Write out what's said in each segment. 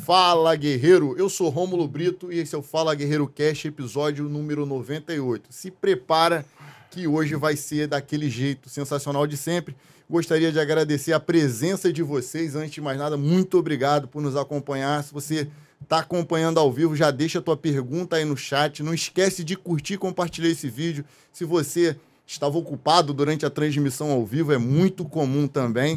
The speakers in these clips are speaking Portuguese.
Fala Guerreiro, eu sou Rômulo Brito e esse é o Fala Guerreiro Cast, episódio número 98. Se prepara que hoje vai ser daquele jeito sensacional de sempre. Gostaria de agradecer a presença de vocês. Antes de mais nada, muito obrigado por nos acompanhar. Se você está acompanhando ao vivo, já deixa a tua pergunta aí no chat. Não esquece de curtir e compartilhar esse vídeo. Se você estava ocupado durante a transmissão ao vivo, é muito comum também.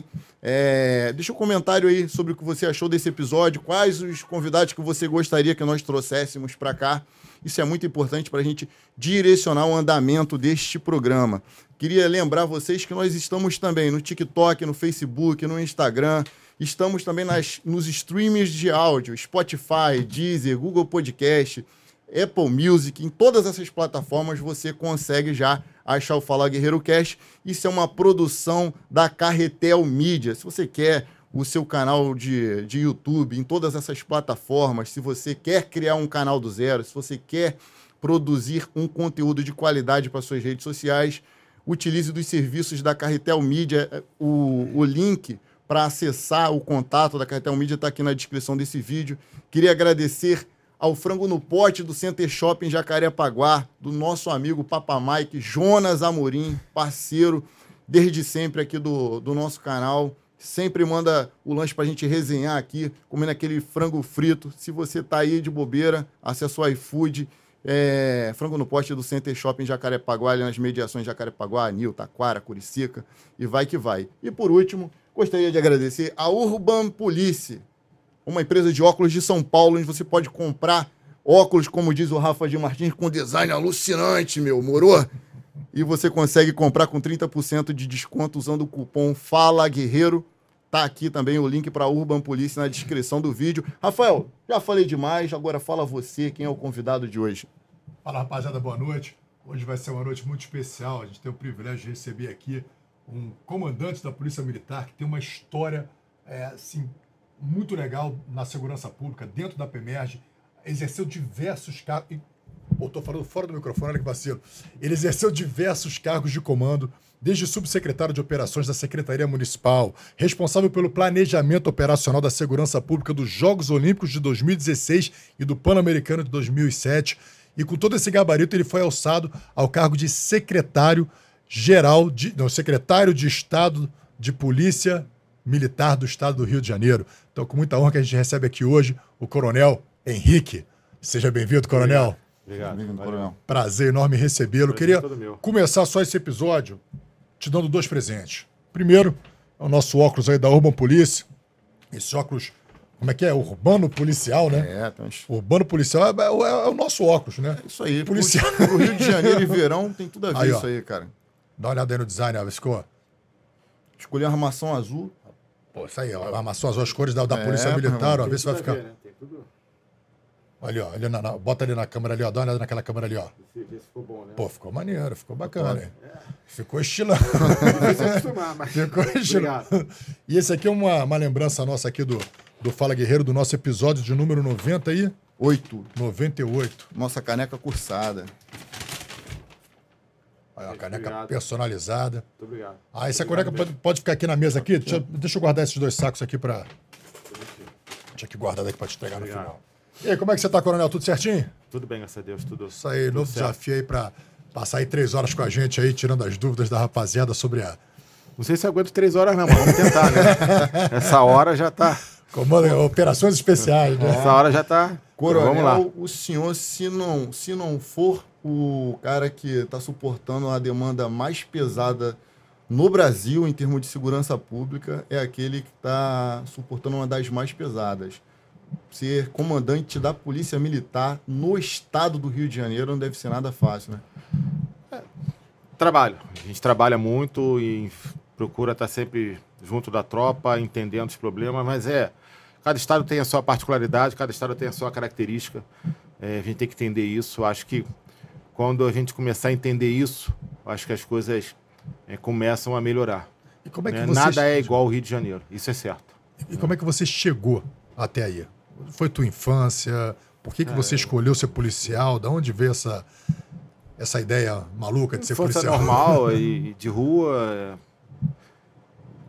Deixa um comentário aí sobre o que você achou desse episódio, quais os convidados que você gostaria que nós trouxéssemos para cá. Isso é muito importante para a gente direcionar o andamento deste programa. Queria lembrar vocês que nós estamos também no TikTok, no Facebook, no Instagram. Estamos também nos streams de áudio, Spotify, Deezer, Google Podcast, Apple Music. Em todas essas plataformas você consegue já achar o Fala Guerreiro Cast. Isso é uma produção da Carretel Mídia. Se você quer o seu canal de YouTube em todas essas plataformas, se você quer criar um canal do zero, se você quer produzir um conteúdo de qualidade para suas redes sociais, utilize dos serviços da Carretel Mídia. O link para acessar o contato da Carretel Mídia está aqui na descrição desse vídeo. Queria agradecer ao Frango no Pote do Center Shopping Jacarepaguá, do nosso amigo Papa Mike, Jonas Amorim, parceiro desde sempre aqui do nosso canal. Sempre manda o lanche pra gente resenhar aqui, comendo aquele frango frito. Se você tá aí de bobeira, acessa o iFood, Frango no Pote do Center Shopping Jacarepaguá, ali nas mediações de Jacarepaguá, Anil, Taquara, Curicica, e vai que vai. E por último, gostaria de agradecer a Urban Police, uma empresa de óculos de São Paulo, onde você pode comprar óculos, como diz o Rafa de Martins, com design alucinante, moro? E você consegue comprar com 30% de desconto usando o cupom Fala Guerreiro. Tá aqui também o link para a Urban Police na descrição do vídeo. Rafael, já falei demais, agora fala você, quem é o convidado de hoje. Fala, rapaziada, boa noite. Hoje vai ser uma noite muito especial. A gente tem o privilégio de receber aqui um comandante da Polícia Militar que tem uma história, muito legal na segurança pública, dentro da PEMERG, exerceu diversos cargos. Tô falando fora do microfone, olha que vacilo. Ele exerceu diversos cargos de comando, desde subsecretário de Operações da Secretaria Municipal, responsável pelo planejamento operacional da segurança pública dos Jogos Olímpicos de 2016 e do Pan-Americano de 2007. E com todo esse gabarito, ele foi alçado ao cargo de secretário de Estado de Polícia Militar do Estado do Rio de Janeiro. Então, com muita honra que a gente recebe aqui hoje o Coronel Henrique. Seja bem-vindo, Coronel. Obrigado, Coronel. Prazer enorme recebê-lo. Queria começar só esse episódio te dando 2 presentes. Primeiro, é o nosso óculos aí da Urban Police. Esse óculos, como é que é? Urbano policial, né? Urbano policial é o nosso óculos, né? Isso aí. Policial. Pro Rio de Janeiro e verão tem tudo a ver aí, isso aí, cara. Dá uma olhada aí no design, ó, ficou. Escolhi a armação azul. Pô, isso aí, ó, a armação azul, as cores da Polícia Militar, ó, vê se vai ficar. Tem tudo. Ali, ó, bota ali na câmera ali, ó, dá uma olhada naquela câmera ali, ó. Vê se ficou bom, né? Pô, ficou maneiro, ficou bacana, hein? Ficou estilão. Difícil acostumar, mas... Ficou estilão. E esse aqui é uma lembrança nossa aqui do Fala Guerreiro, do nosso episódio de número 98. Nossa caneca cursada. Olha, uma caneca personalizada. Muito obrigado. Essa caneca pode ficar aqui na mesa aqui? Deixa eu guardar esses 2 sacos aqui pra... Deixa aqui guardado aqui pra te entregar no final. E aí, como é que você tá, Coronel? Tudo certinho? Tudo bem, graças a Deus. Tudo. Isso aí, tudo novo certo. desafio aí pra passar aí 3 horas com a gente aí, tirando as dúvidas da rapaziada sobre a... Não sei se eu aguento 3 horas não, mas vamos tentar, né? Essa hora já tá... Comando Operações Especiais, né? Essa hora já tá... Coronel, vamos lá. O senhor, se não for o cara que está suportando a demanda mais pesada no Brasil, em termos de segurança pública, é aquele que está suportando uma das mais pesadas. Ser comandante da Polícia Militar no estado do Rio de Janeiro não deve ser nada fácil, né? Trabalho. A gente trabalha muito e procura estar sempre junto da tropa, entendendo os problemas, mas cada estado tem a sua particularidade, cada estado tem a sua característica. A gente tem que entender isso. Acho que quando a gente começar a entender isso, acho que as coisas começam a melhorar. E como é que você... Nada é igual ao Rio de Janeiro, isso é certo. E como é que você chegou até aí? Foi tua infância? Por que você escolheu ser policial? De onde veio essa ideia maluca de ser Infância policial? normal e de rua,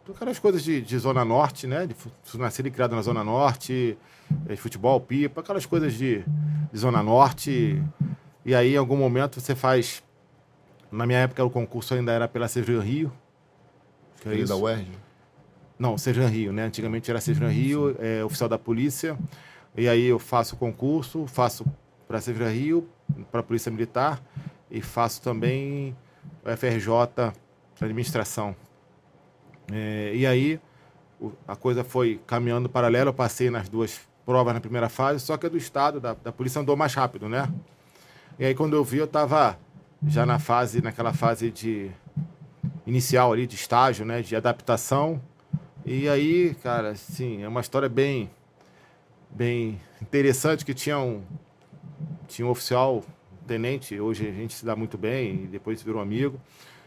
aquelas coisas de Zona Norte, né? Nascido e criado na Zona Norte, futebol, pipa, aquelas coisas de Zona Norte. E aí, em algum momento, você faz... Na minha época, o concurso ainda era pela Severan Rio. Que é isso? Da UERJ? Não, Severan Rio, né? Antigamente era Severan Rio, oficial da polícia. E aí eu faço o concurso, faço para a Severan Rio, para a Polícia Militar, e faço também o FRJ para administração. E aí a coisa foi caminhando paralelo, eu passei nas duas provas na primeira fase, só que a do Estado, da polícia, andou mais rápido, né? E aí quando eu vi, eu estava já naquela fase de inicial ali, de estágio, né? De adaptação. E aí, cara, assim, é uma história bem interessante, que tinha um oficial, um tenente, hoje a gente se dá muito bem, e depois virou amigo.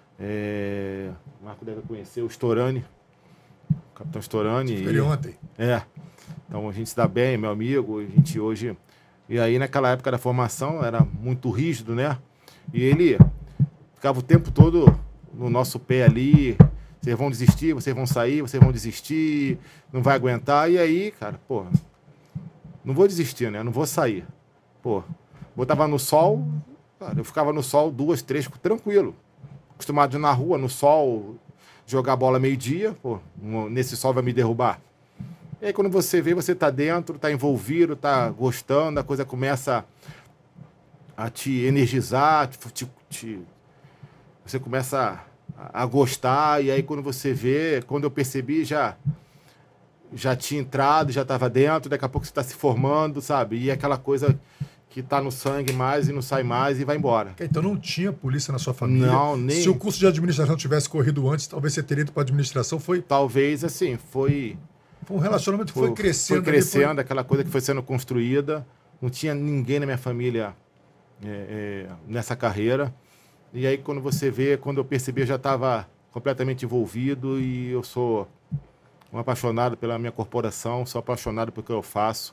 O Marco deve conhecer o Storani, o capitão Storani. Ele ontem. Então a gente se dá bem, meu amigo, a gente hoje... E aí naquela época da formação era muito rígido, né? E ele ficava o tempo todo no nosso pé ali: vocês vão desistir, vocês vão sair, vocês vão desistir, não vai aguentar. E aí, cara, pô, não vou desistir, né? Não vou sair. Pô, botava no sol, cara, eu ficava no sol 2, 3, tranquilo. Acostumado a ir na rua, no sol, jogar bola meio-dia, pô, nesse sol vai me derrubar. E aí quando você vê, você tá dentro, tá envolvido, tá gostando, a coisa começa a te energizar, você começa a gostar, e aí quando você vê, quando eu percebi, já tinha entrado, já estava dentro, daqui a pouco você está se formando, sabe? E é aquela coisa que está no sangue mais e não sai mais e vai embora. Então não tinha polícia na sua família? Não, nem... Se o curso de administração tivesse corrido antes, talvez você teria ido para a administração, foi... Talvez, assim, foi um relacionamento que foi crescendo. Foi crescendo, aquela coisa que foi sendo construída. Não tinha ninguém na minha família nessa carreira. E aí, quando você vê, quando eu percebi, eu já estava completamente envolvido, e eu sou um apaixonado pela minha corporação, sou apaixonado pelo que eu faço.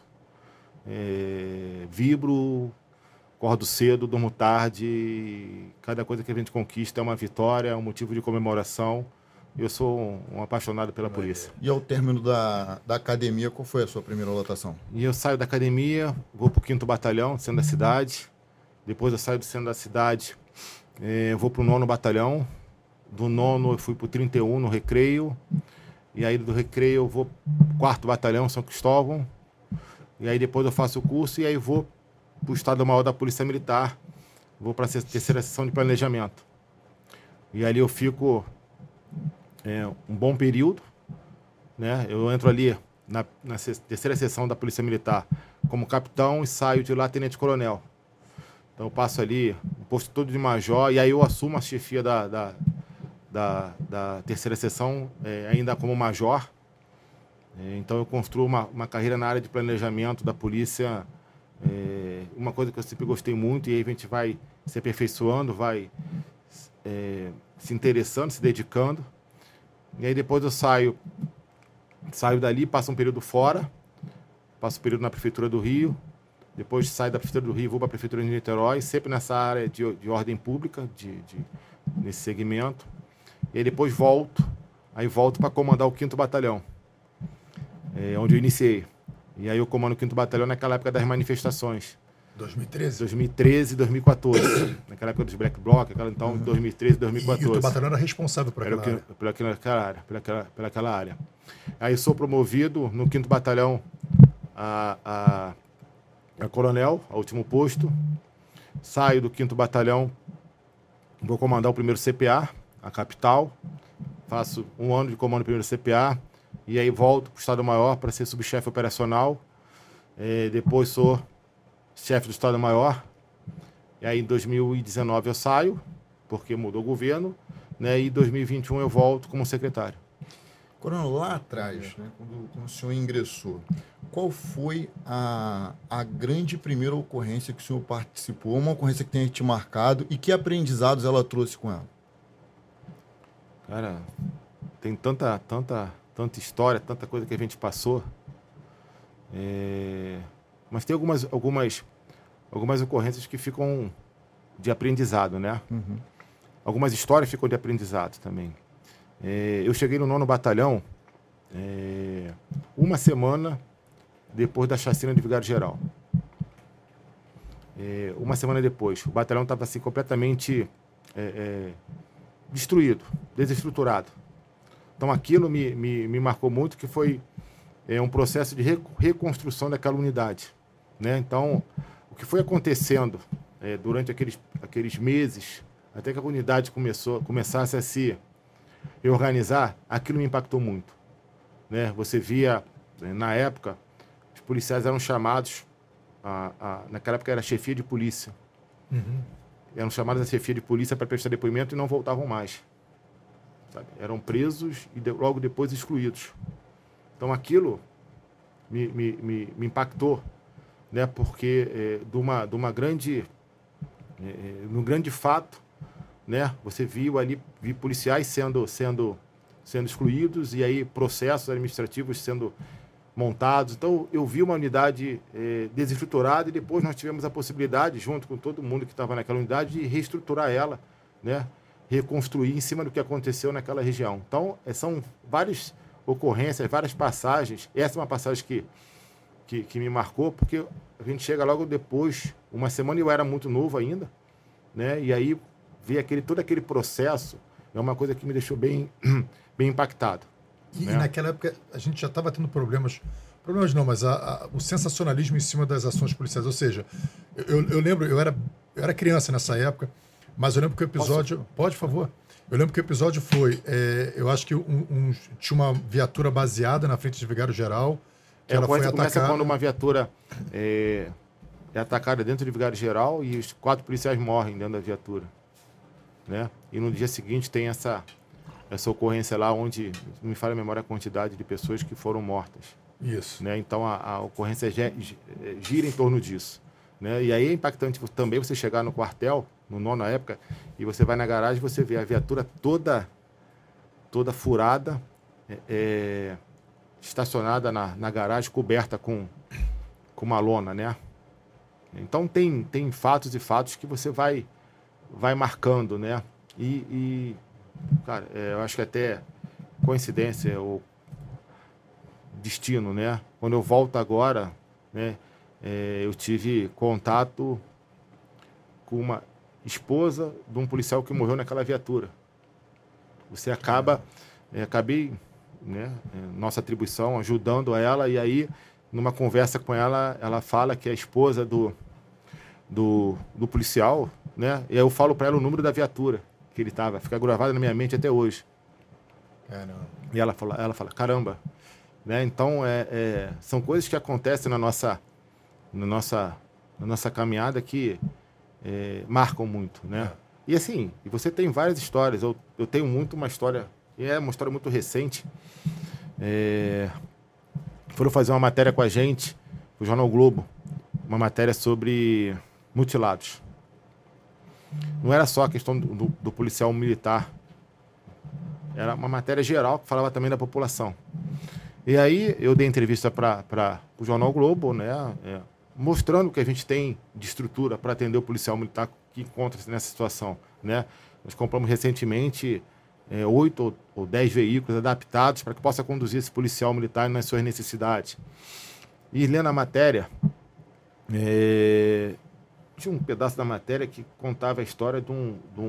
Vibro, acordo cedo, durmo tarde. E cada coisa que a gente conquista é uma vitória, é um motivo de comemoração. Eu sou um apaixonado pela polícia. E ao término da academia, qual foi a sua primeira lotação? E eu saio da academia, vou para o 5º Batalhão, centro da cidade. Depois eu saio do centro da cidade, vou para o 9º Batalhão. Do 9º eu fui para o 31, no Recreio. E aí do Recreio eu vou para o 4º Batalhão, São Cristóvão. E aí depois eu faço o curso e aí vou para o Estado-Maior da Polícia Militar. Vou para a 3ª Seção de Planejamento. E ali eu fico um bom período, né? Eu entro ali na 3ª Seção da Polícia Militar como capitão e saio de lá tenente-coronel. Então eu passo ali o posto todo de major, e aí eu assumo a chefia da 3ª Seção ainda como major. Então eu construo uma carreira na área de planejamento da polícia, uma coisa que eu sempre gostei muito, e aí a gente vai se aperfeiçoando, vai se interessando, se dedicando. E aí depois eu saio dali, passo um período fora, passo um período na Prefeitura do Rio, depois saio da Prefeitura do Rio, vou para a Prefeitura de Niterói, sempre nessa área de ordem pública, nesse segmento. E aí depois volto para comandar o 5º Batalhão, onde eu iniciei. E aí eu comando o 5º Batalhão naquela época das manifestações. 2013? 2013 e 2014. Naquela época dos Black Bloc, então 2013 e 2014. E o teu batalhão era responsável por aquela área. Aí sou promovido no 5º Batalhão a coronel, ao último posto. Saio do 5º Batalhão, vou comandar o 1º CPA, a capital. Faço 1 ano de comando do 1º CPA. E aí volto para o Estado-Maior para ser subchefe operacional. Depois sou chefe do Estado-Maior. E aí em 2019 eu saio, porque mudou o governo, né? E em 2021 eu volto como secretário. Coronel, lá atrás, né, quando o senhor ingressou, qual foi a grande primeira ocorrência que o senhor participou, uma ocorrência que tenha te marcado, e que aprendizados ela trouxe com ela? Cara, tem tanta história, tanta coisa que a gente passou. Mas tem algumas ocorrências que ficam de aprendizado, né? Uhum. Algumas histórias ficam de aprendizado também. Eu cheguei no 9º Batalhão uma semana depois da chacina de Vigário Geral. Uma semana depois, o batalhão estava assim, completamente destruído, desestruturado. Então aquilo me marcou muito, que foi um processo de reconstrução daquela unidade, né? Então, o que foi acontecendo durante aqueles meses, até que a unidade começasse a se reorganizar, aquilo me impactou muito, né? Você via, na época, os policiais eram chamados, naquela época era chefia de polícia, eram chamados a chefia de polícia para prestar depoimento e não voltavam mais, sabe? Eram presos e logo depois excluídos. Então aquilo me impactou, né? Porque de uma grande, num grande fato, né? Você viu policiais sendo excluídos e aí processos administrativos sendo montados. Então eu vi uma unidade desestruturada e depois nós tivemos a possibilidade, junto com todo mundo que estava naquela unidade, de reestruturar ela, né? Reconstruir em cima do que aconteceu naquela região. Então são várias ocorrências, várias passagens. Essa é uma passagem que me marcou, porque a gente chega logo depois, uma semana eu era muito novo ainda, né? E aí ver todo aquele processo é uma coisa que me deixou bem impactado. E naquela época a gente já estava tendo problemas não, mas o sensacionalismo em cima das ações policiais. Ou seja, eu lembro, eu era criança nessa época, mas eu lembro que o episódio... Pode, por favor? Eu lembro que o episódio foi... eu acho que tinha uma viatura baseada na frente de Vigário Geral, que ela foi atacada. Começa quando uma viatura é atacada dentro de Vigário Geral e os 4 policiais morrem dentro da viatura, né? E no dia seguinte tem essa ocorrência lá onde, não me falha a memória, a quantidade de pessoas que foram mortas. Isso. Né? Então a ocorrência gira em torno disso, né? E aí é impactante também você chegar no quartel, no 9º na época, e você vai na garagem e você vê a viatura toda furada, estacionada na garagem, coberta com uma lona, né? Então tem fatos e fatos que você vai marcando, né? Cara, eu acho que até coincidência ou destino, né? Quando eu volto agora, né? Eu tive contato com uma esposa de um policial que morreu naquela viatura. Você acabei, né? Nossa atribuição, ajudando ela, e aí, numa conversa com ela, ela fala que é a esposa do policial, né? E aí eu falo para ela o número da viatura que ele estava, fica gravado na minha mente até hoje. Caramba. E ela fala, caramba, né? Então são coisas que acontecem na nossa caminhada que marcam muito, né? E assim, você tem várias histórias. Eu tenho uma história, e é uma história muito recente. Foram fazer uma matéria com a gente, o Jornal Globo, uma matéria sobre mutilados. Não era só a questão do policial militar, era uma matéria geral que falava também da população. E aí eu dei entrevista para o Jornal Globo, né, mostrando que a gente tem de estrutura para atender o policial militar que encontra-se nessa situação, né? Nós compramos recentemente 8 ou 10 veículos adaptados para que possa conduzir esse policial militar nas suas necessidades. E lendo a matéria, tinha um pedaço da matéria que contava a história de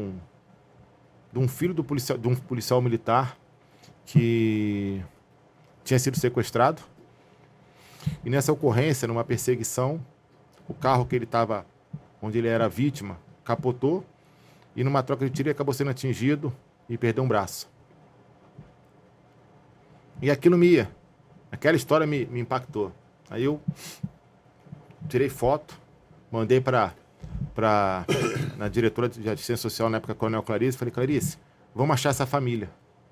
um filho de um policial militar que tinha sido sequestrado. E nessa ocorrência, numa perseguição, o carro que ele estava, onde ele era vítima, capotou, e numa troca de tiro ele acabou sendo atingido e perdeu um braço. E aquela história me impactou. Aí eu tirei foto, mandei na diretora de assistência social, na época, Coronel Clarice, falei, Clarice, vamos achar essa família.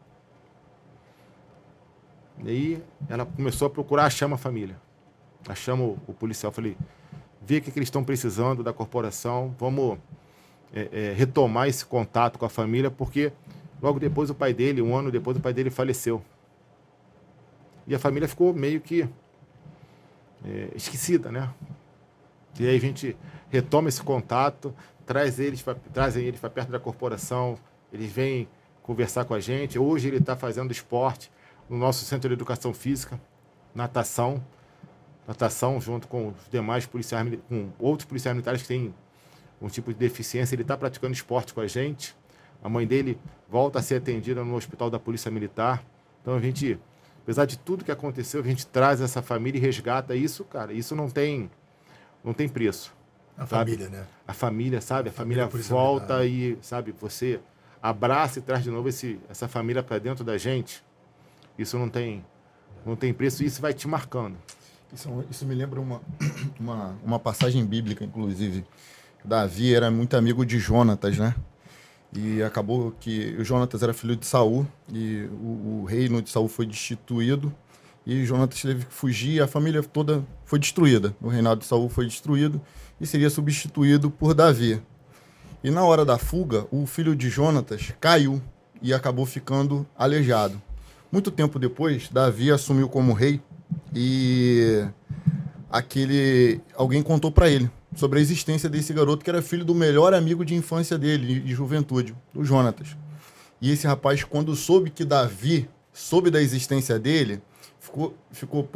E aí ela começou a procurar, achamos a família. Achamos o policial, falei, vê o que eles estão precisando da corporação, vamos retomar esse contato com a família, porque logo depois um ano depois, o pai dele faleceu. E a família ficou meio que esquecida, né? E aí a gente retoma esse contato, trazem eles para perto da corporação, eles vêm conversar com a gente. Hoje ele está fazendo esporte no nosso Centro de Educação Física, natação junto com os demais policiais, com outros policiais militares que têm um tipo de deficiência. Ele está praticando esporte com a gente. A mãe dele volta a ser atendida no hospital da Polícia Militar. Então a gente, apesar de tudo que aconteceu, a gente traz essa família e resgata isso, cara. Isso não tem preço. A sabe? família, né? A família, sabe? A família volta e, sabe, você abraça e traz de novo essa família para dentro da gente. Isso não tem preço e isso vai te marcando. Isso me lembra uma passagem bíblica, inclusive. Davi era muito amigo de Jonatas, né? E acabou que o Jonatas era filho de Saul e o reino de Saul foi destituído e Jonatas teve que fugir e a família toda foi destruída. O reinado de Saul foi destruído e seria substituído por Davi. E na hora da fuga, o filho de Jonatas caiu e acabou ficando aleijado. Muito tempo depois, Davi assumiu como rei e alguém contou para ele sobre a existência desse garoto que era filho do melhor amigo de infância dele, de juventude, o Jonatas. E esse rapaz, quando soube que Davi soube da existência dele, ficou,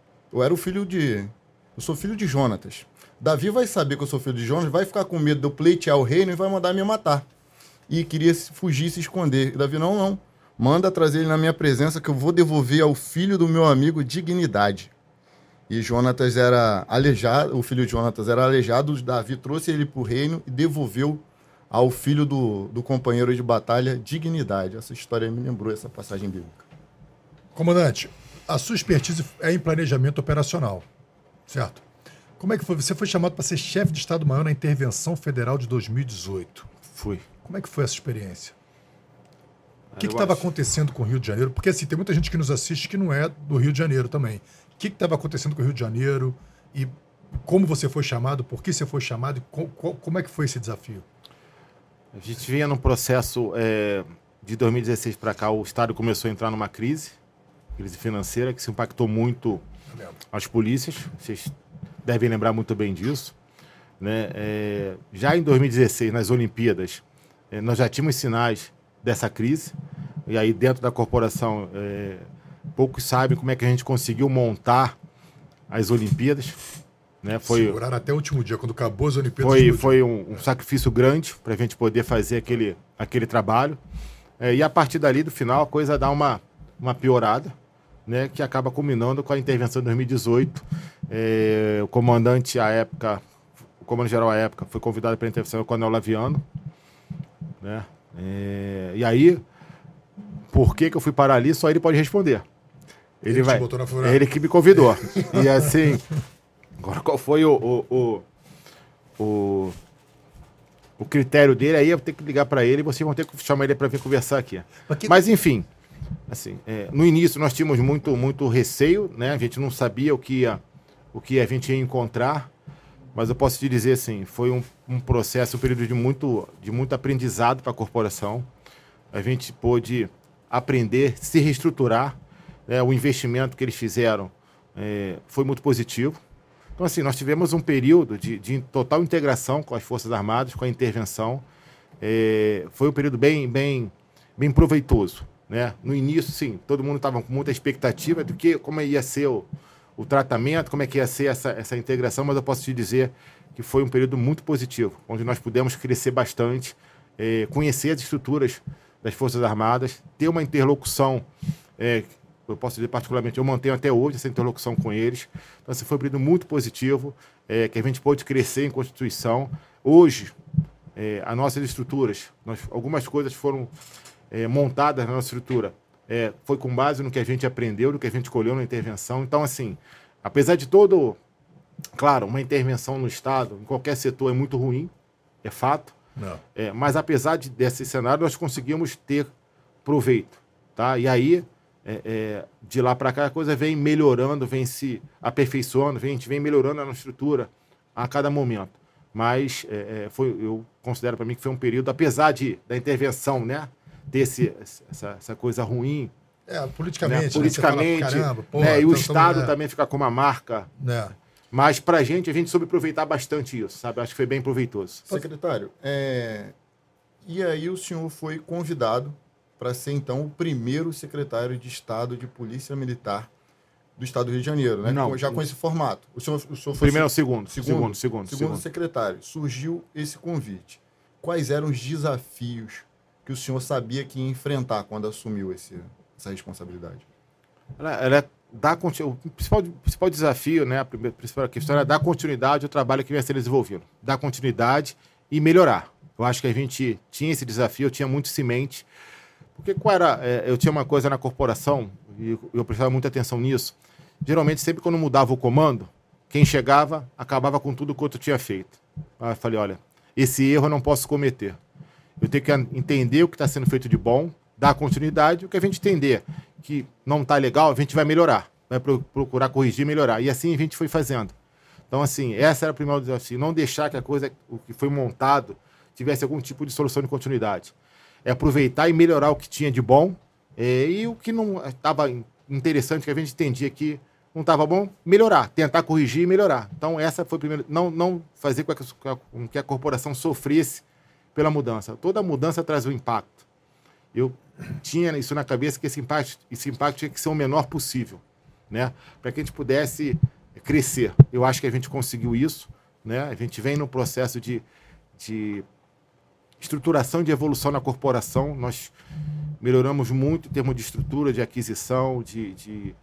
eu sou filho de Jonatas. Davi vai saber que eu sou filho de Jonatas, vai ficar com medo de eu pleitear o reino e vai mandar me matar. E queria fugir e se esconder. E Davi, não. Manda trazer ele na minha presença que eu vou devolver ao filho do meu amigo dignidade. E Jonatas era aleijado, o filho de Jonatas era aleijado, Davi trouxe ele para o reino e devolveu ao filho do companheiro de batalha dignidade. Essa história me lembrou essa passagem bíblica. Comandante, a sua expertise é em planejamento operacional, certo? Como é que foi? Você foi chamado para ser chefe de Estado-Maior na Intervenção Federal de 2018. Fui. Como é que foi essa experiência? O que estava acontecendo com o Rio de Janeiro? Porque assim, tem muita gente que nos assiste que não é do Rio de Janeiro também. O que estava acontecendo com o Rio de Janeiro e como você foi chamado, por que você foi chamado e como é que foi esse desafio? A gente vinha num processo de 2016 para cá, o Estado começou a entrar numa crise financeira que se impactou muito as polícias, vocês devem lembrar muito bem disso. Né? Já em 2016, nas Olimpíadas, nós já tínhamos sinais dessa crise, e aí dentro da corporação poucos sabem como é que a gente conseguiu montar as Olimpíadas. Né? Seguraram até o último dia, quando acabou as Olimpíadas. Foi um sacrifício grande para a gente poder fazer aquele trabalho. E a partir dali, do final, a coisa dá uma piorada, né? Que acaba culminando com a intervenção de 2018. O comandante à época, o comandante-geral à época, foi convidado para a intervenção, o Coronel Laviano. Né? E aí, por que eu fui parar ali, só ele pode responder. Ele que me convidou. E assim, agora qual foi o critério dele, aí eu tenho que ligar para ele e vocês vão ter que chamar ele para vir conversar aqui. Mas enfim, assim, no início nós tínhamos muito receio, né? A gente não sabia o que a gente ia encontrar, mas eu posso te dizer assim, foi um processo, um período de muito aprendizado para a corporação. A gente pôde aprender, se reestruturar, né? O investimento que eles fizeram foi muito positivo. Então, assim, nós tivemos um período de total integração com as Forças Armadas, com a intervenção. Foi um período bem proveitoso. Né? No início, sim, todo mundo estava com muita expectativa do como ia ser o tratamento, como é que ia ser essa integração, mas eu posso te dizer que foi um período muito positivo, onde nós pudemos crescer bastante, conhecer as estruturas das Forças Armadas, ter uma interlocução, eu posso dizer particularmente, eu mantenho até hoje essa interlocução com eles. Então, assim, foi um período muito positivo, que a gente pôde crescer em Constituição. Hoje, as nossas estruturas, algumas coisas foram montadas na nossa estrutura, foi com base no que a gente aprendeu, no que a gente colheu na intervenção. Então, assim, apesar de claro, uma intervenção no Estado, em qualquer setor, é muito ruim, é fato. Não. Mas apesar desse cenário, nós conseguimos ter proveito. Tá? E aí, de lá para cá, a coisa vem melhorando, vem se aperfeiçoando, a gente vem melhorando a nossa estrutura a cada momento. Mas eu considero para mim que foi um período, apesar da intervenção, né, ter essa coisa ruim. Politicamente. Né, politicamente, fala, caramba, porra, né, e o Estado também fica com uma marca. Mas para a gente soube aproveitar bastante isso, sabe? Acho que foi bem proveitoso. Secretário, e aí o senhor foi convidado para ser, então, o primeiro secretário de Estado de Polícia Militar do Estado do Rio de Janeiro, né? Não. Já com esse formato. O senhor foi Primeiro é o segundo. Segundo secretário. Surgiu esse convite. Quais eram os desafios que o senhor sabia que ia enfrentar quando assumiu essa responsabilidade? O principal desafio, né, a principal questão era dar continuidade ao trabalho que vinha sendo desenvolvido. Dar continuidade e melhorar. Eu acho que a gente tinha esse desafio, eu tinha muito isso em mente. Porque eu tinha uma coisa na corporação, e eu prestava muita atenção nisso. Geralmente, sempre quando mudava o comando, quem chegava acabava com tudo que o outro tinha feito. Aí eu falei, olha, esse erro eu não posso cometer. Eu tenho que entender o que está sendo feito de bom, dar continuidade, o que a gente entender que não está legal, a gente vai melhorar, vai procurar corrigir e melhorar. E assim a gente foi fazendo. Então, assim, essa era o primeiro desafio, não deixar que o que foi montado, tivesse algum tipo de solução de continuidade. É aproveitar e melhorar o que tinha de bom e o que não estava interessante, que a gente entendia que não estava bom, melhorar, tentar corrigir e melhorar. Então, essa foi a primeira. Não fazer com que a corporação sofresse pela mudança. Toda mudança traz um impacto. Eu tinha isso na cabeça, que esse impacto tinha que ser o menor possível, né? Para que a gente pudesse crescer. Eu acho que a gente conseguiu isso, né? A gente vem no processo de estruturação de evolução na corporação. Nós melhoramos muito em termos de estrutura, de aquisição, de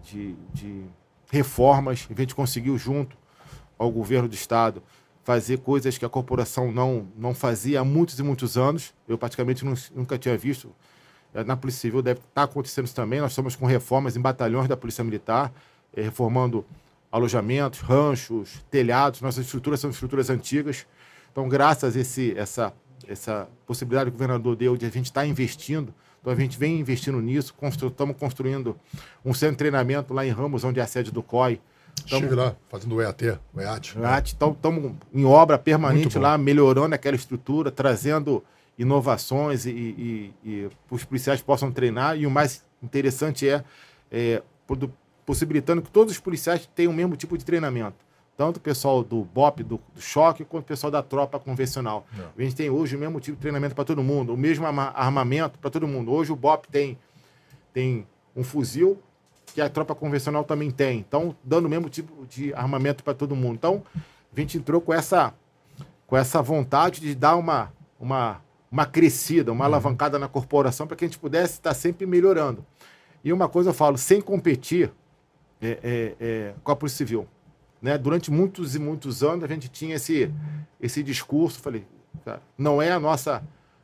reformas. A gente conseguiu, junto ao governo do Estado, fazer coisas que a corporação não fazia há muitos e muitos anos. Eu praticamente nunca tinha visto. Na Polícia Civil deve estar acontecendo isso também. Nós estamos com reformas em batalhões da Polícia Militar, reformando alojamentos, ranchos, telhados. Nossas estruturas são estruturas antigas. Então, graças a essa possibilidade que o governador deu de a gente estar investindo, então a gente vem investindo nisso. Estamos construindo um centro de treinamento lá em Ramos, onde é a sede do COI. Estive lá, fazendo o EAT. Então, estamos em obra permanente lá, melhorando aquela estrutura, trazendo inovações e os policiais possam treinar. E o mais interessante possibilitando que todos os policiais tenham o mesmo tipo de treinamento. Tanto o pessoal do BOP, do choque, quanto o pessoal da tropa convencional. A gente tem hoje o mesmo tipo de treinamento para todo mundo, o mesmo armamento para todo mundo. Hoje o BOP tem um fuzil que a tropa convencional também tem. Então, dando o mesmo tipo de armamento para todo mundo. Então, a gente entrou com essa vontade de dar uma crescida, uma alavancada na corporação para que a gente pudesse estar sempre melhorando. E uma coisa eu falo, sem competir com a Polícia Civil. Né? Durante muitos e muitos anos a gente tinha esse discurso, falei, cara, não é a nossa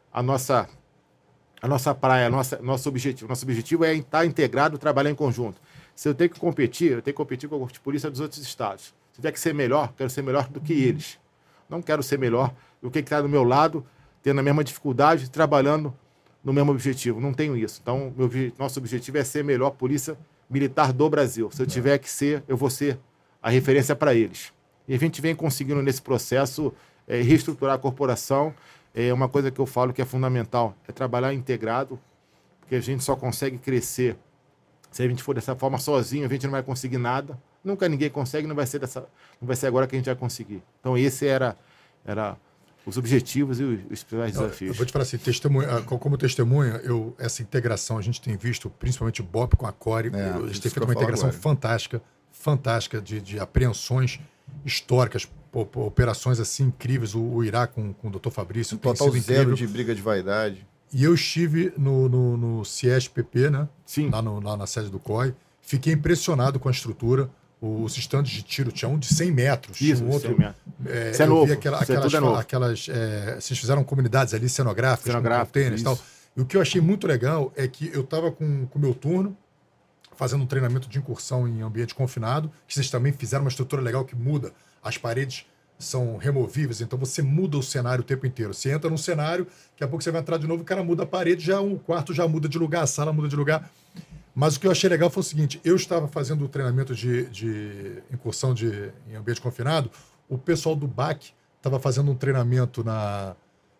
praia, nosso objetivo. Nosso objetivo é estar integrado, trabalhar em conjunto. Se eu tenho que competir, eu tenho que competir com a polícia dos outros estados. Se tiver que ser melhor, quero ser melhor do que eles. Não quero ser melhor do que está do meu lado, tendo a mesma dificuldade, trabalhando no mesmo objetivo. Não tenho isso. Então, nosso objetivo é ser a melhor polícia militar do Brasil. Se eu tiver que ser, eu vou ser a referência para eles. E a gente vem conseguindo, nesse processo, reestruturar a corporação. Uma coisa que eu falo que é fundamental, é trabalhar integrado, porque a gente só consegue crescer. Se a gente for dessa forma sozinho, a gente não vai conseguir nada. Nunca ninguém consegue, não vai ser agora que a gente vai conseguir. Então, esse era os objetivos e os principais desafios. Eu vou te falar assim, como testemunha, essa integração a gente tem visto, principalmente o BOP com a CORE, a gente tem feito uma integração fantástica de apreensões históricas, operações assim incríveis, o Irá com o Dr. Fabrício. Total zero de briga de vaidade. E eu estive no CIESPP, né? Sim. Lá na sede do COI. Fiquei impressionado com a estrutura. Os estandes de tiro tinha um de 100 metros. Isso, um outro. 100 metros. Isso é novo. Vocês fizeram comunidades ali cenográficas, com containers e tal. E o que eu achei muito legal é que eu estava com o meu turno, fazendo um treinamento de incursão em ambiente confinado, que vocês também fizeram uma estrutura legal que muda. As paredes são removíveis, então você muda o cenário o tempo inteiro. Você entra num cenário, daqui a pouco você vai entrar de novo, o cara muda a parede, o quarto já muda de lugar, a sala muda de lugar. Mas o que eu achei legal foi o seguinte, eu estava fazendo o treinamento de incursão em ambiente confinado, o pessoal do BAC estava fazendo um treinamento lá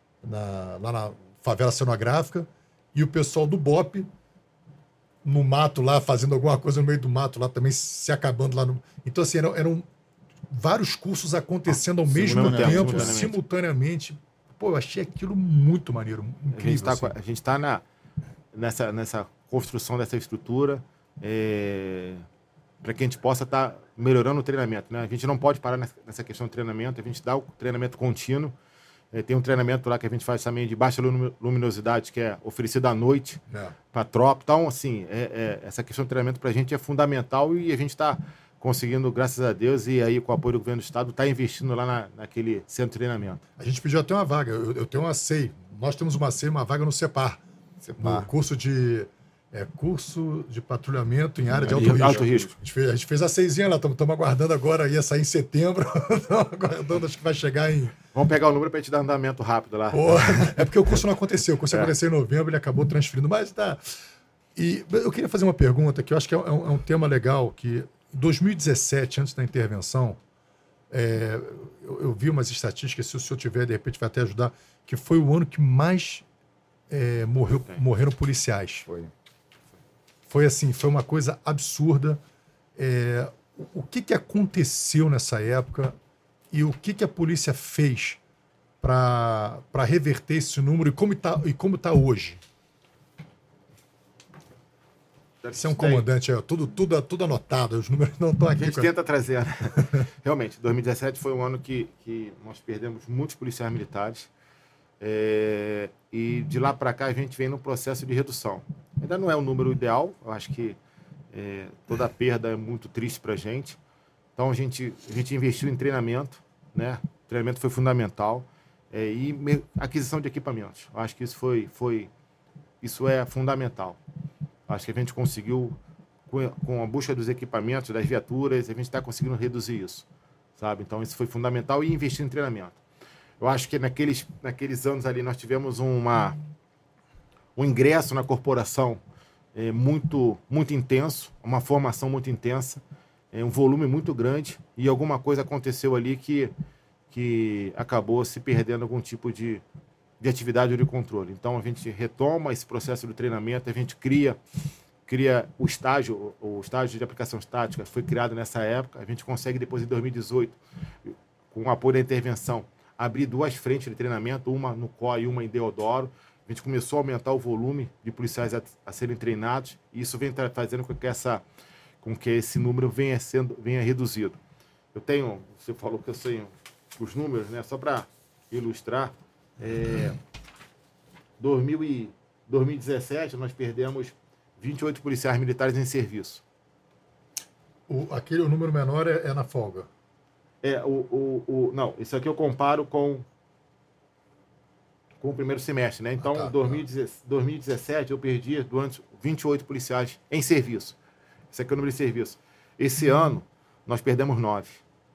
na favela cenográfica, e o pessoal do BOP no mato lá, fazendo alguma coisa no meio do mato lá, também se acabando lá. Então, assim, eram vários cursos acontecendo ao mesmo tempo, simultaneamente. Pô, eu achei aquilo muito maneiro, incrível. A gente está nessa construção dessa estrutura, para que a gente possa estar melhorando o treinamento, né? A gente não pode parar nessa questão do treinamento, a gente dá o treinamento contínuo. Tem um treinamento lá que a gente faz também de baixa luminosidade, que é oferecido à noite para a tropa. Então, assim, essa questão do treinamento para a gente é fundamental e a gente está conseguindo, graças a Deus, e aí com o apoio do governo do Estado, está investindo lá naquele centro de treinamento. A gente pediu até uma vaga, eu tenho uma CEI, nós temos uma CEI, uma vaga no CEPAR. No curso de patrulhamento em área de alto risco. A gente fez a CEIzinha lá, estamos aguardando agora, ia sair em setembro, estamos aguardando, acho que vai chegar em... Vamos pegar o número para a gente dar andamento rápido lá. É porque o curso não aconteceu, o curso aconteceu em novembro, ele acabou transferindo, mas tá... E eu queria fazer uma pergunta que eu acho que é um tema legal, que em 2017, antes da intervenção, eu vi umas estatísticas, se o senhor tiver, de repente vai até ajudar, que foi o ano que mais morreram policiais. Foi assim, foi uma coisa absurda. O que aconteceu nessa época e o que a polícia fez para reverter esse número e como tá hoje? Você é um comandante, tudo anotado, os números não estão aqui. A gente tenta trazer. Realmente, 2017 foi um ano que nós perdemos muitos policiais militares. E de lá para cá a gente vem num processo de redução. Ainda não é o número ideal, eu acho que toda perda é muito triste para a gente. Então a gente investiu em treinamento, né? O treinamento foi fundamental, e aquisição de equipamentos. Eu acho que isso é fundamental. Acho que a gente conseguiu, com a busca dos equipamentos, das viaturas, a gente está conseguindo reduzir isso, sabe? Então isso foi fundamental, e investir em treinamento. Eu acho que naqueles anos ali nós tivemos um ingresso na corporação muito, muito intenso, uma formação muito intensa, um volume muito grande, e alguma coisa aconteceu ali que acabou se perdendo algum tipo de atividade ou de controle. Então a gente retoma esse processo do treinamento, a gente cria o estágio de aplicação estática, foi criado nessa época, a gente consegue depois em 2018, com o apoio da intervenção, abrir 2 frentes de treinamento, uma no COI e uma em Deodoro. A gente começou a aumentar o volume de policiais a serem treinados, e isso vem fazendo com que esse número venha reduzido. Você falou que eu sei os números, né? Só para ilustrar, 2017 nós perdemos 28 policiais militares em serviço. O número menor é na folga. Não, isso aqui eu comparo com o primeiro semestre, né? Então, em 2017, eu perdi durante 28 policiais em serviço. Esse aqui é o número de serviço. Esse ano, nós perdemos 9.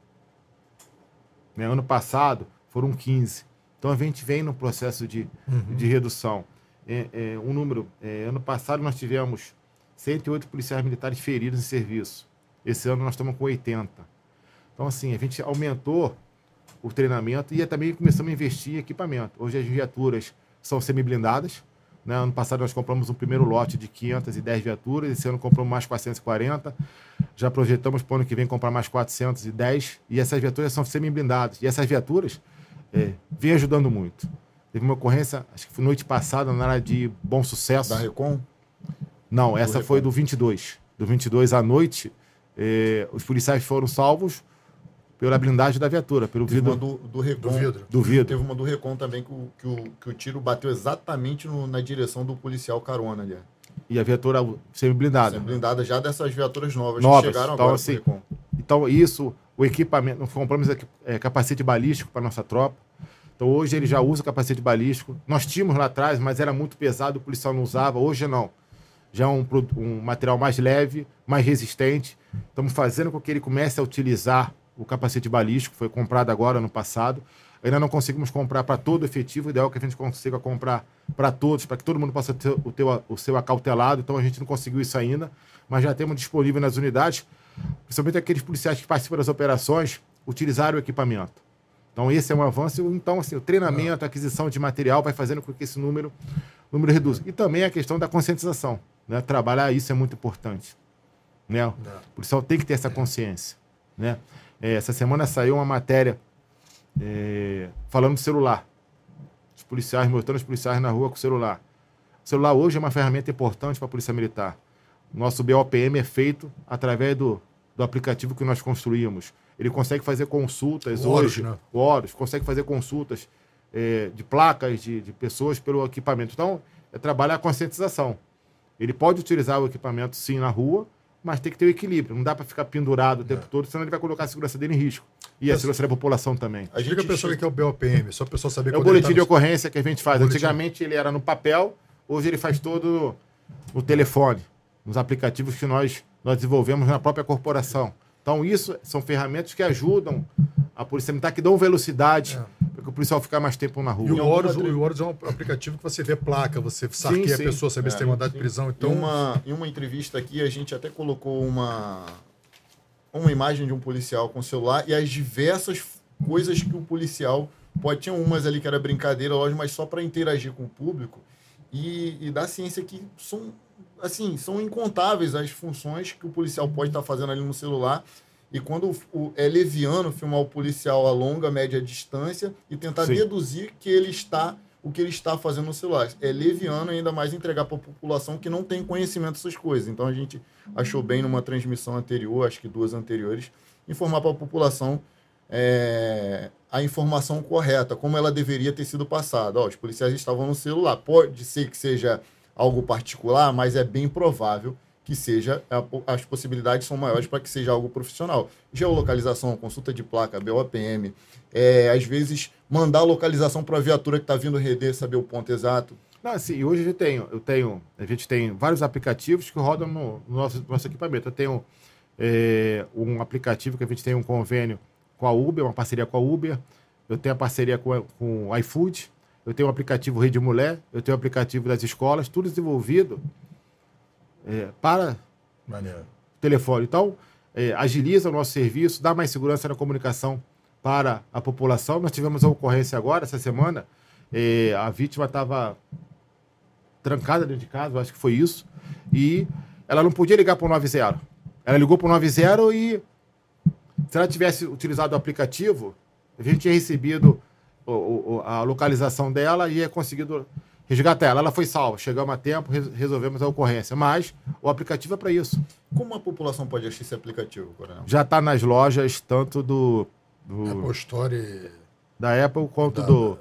Né? Ano passado, foram 15. Então, a gente vem no processo de redução. Ano passado, nós tivemos 108 policiais militares feridos em serviço. Esse ano, nós estamos com 80. Então, assim, a gente aumentou o treinamento e também começamos a investir em equipamento. Hoje as viaturas são semi-blindadas, né? Ano passado nós compramos um primeiro lote de 510 viaturas, esse ano compramos mais 440, já projetamos para o ano que vem comprar mais 410, e essas viaturas são semi-blindadas. E essas viaturas vêm ajudando muito. Teve uma ocorrência, acho que foi noite passada, na área de Bom Sucesso. Da Recon? Não, essa foi do 22. Do 22 à noite, os policiais foram salvos pela blindagem da viatura, pelo vidro. Do Recon. Do vidro. Teve uma do Recon também que o tiro bateu exatamente na direção do policial carona ali. E a viatura semi-blindada. Semi-blindada já dessas viaturas novas que chegaram então, agora assim, do Recon. Então, isso, o equipamento, nós compramos capacete balístico para a nossa tropa. Então, hoje ele já usa o capacete balístico. Nós tínhamos lá atrás, mas era muito pesado, o policial não usava. Hoje não. Já é um material mais leve, mais resistente. Estamos fazendo com que ele comece a utilizar o capacete balístico, foi comprado agora, ano passado. Ainda não conseguimos comprar para todo o efetivo, o ideal é que a gente consiga comprar para todos, para que todo mundo possa ter o seu acautelado. Então a gente não conseguiu isso ainda, mas já temos disponível nas unidades, principalmente aqueles policiais que participam das operações, utilizar o equipamento. Então esse é um avanço. Então assim, o treinamento, a aquisição de material vai fazendo com que esse número reduza. E também a questão da conscientização, né? Trabalhar isso é muito importante, né? O policial tem que ter essa consciência, né? Essa semana saiu uma matéria falando do celular. Os policiais, mostrando os policiais na rua com o celular. O celular hoje é uma ferramenta importante para a Polícia Militar. Nosso BOPM é feito através do aplicativo que nós construímos. Ele consegue fazer consultas hoje, né? o Horus, consegue fazer consultas de placas de pessoas pelo equipamento. Então, é trabalhar a conscientização. Ele pode utilizar o equipamento, sim, na rua, mas tem que ter o equilíbrio. Não dá para ficar pendurado o tempo todo, senão ele vai colocar a segurança dele em risco. E a segurança da população também. Explica a pessoa o que é o BOPM, só a pessoa saber É o boletim de ocorrência que a gente faz. Antigamente ele era no papel, hoje ele faz todo no telefone, nos aplicativos que nós desenvolvemos na própria corporação. Então, isso são ferramentas que ajudam a Polícia Militar, que dão velocidade para que o policial ficar mais tempo na rua. E o Horus é um aplicativo que você vê placa, você sarqueia a pessoa, saber se tem mandado de prisão. Então... Em uma entrevista aqui, a gente até colocou uma imagem de um policial com o celular e as diversas coisas que o policial pode... Tinha umas ali que era brincadeira, lógico, mas só para interagir com o público e da ciência que são incontáveis as funções que o policial pode estar fazendo ali no celular. E quando é leviano filmar o policial a longa, média distância e tentar deduzir o que ele está fazendo no celular. É leviano ainda mais entregar para a população que não tem conhecimento dessas coisas. Então a gente achou bem numa transmissão anterior, acho que 2 anteriores, informar para a população a informação correta, como ela deveria ter sido passada. Os policiais estavam no celular. Pode ser que seja algo particular, mas é bem provável que seja, as possibilidades são maiores para que seja algo profissional. Geolocalização, consulta de placa, BOPM, às vezes mandar a localização para a viatura que está vindo render, saber o ponto exato. Não, assim, hoje a gente tem vários aplicativos que rodam no nosso equipamento. Eu tenho um aplicativo que a gente tem um convênio com a Uber, uma parceria com a Uber. Eu tenho a parceria com o iFood. Eu tenho o aplicativo Rede Mulher. Eu tenho o aplicativo das escolas. Tudo desenvolvido para telefone. Então, agiliza o nosso serviço, dá mais segurança na comunicação para a população. Nós tivemos a ocorrência agora, essa semana. A vítima estava trancada dentro de casa, eu acho que foi isso. E ela não podia ligar para o 90. Ela ligou para o 90 e, se ela tivesse utilizado o aplicativo, a gente tinha recebido a localização dela e ia conseguido resgatar ela. Ela foi salva. Chegamos a tempo, resolvemos a ocorrência. Mas o aplicativo é para isso. Como a população pode achar esse aplicativo, Coronel? Já está nas lojas, tanto do Apple Store... Da Apple, quanto do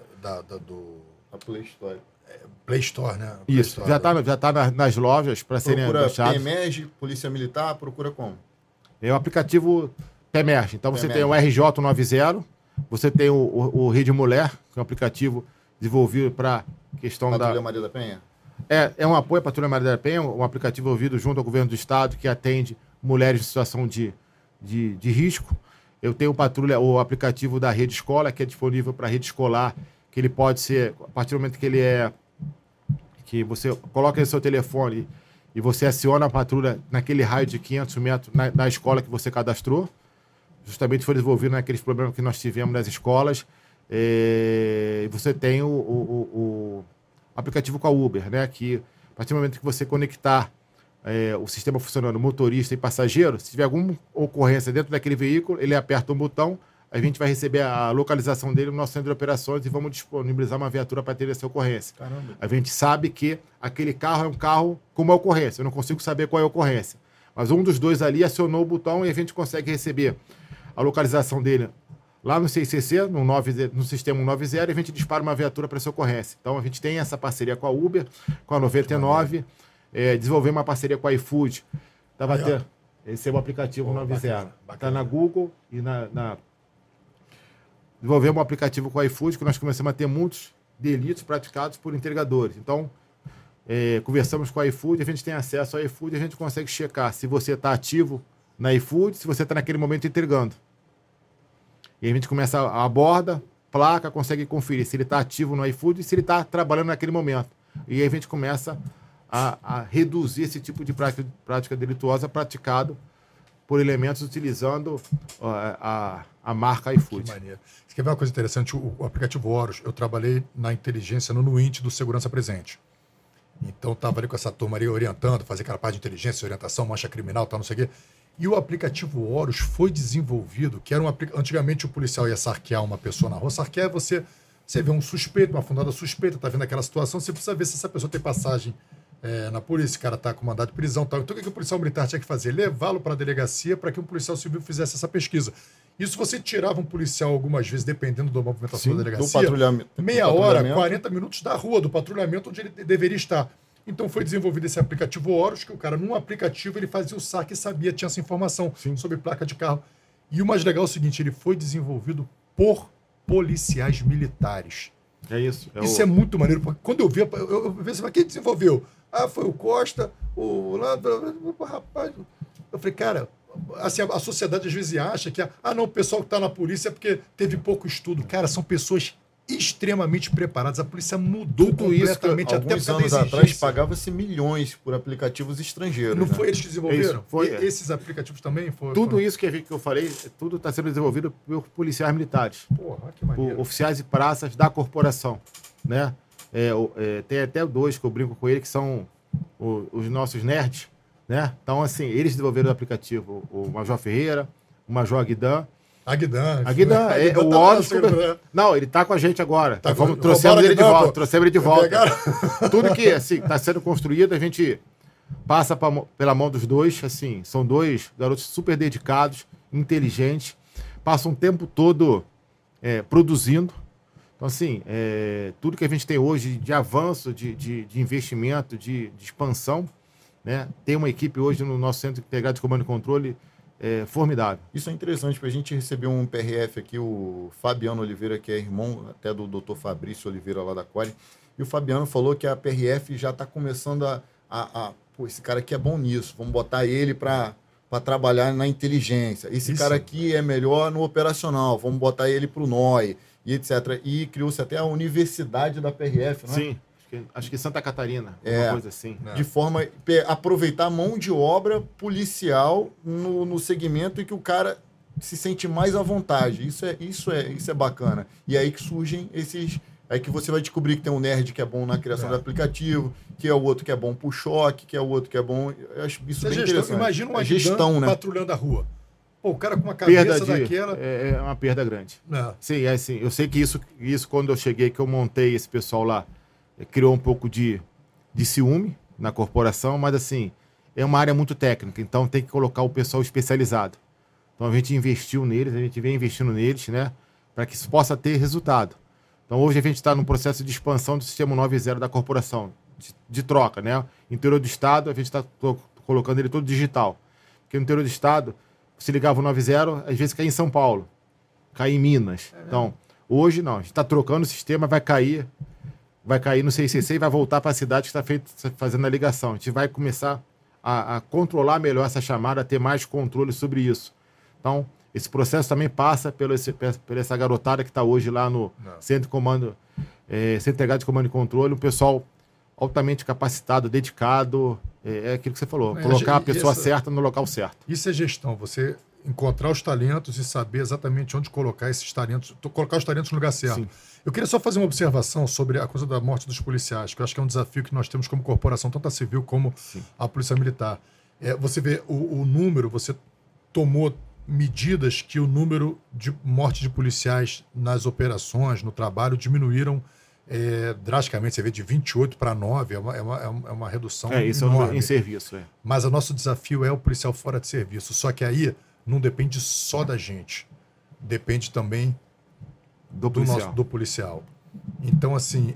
Play Store. Play Store, né? Play Isso, Store, já tá nas lojas para serem baixados. PEMERGE, Polícia Militar, procura como? É o aplicativo PEMERGE. Então você tem o RJ90, você tem o Rede Mulher, que é um aplicativo desenvolvido para questão Patrulha Maria da Penha? É um apoio à Patrulha Maria da Penha, um aplicativo desenvolvido junto ao governo do estado que atende mulheres em situação de risco. Eu tenho o aplicativo da Rede Escola, que é disponível para a rede escolar, que ele pode ser, a partir do momento que você coloca no seu telefone e você aciona a patrulha naquele raio de 500 metros na escola que você cadastrou. Justamente foi desenvolvido naqueles problemas que nós tivemos nas escolas. Você tem o aplicativo com a Uber, né? Que a partir do momento que você conectar o sistema funcionando, motorista e passageiro, se tiver alguma ocorrência dentro daquele veículo, ele aperta um botão, a gente vai receber a localização dele no nosso centro de operações e vamos disponibilizar uma viatura para ter essa ocorrência. Caramba. A gente sabe que aquele carro é um carro com uma ocorrência. Eu não consigo saber qual é a ocorrência. Mas um dos dois ali acionou o botão e a gente consegue receber a localização dele lá no CICC, no sistema 90, e a gente dispara uma viatura para essa ocorrência. Então a gente tem essa parceria com a Uber, com a 99, desenvolvemos uma parceria com a iFood. Esse é o aplicativo 90. Está na Google e desenvolvemos um aplicativo com a iFood, que nós começamos a ter muitos delitos praticados por entregadores. Então, conversamos com a iFood, a gente tem acesso ao iFood, a gente consegue checar se você está ativo na iFood, se você está naquele momento entregando. E a gente começa a aborda, placa, consegue conferir se ele está ativo no iFood e se ele está trabalhando naquele momento. E aí a gente começa a reduzir esse tipo de prática delituosa praticado por elementos utilizando a marca iFood. Que maneiro. Você quer ver uma coisa interessante? O aplicativo Horus, eu trabalhei na inteligência no NUINT do Segurança Presente. Então, estava ali com essa turma ali orientando, fazer aquela parte de inteligência, orientação, mancha criminal, tal, não sei o quê. E o aplicativo Horus foi desenvolvido, que era antigamente o policial ia sarquear uma pessoa na rua. Sarquear é você Você vê um suspeito, uma fundada suspeita, tá vendo aquela situação, você precisa ver se essa pessoa tem passagem na polícia, esse cara tá com mandado de prisão e tal. Então o que o policial militar tinha que fazer? Levá-lo para a delegacia para que um policial civil fizesse essa pesquisa. Isso você tirava um policial algumas vezes, dependendo da movimentação da delegacia, do patrulhamento, meia hora, 40 minutos da rua, do patrulhamento onde ele deveria estar. Então foi desenvolvido esse aplicativo Horus, que o cara, num aplicativo, ele fazia o saque e sabia, tinha essa informação sobre placa de carro. E o mais legal é o seguinte, ele foi desenvolvido por policiais militares. É isso. Isso é muito maneiro, porque quando eu vi assim, quem desenvolveu? Ah, foi o Costa, rapaz. Eu falei, cara, assim, a sociedade às vezes acha que não, o pessoal que está na polícia é porque teve pouco estudo. Cara, são pessoas extremamente preparadas. A polícia mudou tudo completamente. Isso, até alguns anos atrás pagava-se milhões por aplicativos estrangeiros. Não foi eles que desenvolveram? Esses aplicativos também foram? Tudo isso que eu falei, tudo está sendo desenvolvido por policiais militares. Porra, que maneiro. Por oficiais de praças da corporação, né? Tem até dois que eu brinco com ele, que são os nossos nerds, né? Então, assim, eles desenvolveram o aplicativo, o Major Ferreira, o Major Aguidan. Aguidan, o Horus. Não, ele está com a gente agora. Trouxemos ele de volta. Tudo que está sendo construído, a gente passa pela mão dos dois. Assim, são dois garotos super dedicados, inteligentes, passam o tempo todo produzindo. Então, assim, tudo que a gente tem hoje de avanço, de investimento, de expansão, né? Tem uma equipe hoje no nosso Centro Integrado de Comando e Controle formidável. Isso é interessante, porque a gente recebeu um PRF aqui, o Fabiano Oliveira, que é irmão até do Dr. Fabrício Oliveira lá da Core, e o Fabiano falou que a PRF já está começando pô, esse cara aqui é bom nisso, vamos botar ele para trabalhar na inteligência. Esse cara aqui é melhor no operacional, vamos botar ele para o NOI, e etc. E criou-se até a Universidade da PRF, não é? Sim. Acho que Santa Catarina, uma coisa assim. De forma a aproveitar a mão de obra policial no segmento em que o cara se sente mais à vontade. Isso é bacana. E é aí que surgem esses... Aí que você vai descobrir que tem um nerd que é bom na criação do aplicativo, que é o outro que é bom pro choque, que é o outro que é bom... Eu acho isso bem interessante. Imagina uma gestão, né? Patrulhando a rua. Pô, o cara com uma cabeça daquela... É uma perda grande. Sim, assim, eu sei que isso, quando eu cheguei, que eu montei esse pessoal lá, criou um pouco de ciúme na corporação, mas assim, é uma área muito técnica, então tem que colocar o pessoal especializado. Então a gente investiu neles, a gente vem investindo neles, né, para que isso possa ter resultado. Então hoje a gente está num processo de expansão do sistema 9.0 da corporação, de troca, né? Interior do estado, a gente está colocando ele todo digital. Porque no interior do estado, se ligava o 9.0, às vezes cai em São Paulo, cai em Minas. Então, hoje não, a gente está trocando o sistema, vai cair no CICC e vai voltar para a cidade que está fazendo a ligação. A gente vai começar a controlar melhor essa chamada, a ter mais controle sobre isso. Então, esse processo também passa por essa garotada que está hoje lá no Centro Integrado de Comando e Controle, um pessoal altamente capacitado, dedicado, aquilo que você falou, colocar a pessoa certa no local certo. Isso é gestão, você encontrar os talentos e saber exatamente onde colocar esses talentos, colocar os talentos no lugar certo. Sim. Eu queria só fazer uma observação sobre a coisa da morte dos policiais, que eu acho que é um desafio que nós temos como corporação, tanto a civil como a polícia militar. Você vê o número, você tomou medidas que o número de mortes de policiais nas operações, no trabalho, diminuíram drasticamente. Você vê de 28 para 9, é uma redução isso enorme. Em serviço. Mas o nosso desafio é o policial fora de serviço. Só que aí não depende só da gente. Depende também do policial. Então, assim,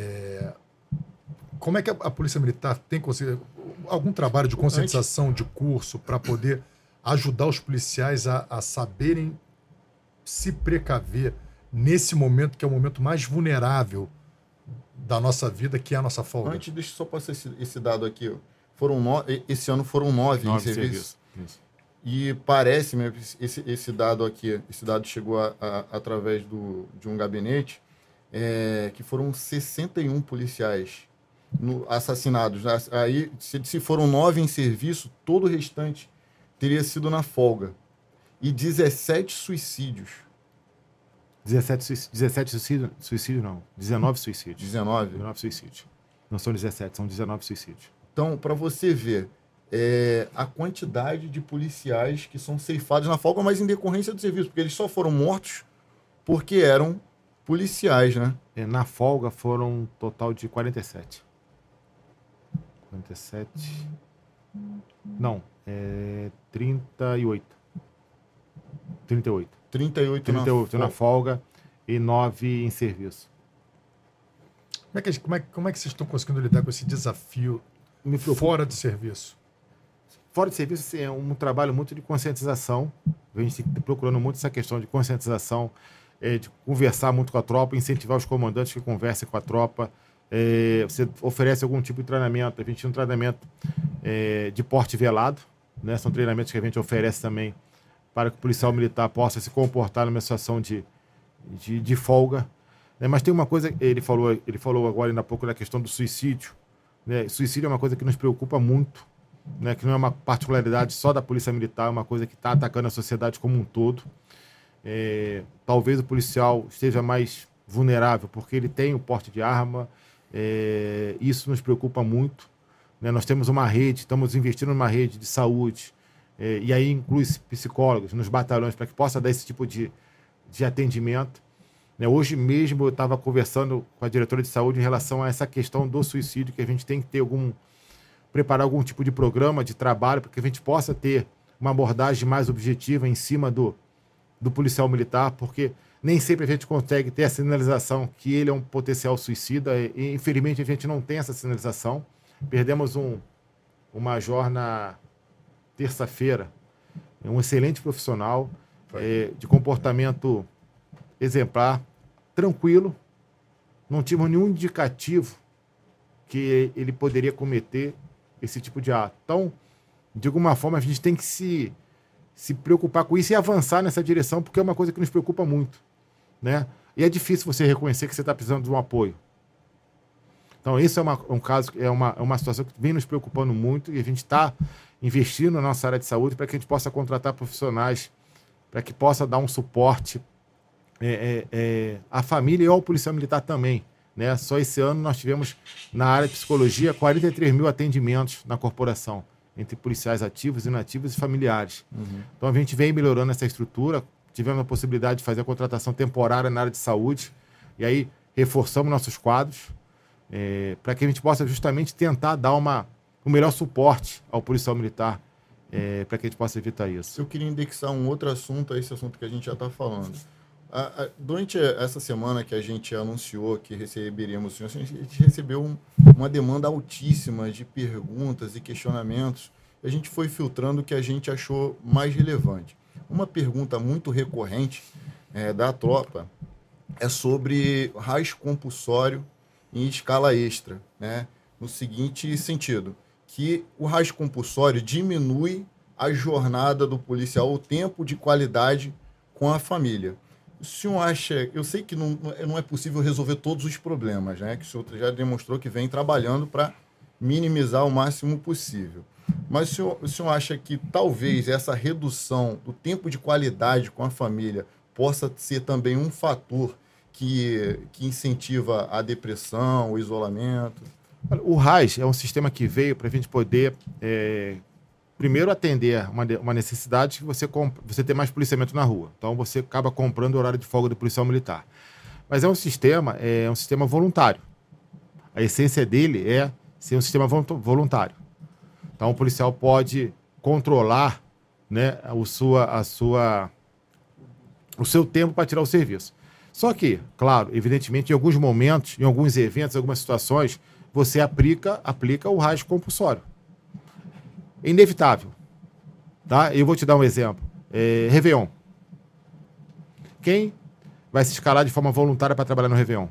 como é que a Polícia Militar tem algum trabalho de conscientização, de curso, para poder ajudar os policiais a saberem se precaver nesse momento, que é o momento mais vulnerável da nossa vida, que é a nossa folga? Antes, deixa eu só passar esse dado aqui. Esse ano foram 9 em serviço. Isso. E parece, esse dado aqui, esse dado chegou através de um gabinete, que foram 61 policiais assassinados. Aí, se foram 9 em serviço, todo o restante teria sido na folga. E 17 suicídios. 17 suicídios não. 19 suicídios. 19 suicídios. Não são 17, são 19 suicídios. Então, para você ver a quantidade de policiais que são ceifados na folga, mas em decorrência do serviço, porque eles só foram mortos porque eram policiais, né? Na folga foram um total de 47. 47. Não, 38. 38. 38 na folga e 9 em serviço. Como é que vocês estão conseguindo lidar com esse desafio fora de serviço? Fora de serviço, assim, é um trabalho muito de conscientização. A gente está procurando muito essa questão de conscientização, de conversar muito com a tropa, incentivar os comandantes que conversem com a tropa. Você oferece algum tipo de treinamento. A gente tem um treinamento de porte velado, né? São treinamentos que a gente oferece também para que o policial militar possa se comportar numa situação de folga. Mas tem uma coisa, ele falou agora ainda há pouco da questão do suicídio. Né? Suicídio é uma coisa que nos preocupa muito, né? Que não é uma particularidade só da Polícia Militar, é uma coisa que está atacando a sociedade como um todo. Talvez o policial esteja mais vulnerável porque ele tem o porte de arma, isso nos preocupa muito. Né? Nós temos uma rede, estamos investindo numa rede de saúde, e aí inclui psicólogos nos batalhões para que possa dar esse tipo de atendimento. Hoje mesmo eu estava conversando com a diretora de saúde em relação a essa questão do suicídio, que a gente tem que ter preparar algum tipo de programa de trabalho para que a gente possa ter uma abordagem mais objetiva em cima do policial militar, porque nem sempre a gente consegue ter a sinalização que ele é um potencial suicida, e infelizmente a gente não tem essa sinalização. Perdemos um major na terça-feira, um excelente profissional, de comportamento exemplar, tranquilo, não tivemos nenhum indicativo que ele poderia cometer esse tipo de ato. Então, de alguma forma, a gente tem que se preocupar com isso e avançar nessa direção, porque é uma coisa que nos preocupa muito, né? E é difícil você reconhecer que você está precisando de um apoio. Então, isso é um caso, é uma situação que vem nos preocupando muito, e a gente está investindo na nossa área de saúde para que a gente possa contratar profissionais, para que possa dar um suporte à família e ao policial militar também. Né? Só esse ano nós tivemos, na área de psicologia, 43 mil atendimentos na corporação, entre policiais ativos, inativos e familiares. Uhum. Então a gente vem melhorando essa estrutura, tivemos a possibilidade de fazer a contratação temporária na área de saúde, e aí reforçamos nossos quadros, para que a gente possa justamente tentar dar o melhor suporte ao policial militar, para que a gente possa evitar isso. Eu queria indexar um outro assunto a esse assunto que a gente já está falando. Durante essa semana que a gente anunciou que receberíamos, a gente recebeu uma demanda altíssima de perguntas e questionamentos. A gente foi filtrando o que a gente achou mais relevante. Uma pergunta muito recorrente da tropa é sobre RAS compulsório em escala extra, né? No seguinte sentido, que o RAS compulsório diminui a jornada do policial, o tempo de qualidade com a família. O senhor acha... Eu sei que não é possível resolver todos os problemas, né? Que o senhor já demonstrou que vem trabalhando para minimizar o máximo possível. Mas o senhor acha que talvez essa redução do tempo de qualidade com a família possa ser também um fator que incentiva a depressão, o isolamento? O RAS é um sistema que veio para a gente poder... primeiro, atender uma necessidade que você ter mais policiamento na rua. Então, você acaba comprando o horário de folga do policial militar. Mas é um sistema voluntário. A essência dele é ser um sistema voluntário. Então, o policial pode controlar, né, o seu tempo para tirar o serviço. Só que, claro, evidentemente, em alguns momentos, em alguns eventos, em algumas situações, você aplica o RAS compulsório. É inevitável. Tá? Eu vou te dar um exemplo. Réveillon. Quem vai se escalar de forma voluntária para trabalhar no Réveillon?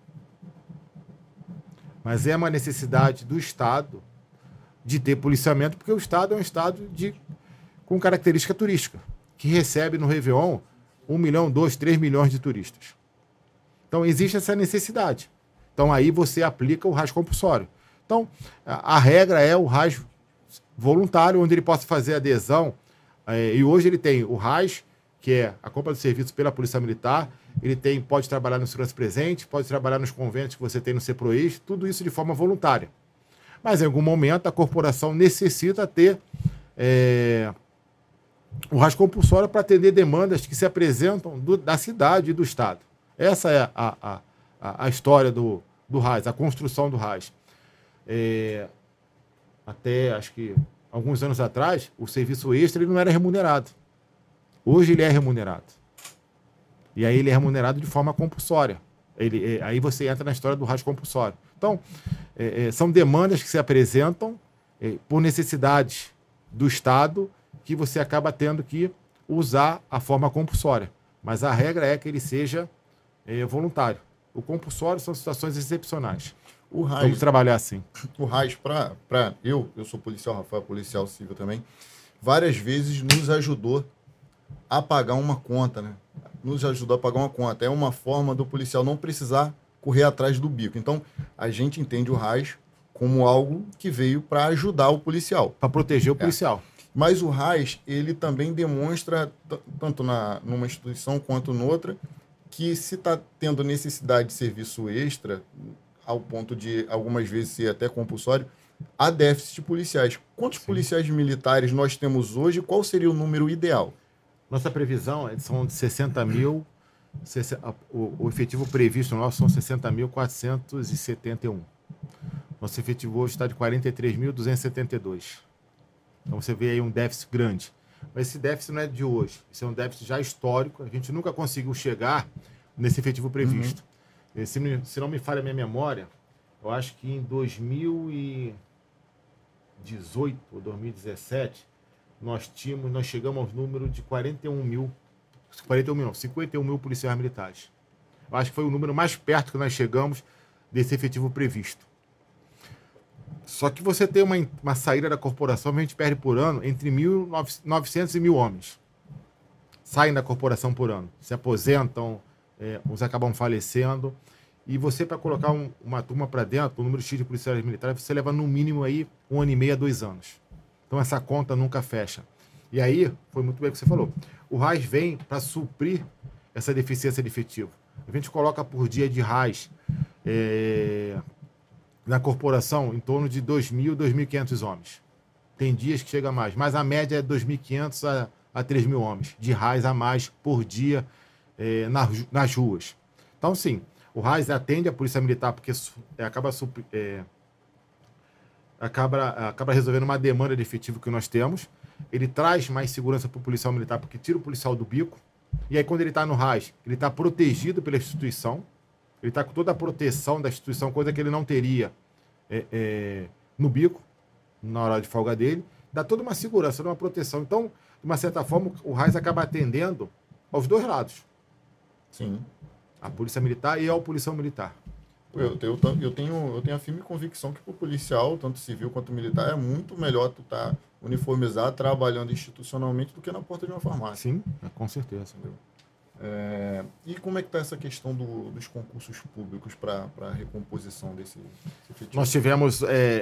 Mas é uma necessidade do Estado de ter policiamento, porque o Estado é um Estado com característica turística, que recebe no Réveillon 1 milhão, 2, 3 milhões de turistas. Então, existe essa necessidade. Então, aí você aplica o RAS compulsório. Então, a regra é o RAS voluntário, onde ele possa fazer adesão. E hoje ele tem o RAS, que é a compra de serviços pela Polícia Militar. Ele pode trabalhar no segurança presente, pode trabalhar nos conventos que você tem no CEPROIS, tudo isso de forma voluntária. Mas, em algum momento, a corporação necessita ter o RAS compulsório para atender demandas que se apresentam da cidade e do Estado. Essa é a história do RAS, a construção do RAS. Até, acho que, alguns anos atrás, o serviço extra ele não era remunerado. Hoje ele é remunerado. E aí ele é remunerado de forma compulsória. Aí você entra na história do RAS compulsório. Então, são demandas que se apresentam por necessidades do Estado que você acaba tendo que usar a forma compulsória. Mas a regra é que ele seja voluntário. O compulsório são situações excepcionais. O RAS, vamos trabalhar assim. O RAS, eu sou policial, Rafael, policial civil também, várias vezes nos ajudou a pagar uma conta, né? Nos ajudou a pagar uma conta. É uma forma do policial não precisar correr atrás do bico. Então, a gente entende o RAS como algo que veio para ajudar o policial. Para proteger o policial. Mas o RAS, ele também demonstra, tanto numa instituição quanto noutra, que se está tendo necessidade de serviço extra, ao ponto de algumas vezes ser até compulsório, há déficit policiais. Quantos policiais militares nós temos hoje? Qual seria o número ideal? Nossa previsão são de 60 mil. O efetivo previsto nosso são 60.471. Nosso efetivo hoje está de 43.272. Então você vê aí um déficit grande. Mas esse déficit não é de hoje. Isso é um déficit já histórico. A gente nunca conseguiu chegar nesse efetivo previsto. Se não me falha a minha memória, eu acho que em 2018 ou 2017, nós chegamos ao número de 51 mil policiais militares. Eu acho que foi o número mais perto que nós chegamos desse efetivo previsto. Só que você tem uma saída da corporação, a gente perde por ano entre 1.900 e 1.000 homens. Saem da corporação por ano, se aposentam, uns acabam falecendo. E você, para colocar uma turma para dentro, o número X de policiais militares, você leva no mínimo aí 1 ano e meio a 2 anos. Então essa conta nunca fecha. E aí, foi muito bem o que você falou, o RAS vem para suprir essa deficiência de efetivo. A gente coloca por dia de RAS na corporação em torno de 2.000, 2.500 homens. Tem dias que chega mais, mas a média é 2.500 a 3.000 homens de RAS a mais por dia nas ruas. Então, sim, o RAS atende a Polícia Militar porque acaba resolvendo uma demanda de efetivo que nós temos. Ele traz mais segurança para o policial militar porque tira o policial do bico. E aí, quando ele está no RAS, ele está protegido pela instituição. Ele está com toda a proteção da instituição, coisa que ele não teria no bico, na hora de folga dele. Dá toda uma segurança, toda uma proteção. Então, de uma certa forma, o RAS acaba atendendo aos dois lados. Sim. A Polícia Militar e ao policial militar. Eu tenho a firme convicção que para o policial, tanto civil quanto militar, é muito melhor tu estar uniformizado, trabalhando institucionalmente, do que na porta de uma farmácia. Sim, com certeza. E como é que está essa questão dos concursos públicos para a recomposição desse efetivo? Nós tivemos...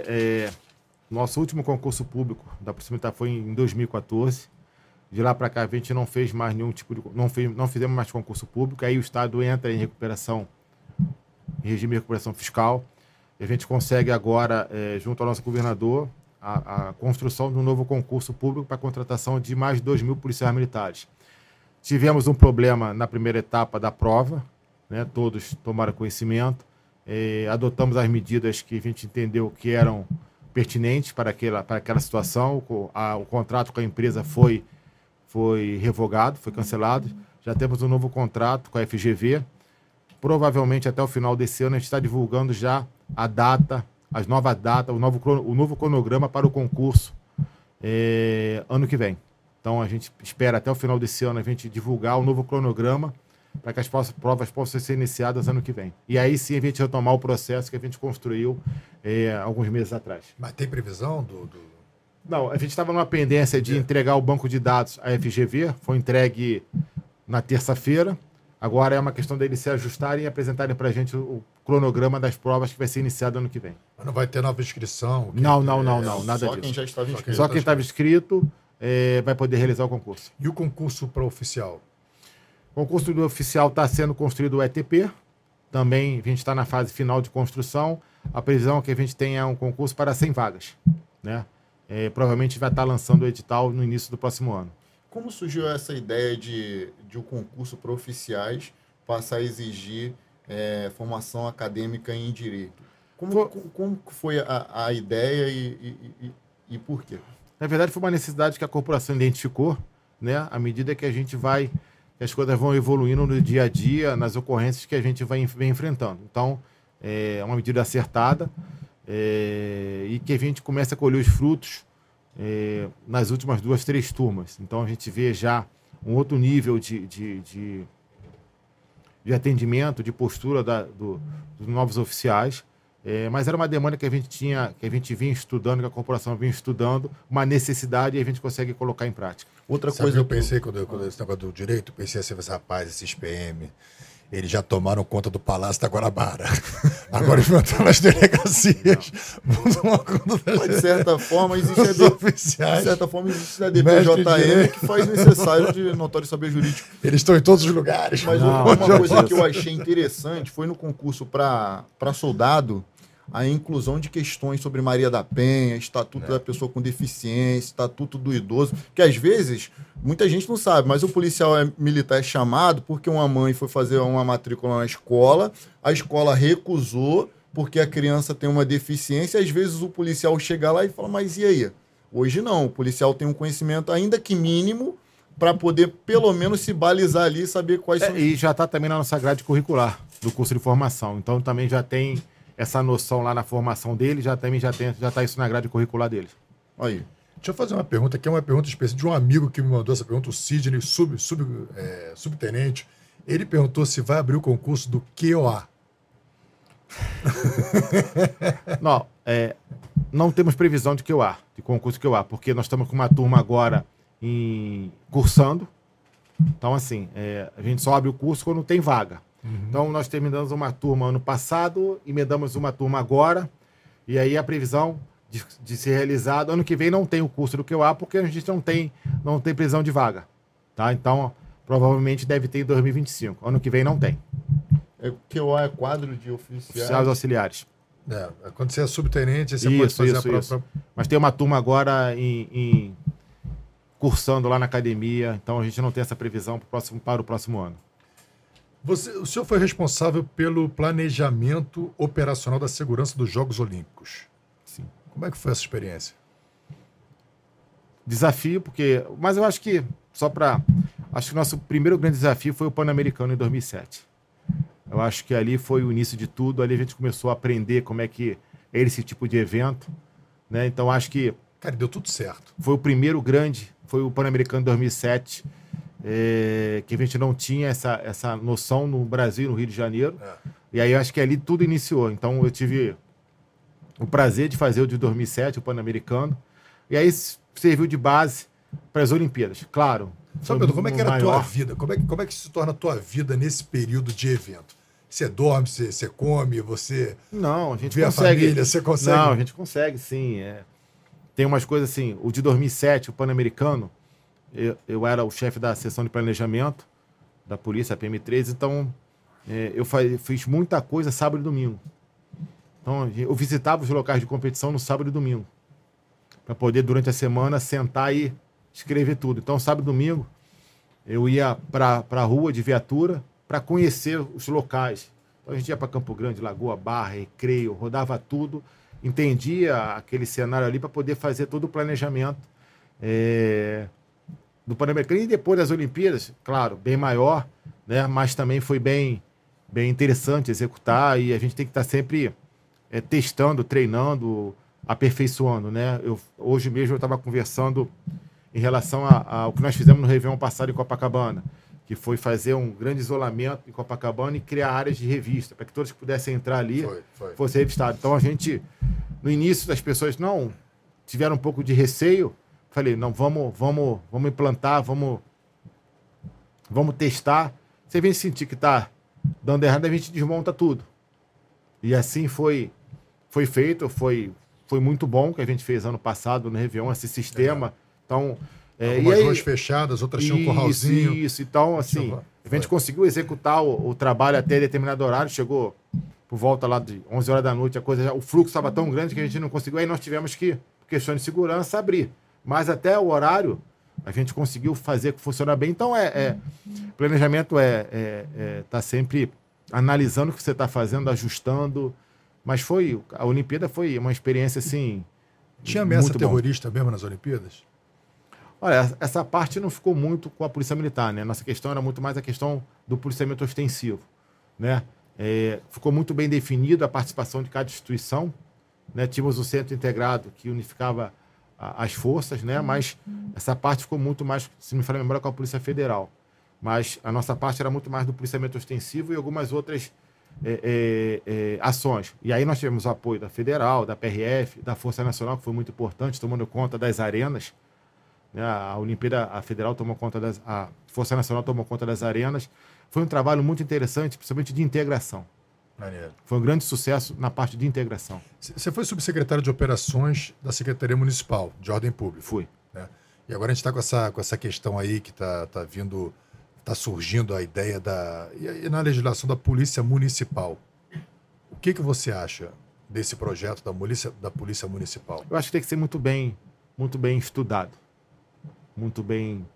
nosso último concurso público da Polícia Militar foi em 2014. De lá para cá, a gente não fez mais nenhum tipo de... Não fizemos mais concurso público. Aí o Estado entra em recuperação, em regime de recuperação fiscal. E a gente consegue agora, junto ao nosso governador, a construção de um novo concurso público para a contratação de mais 2.000 policiais militares. Tivemos um problema na primeira etapa da prova, né? Todos tomaram conhecimento. Adotamos as medidas que a gente entendeu que eram pertinentes para aquela situação. O contrato com a empresa foi revogado, foi cancelado. Já temos um novo contrato com a FGV. Provavelmente até o final desse ano a gente está divulgando já a data, as novas datas, o novo cronograma para o concurso ano que vem. Então a gente espera até o final desse ano a gente divulgar o novo cronograma para que as provas possam ser iniciadas ano que vem. E aí sim a gente retomar o processo que a gente construiu alguns meses atrás. Mas tem previsão Não, a gente estava numa pendência de entregar o banco de dados à FGV, foi entregue na terça-feira. Agora é uma questão deles se ajustarem e apresentarem para a gente o cronograma das provas que vai ser iniciado ano que vem. Mas não vai ter nova inscrição? Não, nada disso. Só quem já estava inscrito. Só quem estava inscrito vai poder realizar o concurso. E o concurso para oficial? O concurso do oficial está sendo construído o ETP. Também a gente está na fase final de construção. A previsão é que a gente tenha um concurso para 100 vagas, né? Provavelmente vai estar lançando o edital no início do próximo ano. Como surgiu essa ideia de um concurso para oficiais passar a exigir formação acadêmica em direito. Como foi a ideia e por quê? Na verdade, foi uma necessidade que a corporação identificou, né? À medida que as coisas vão evoluindo no dia a dia, nas ocorrências que a gente vem enfrentando. Então, é uma medida acertada e que a gente começa a colher os frutos nas últimas 2, 3 turmas. Então, a gente vê já um outro nível de atendimento, de postura dos novos oficiais. Mas era uma demanda que a gente vinha estudando, que a corporação vinha estudando, uma necessidade, e a gente consegue colocar em prática. Outra coisa que eu pensei quando esse negócio do direito, pensei assim, rapaz, esses PM, eles já tomaram conta do Palácio da Guanabara. Agora eles vão entrar nas delegacias. Vão tomar conta das... De certa forma, existe a DPJM que faz necessário de notório saber jurídico. Eles estão em todos os lugares. Mas uma coisa que eu achei interessante foi no concurso para soldado, a inclusão de questões sobre Maria da Penha, Estatuto da Pessoa com Deficiência, Estatuto do Idoso, que às vezes muita gente não sabe, mas o policial militar é chamado porque uma mãe foi fazer uma matrícula na escola, a escola recusou porque a criança tem uma deficiência, e às vezes o policial chega lá e fala, mas e aí? Hoje não, o policial tem um conhecimento ainda que mínimo para poder pelo menos se balizar ali e saber quais são... E já está também na nossa grade curricular do curso de formação, então também já tem essa noção lá na formação dele, já está isso na grade curricular deles. Aí. Deixa eu fazer uma pergunta, que é uma pergunta específica de um amigo que me mandou essa pergunta, o Sidney, subtenente. Ele perguntou se vai abrir o concurso do QOA. Não temos previsão de concurso QOA, porque nós estamos com uma turma agora cursando. Então, assim, a gente só abre o curso quando tem vaga. Então, nós terminamos uma turma ano passado, emendamos uma turma agora, e aí a previsão de ser realizado, ano que vem não tem o curso do QA, porque a gente não tem previsão de vaga. Tá? Então, provavelmente deve ter em 2025. Ano que vem não tem. O QA é quadro de oficiais auxiliares. Quando você é subtenente, você pode fazer a prova. Mas tem uma turma agora cursando lá na academia, então a gente não tem essa previsão para o próximo ano. O senhor foi responsável pelo planejamento operacional da segurança dos Jogos Olímpicos. Sim. Como é que foi essa experiência? Desafio, mas eu acho que acho que o nosso primeiro grande desafio foi o Pan-Americano em 2007. Eu acho que ali foi o início de tudo, ali a gente começou a aprender como é que é esse tipo de evento, né? Então acho que... Cara, deu tudo certo. Foi o primeiro grande, foi o Pan-Americano em 2007, que a gente não tinha essa noção no Brasil, no Rio de Janeiro. E aí eu acho que ali tudo iniciou. Então eu tive o prazer de fazer o de 2007, o Pan-Americano. E aí serviu de base para as Olimpíadas. Claro. Só, Pedro, como é que era a tua vida? Como é que se torna a tua vida nesse período de evento? Você dorme, você come, você... Não, a gente vê consegue. A família, você consegue? Não, a gente consegue, sim. Tem umas coisas assim, o de 2007, o Pan-Americano, eu era o chefe da seção de planejamento da polícia, a PM3, então eu fiz muita coisa sábado e domingo. Então eu visitava os locais de competição no sábado e domingo, para poder, durante a semana, sentar e escrever tudo. Então, sábado e domingo, eu ia para a rua de viatura para conhecer os locais. Então, a gente ia para Campo Grande, Lagoa, Barra, Recreio, rodava tudo, entendia aquele cenário ali para poder fazer todo o planejamento do Pan-Americano. E depois das Olimpíadas, claro, bem maior, né? Mas também foi bem interessante executar, e a gente tem que estar sempre testando, treinando, aperfeiçoando, né? Hoje mesmo eu estava conversando em relação ao que nós fizemos no Réveillon passado em Copacabana, que foi fazer um grande isolamento em Copacabana e criar áreas de revista, para que todos que pudessem entrar ali fossem revistados. Então a gente, no início, as pessoas não tiveram um pouco de receio. Falei, não, vamos implantar, vamos testar. Se a gente sentir que está dando errado, a gente desmonta tudo. E assim foi feito, foi muito bom que a gente fez ano passado no Réveillon, esse sistema. Então, algumas ruas fechadas, outras tinham um corralzinho. Isso. Então, assim, a gente conseguiu executar o trabalho até determinado horário, chegou por volta lá de 11 horas da noite, o fluxo estava tão grande que a gente não conseguiu, aí nós tivemos que, por questão de segurança, abrir. Mas até o horário, A gente conseguiu fazer funcionar bem. Então, planejamento tá sempre analisando o que você está fazendo, ajustando. Mas a Olimpíada foi uma experiência, assim... Tinha ameaça terrorista mesmo nas Olimpíadas? Olha, essa parte não ficou muito com a Polícia Militar, né? Nossa questão era muito mais a questão do policiamento ostensivo, né? Ficou muito bem definido a participação de cada instituição, né? Tínhamos um centro integrado que unificava as forças, né? Mas essa parte ficou muito mais, se me falar a memória, com a Polícia Federal. Mas a nossa parte era muito mais do policiamento ostensivo e algumas outras ações. E aí nós tivemos o apoio da Federal, da PRF, da Força Nacional, que foi muito importante, tomando conta das arenas. Né? A Olimpíada, a Federal tomou conta a Força Nacional tomou conta das arenas. Foi um trabalho muito interessante, principalmente de integração. Maneiro. Foi um grande sucesso na parte de integração. Você foi subsecretário de Operações da Secretaria Municipal de Ordem Pública. Fui. Né? E agora a gente está com essa questão aí que está vindo... Está surgindo a ideia e na legislação da Polícia Municipal. O que você acha desse projeto da Polícia Municipal? Eu acho que tem que ser muito bem estudado, muito bem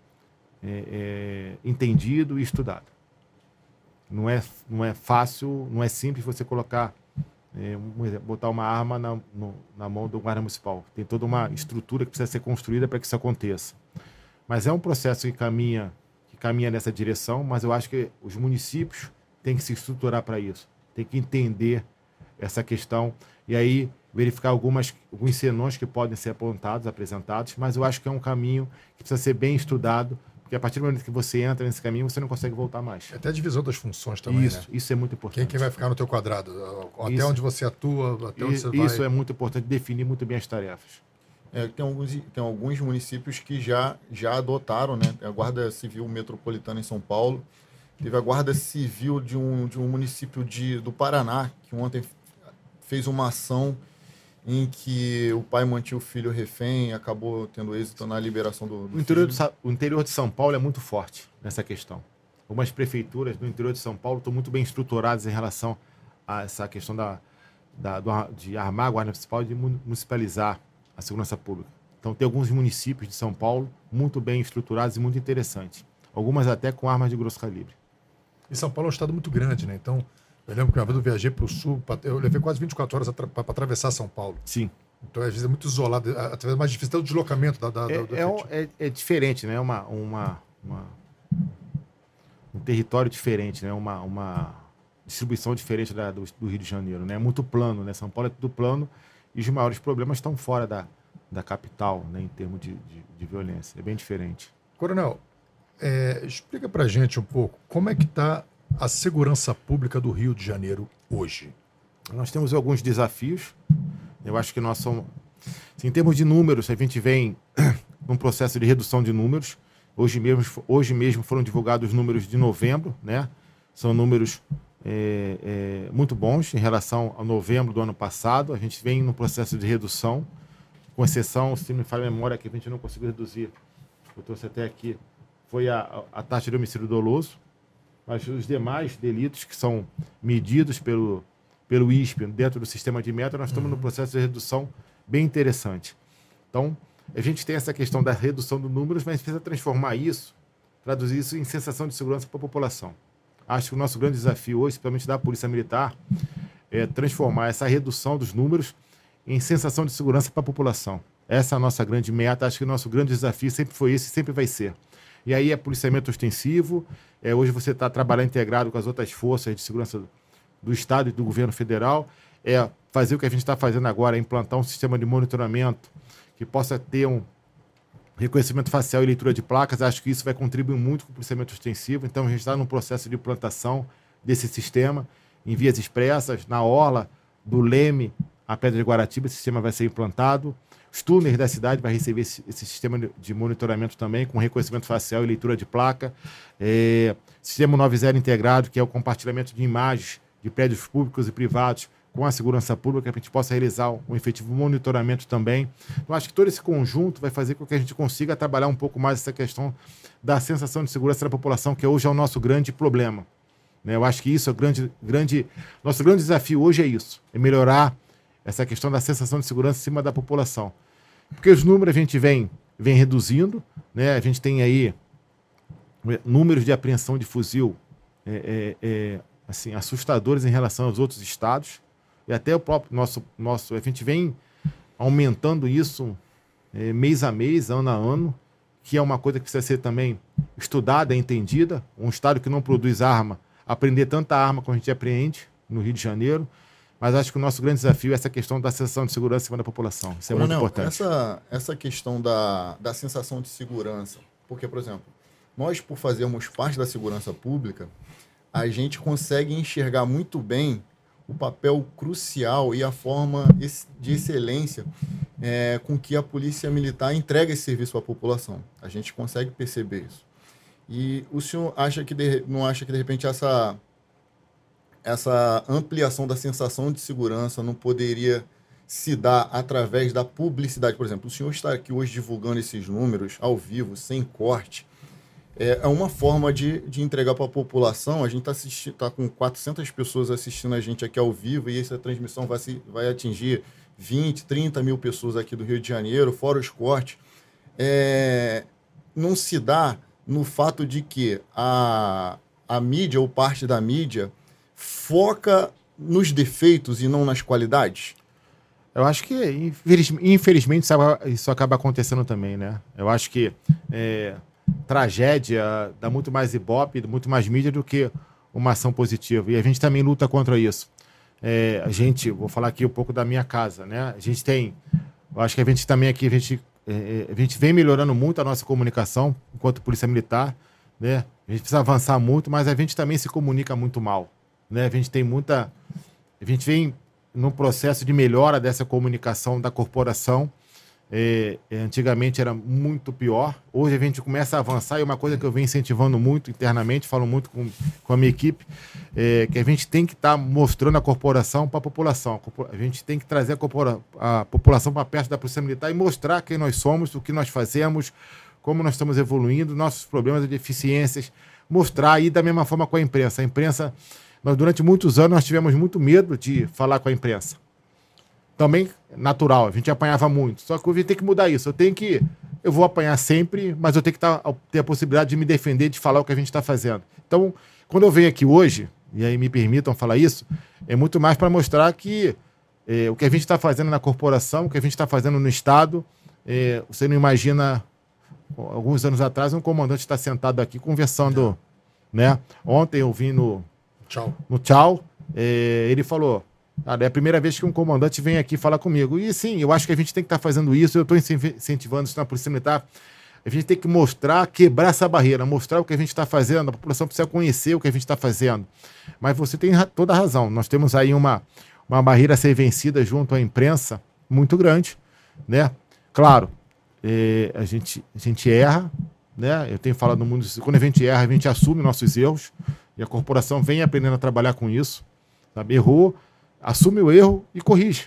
entendido e estudado. Não é fácil, não é simples você colocar, botar uma arma na mão do guarda municipal. Tem toda uma estrutura que precisa ser construída para que isso aconteça. Mas é um processo que caminha nessa direção, mas eu acho que os municípios têm que se estruturar para isso, têm que entender essa questão e aí verificar alguns senões que podem ser apresentados, mas eu acho que é um caminho que precisa ser bem estudado, porque a partir do momento que você entra nesse caminho, você não consegue voltar mais. Até a divisão das funções também, né? Isso é muito importante. Quem vai ficar no teu quadrado? Até onde você atua, até onde você vai? Isso é muito importante, definir muito bem as tarefas. Tem alguns municípios que já adotaram, né? A Guarda Civil Metropolitana em São Paulo. Teve a Guarda Civil de um município do Paraná, que ontem fez uma ação em que o pai mantinha o filho refém e acabou tendo êxito na liberação do filho. O interior de São Paulo é muito forte nessa questão. Algumas prefeituras do interior de São Paulo estão muito bem estruturadas em relação a essa questão de armar a Guarda Municipal e de municipalizar a segurança pública. Então, tem alguns municípios de São Paulo muito bem estruturados e muito interessantes. Algumas até com armas de grosso calibre. E São Paulo é um estado muito grande, né? Então, eu lembro que uma vez eu viajei para o sul, eu levei quase 24 horas para atravessar São Paulo. Sim. Então, às vezes é muito isolado, às vezes é mais difícil até o deslocamento é diferente, né? Um território diferente, né? Uma distribuição diferente do Rio de Janeiro, né? É muito plano, né? São Paulo é tudo plano. E os maiores problemas estão fora da capital, né, em termos de violência. É bem diferente. Coronel, explica pra gente um pouco como é que está a segurança pública do Rio de Janeiro hoje. Nós temos alguns desafios. Eu acho que nós somos... Em termos de números, a gente vem num processo de redução de números. Hoje mesmo foram divulgados os números de novembro, né? São números... muito bons em relação a novembro do ano passado. A gente vem num processo de redução, com exceção, se me falha a memória, que a gente não conseguiu reduzir, eu trouxe até aqui, foi a taxa de homicídio doloso, mas os demais delitos que são medidos pelo ISP dentro do sistema de meta, nós estamos num processo de redução bem interessante. Então, a gente tem essa questão da redução dos números, mas a gente precisa transformar isso, traduzir isso em sensação de segurança para a população. Acho que o nosso grande desafio hoje, principalmente da Polícia Militar, é transformar essa redução dos números em sensação de segurança para a população. Essa é a nossa grande meta. Acho que o nosso grande desafio sempre foi esse e sempre vai ser. E aí é policiamento ostensivo. Hoje você está trabalhando integrado com as outras forças de segurança do Estado e do governo federal. Fazer o que a gente está fazendo agora, implantar um sistema de monitoramento que possa ter um reconhecimento facial e leitura de placas. Acho que isso vai contribuir muito com o policiamento ostensivo. Então, a gente está num processo de implantação desse sistema em vias expressas, na orla do Leme, a Pedra de Guaratiba. Esse sistema vai ser implantado. Os túneis da cidade vai receber esse sistema de monitoramento também, com reconhecimento facial e leitura de placa. Sistema 90 integrado, que é o compartilhamento de imagens de prédios públicos e privados com a segurança pública, para que a gente possa realizar um efetivo monitoramento também. Então, acho que todo esse conjunto vai fazer com que a gente consiga trabalhar um pouco mais essa questão da sensação de segurança da população, que hoje é o nosso grande problema. Eu acho que isso é nosso grande desafio hoje é isso, é melhorar essa questão da sensação de segurança em cima da população. Porque os números a gente vem vem reduzindo, né? A gente tem aí números de apreensão de fuzil assim, assustadores em relação aos outros estados, e até o próprio a gente vem aumentando isso mês a mês, ano a ano, que é uma coisa que precisa ser também estudada, entendida. Um estado que não produz arma, aprender tanta arma como a gente apreende no Rio de Janeiro, mas acho que o nosso grande desafio é essa questão da sensação de segurança em cima da população. Isso é muito importante. Essa questão da sensação de segurança, porque, por exemplo, nós, por fazermos parte da segurança pública, a gente consegue enxergar muito bem o papel crucial e a forma de excelência com que a Polícia Militar entrega esse serviço à população. A gente consegue perceber isso. E o senhor não acha que, de repente, essa ampliação da sensação de segurança não poderia se dar através da publicidade? Por exemplo, o senhor está aqui hoje divulgando esses números ao vivo, sem corte. É uma forma de entregar para a população. A gente está com 400 pessoas assistindo a gente aqui ao vivo, e essa transmissão vai atingir 20, 30 mil pessoas aqui do Rio de Janeiro, fora os cortes. Não se dá no fato de que a mídia, ou parte da mídia, foca nos defeitos e não nas qualidades? Eu acho que, infelizmente, isso acaba acontecendo também, né? Eu acho que tragédia dá muito mais ibope, muito mais mídia do que uma ação positiva. E a gente também luta contra isso. Vou falar aqui um pouco da minha casa, né? Eu acho que a gente também aqui, a gente vem melhorando muito a nossa comunicação enquanto Polícia Militar, né? A gente precisa avançar muito, mas a gente também se comunica muito mal, né? A gente vem num processo de melhora dessa comunicação da corporação. Antigamente era muito pior. Hoje a gente começa a avançar, e uma coisa que eu venho incentivando muito internamente, falo muito com a minha equipe, que a gente tem que estar mostrando a corporação para a população. A gente tem que trazer a população para perto da Polícia Militar e mostrar quem nós somos, o que nós fazemos, como nós estamos evoluindo, nossos problemas e deficiências, mostrar aí da mesma forma com a imprensa. A imprensa, durante muitos anos, nós tivemos muito medo de falar com a imprensa. Também natural, a gente apanhava muito. Só que eu tenho que mudar isso. Eu vou apanhar sempre, mas eu tenho que ter a possibilidade de me defender, de falar o que a gente está fazendo. Então, quando eu venho aqui hoje, e aí me permitam falar isso, é muito mais para mostrar que o que a gente está fazendo na corporação, o que a gente está fazendo no Estado, você não imagina, alguns anos atrás, um comandante está sentado aqui conversando, né? Ontem eu vim no Tchau, ele falou: é a primeira vez que um comandante vem aqui falar comigo. E sim, eu acho que a gente tem que estar fazendo isso. Eu estou incentivando isso na Polícia Militar. A gente tem que mostrar, quebrar essa barreira, mostrar o que a gente está fazendo. A população precisa conhecer o que a gente está fazendo. Mas você tem toda a razão. Nós temos aí uma barreira a ser vencida junto à imprensa muito grande, né? Claro, a gente erra, né? Eu tenho falado no mundo, quando a gente erra, a gente assume nossos erros. E a corporação vem aprendendo a trabalhar com isso. Sabe? Errou, assume o erro e corrige.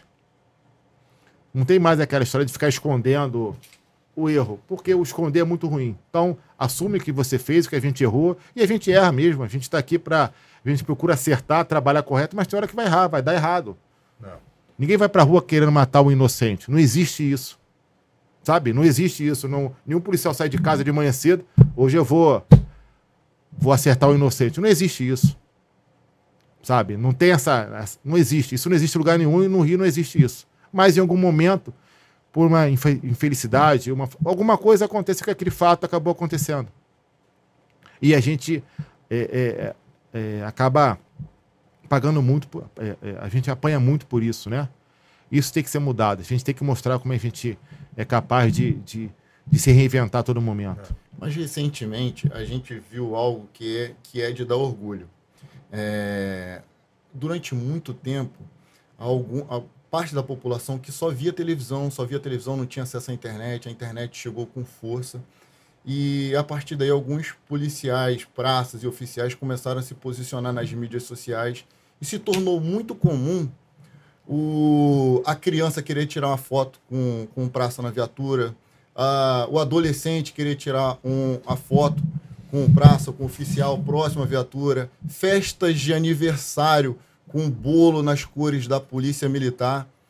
Não tem mais aquela história de ficar escondendo o erro, porque o esconder é muito ruim. Então, assume o que você fez, o que a gente errou, e a gente erra mesmo. A gente está aqui a gente procura acertar, trabalhar correto, mas tem hora que vai errar, vai dar errado. Não. Ninguém vai para a rua querendo matar o inocente. Não existe isso. Sabe? Não existe isso. Nenhum policial sai de casa de manhã cedo, hoje eu vou acertar o inocente. Não existe isso. Sabe? Não tem não existe. Isso não existe em lugar nenhum, e no Rio não existe isso. Mas em algum momento, por uma infelicidade, alguma coisa acontece, que aquele fato acabou acontecendo. E a gente acaba pagando muito, a gente apanha muito por isso, né? Isso tem que ser mudado. A gente tem que mostrar como a gente é capaz de se reinventar a todo momento. Mas recentemente a gente viu algo que é de dar orgulho. Durante muito tempo, a parte da população que só via televisão, não tinha acesso à internet, a internet chegou com força, e a partir daí alguns policiais, praças e oficiais começaram a se posicionar nas mídias sociais, e se tornou muito comum a criança querer tirar uma foto com um praça na viatura, o adolescente querer tirar a foto com o praça, com o oficial próximo à viatura, festas de aniversário com bolo nas cores da Polícia Militar.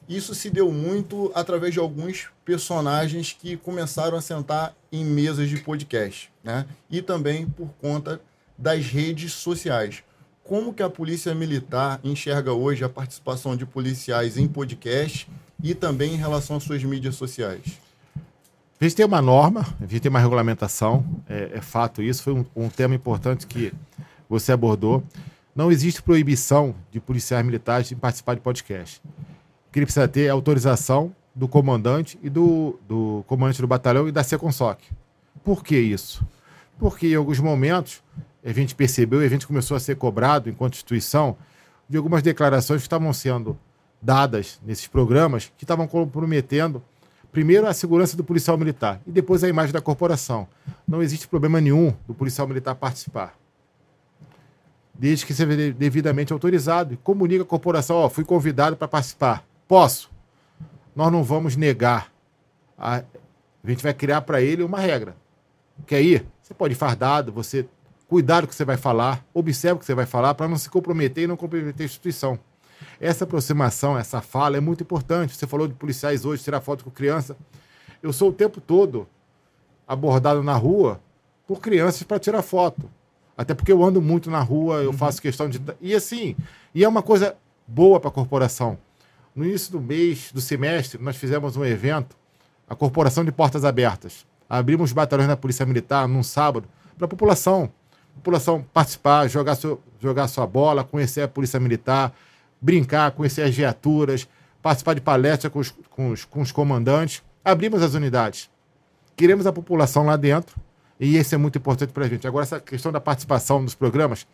Isso se deu muito através de alguns personagens que começaram a sentar em mesas de podcast, né? E também por conta das redes sociais. Como que a Polícia Militar enxerga hoje a participação de policiais em podcast e também em relação às suas mídias sociais? A gente tem uma norma, a gente tem uma regulamentação, é fato isso, foi um tema importante que você abordou. Não existe proibição de policiais militares de participar de podcast. O que ele precisa ter é autorização do comandante e do comandante do batalhão e da Seconsoc. Por que isso? Porque em alguns momentos a gente percebeu e a gente começou a ser cobrado, enquanto instituição, de algumas declarações que estavam sendo dadas nesses programas que estavam comprometendo, primeiro, a segurança do policial militar e depois a imagem da corporação. Não existe problema nenhum do policial militar participar, desde que seja devidamente autorizado e comunica à corporação, fui convidado para participar. Posso? Nós não vamos negar. A gente vai criar para ele uma regra. Quer ir? Você pode ir fardado, você cuidar do que você vai falar, observe o que você vai falar para não se comprometer e não comprometer a instituição. Essa aproximação, essa fala é muito importante. Você falou de policiais hoje, tirar foto com criança. Eu sou o tempo todo abordado na rua por crianças para tirar foto. Até porque eu ando muito na rua, eu faço questão de... E é uma coisa boa para a corporação. No início do mês, do semestre, nós fizemos um evento, a Corporação de Portas Abertas. Abrimos batalhões da Polícia Militar num sábado para a população participar, jogar sua bola, conhecer a Polícia Militar, brincar, conhecer as viaturas, participar de palestras com os comandantes. Abrimos as unidades. Queremos a população lá dentro e isso é muito importante para a gente. Agora, essa questão da participação nos programas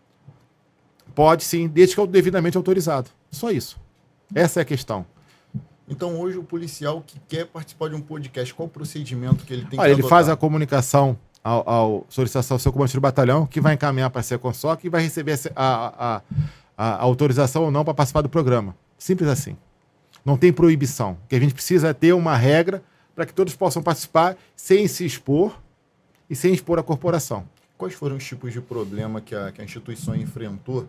pode sim, desde que é devidamente autorizado. Só isso. Essa é a questão. Então, hoje, o policial que quer participar de um podcast, qual o procedimento que ele tem que Olha, ele adotar? faz a comunicação ao solicitação ao seu comandante do batalhão, que vai encaminhar para a Seconsoc e vai receber a autorização ou não para participar do programa. Simples assim. Não tem proibição. O que a gente precisa é ter uma regra para que todos possam participar sem se expor e sem expor a corporação. Quais foram os tipos de problema que a instituição enfrentou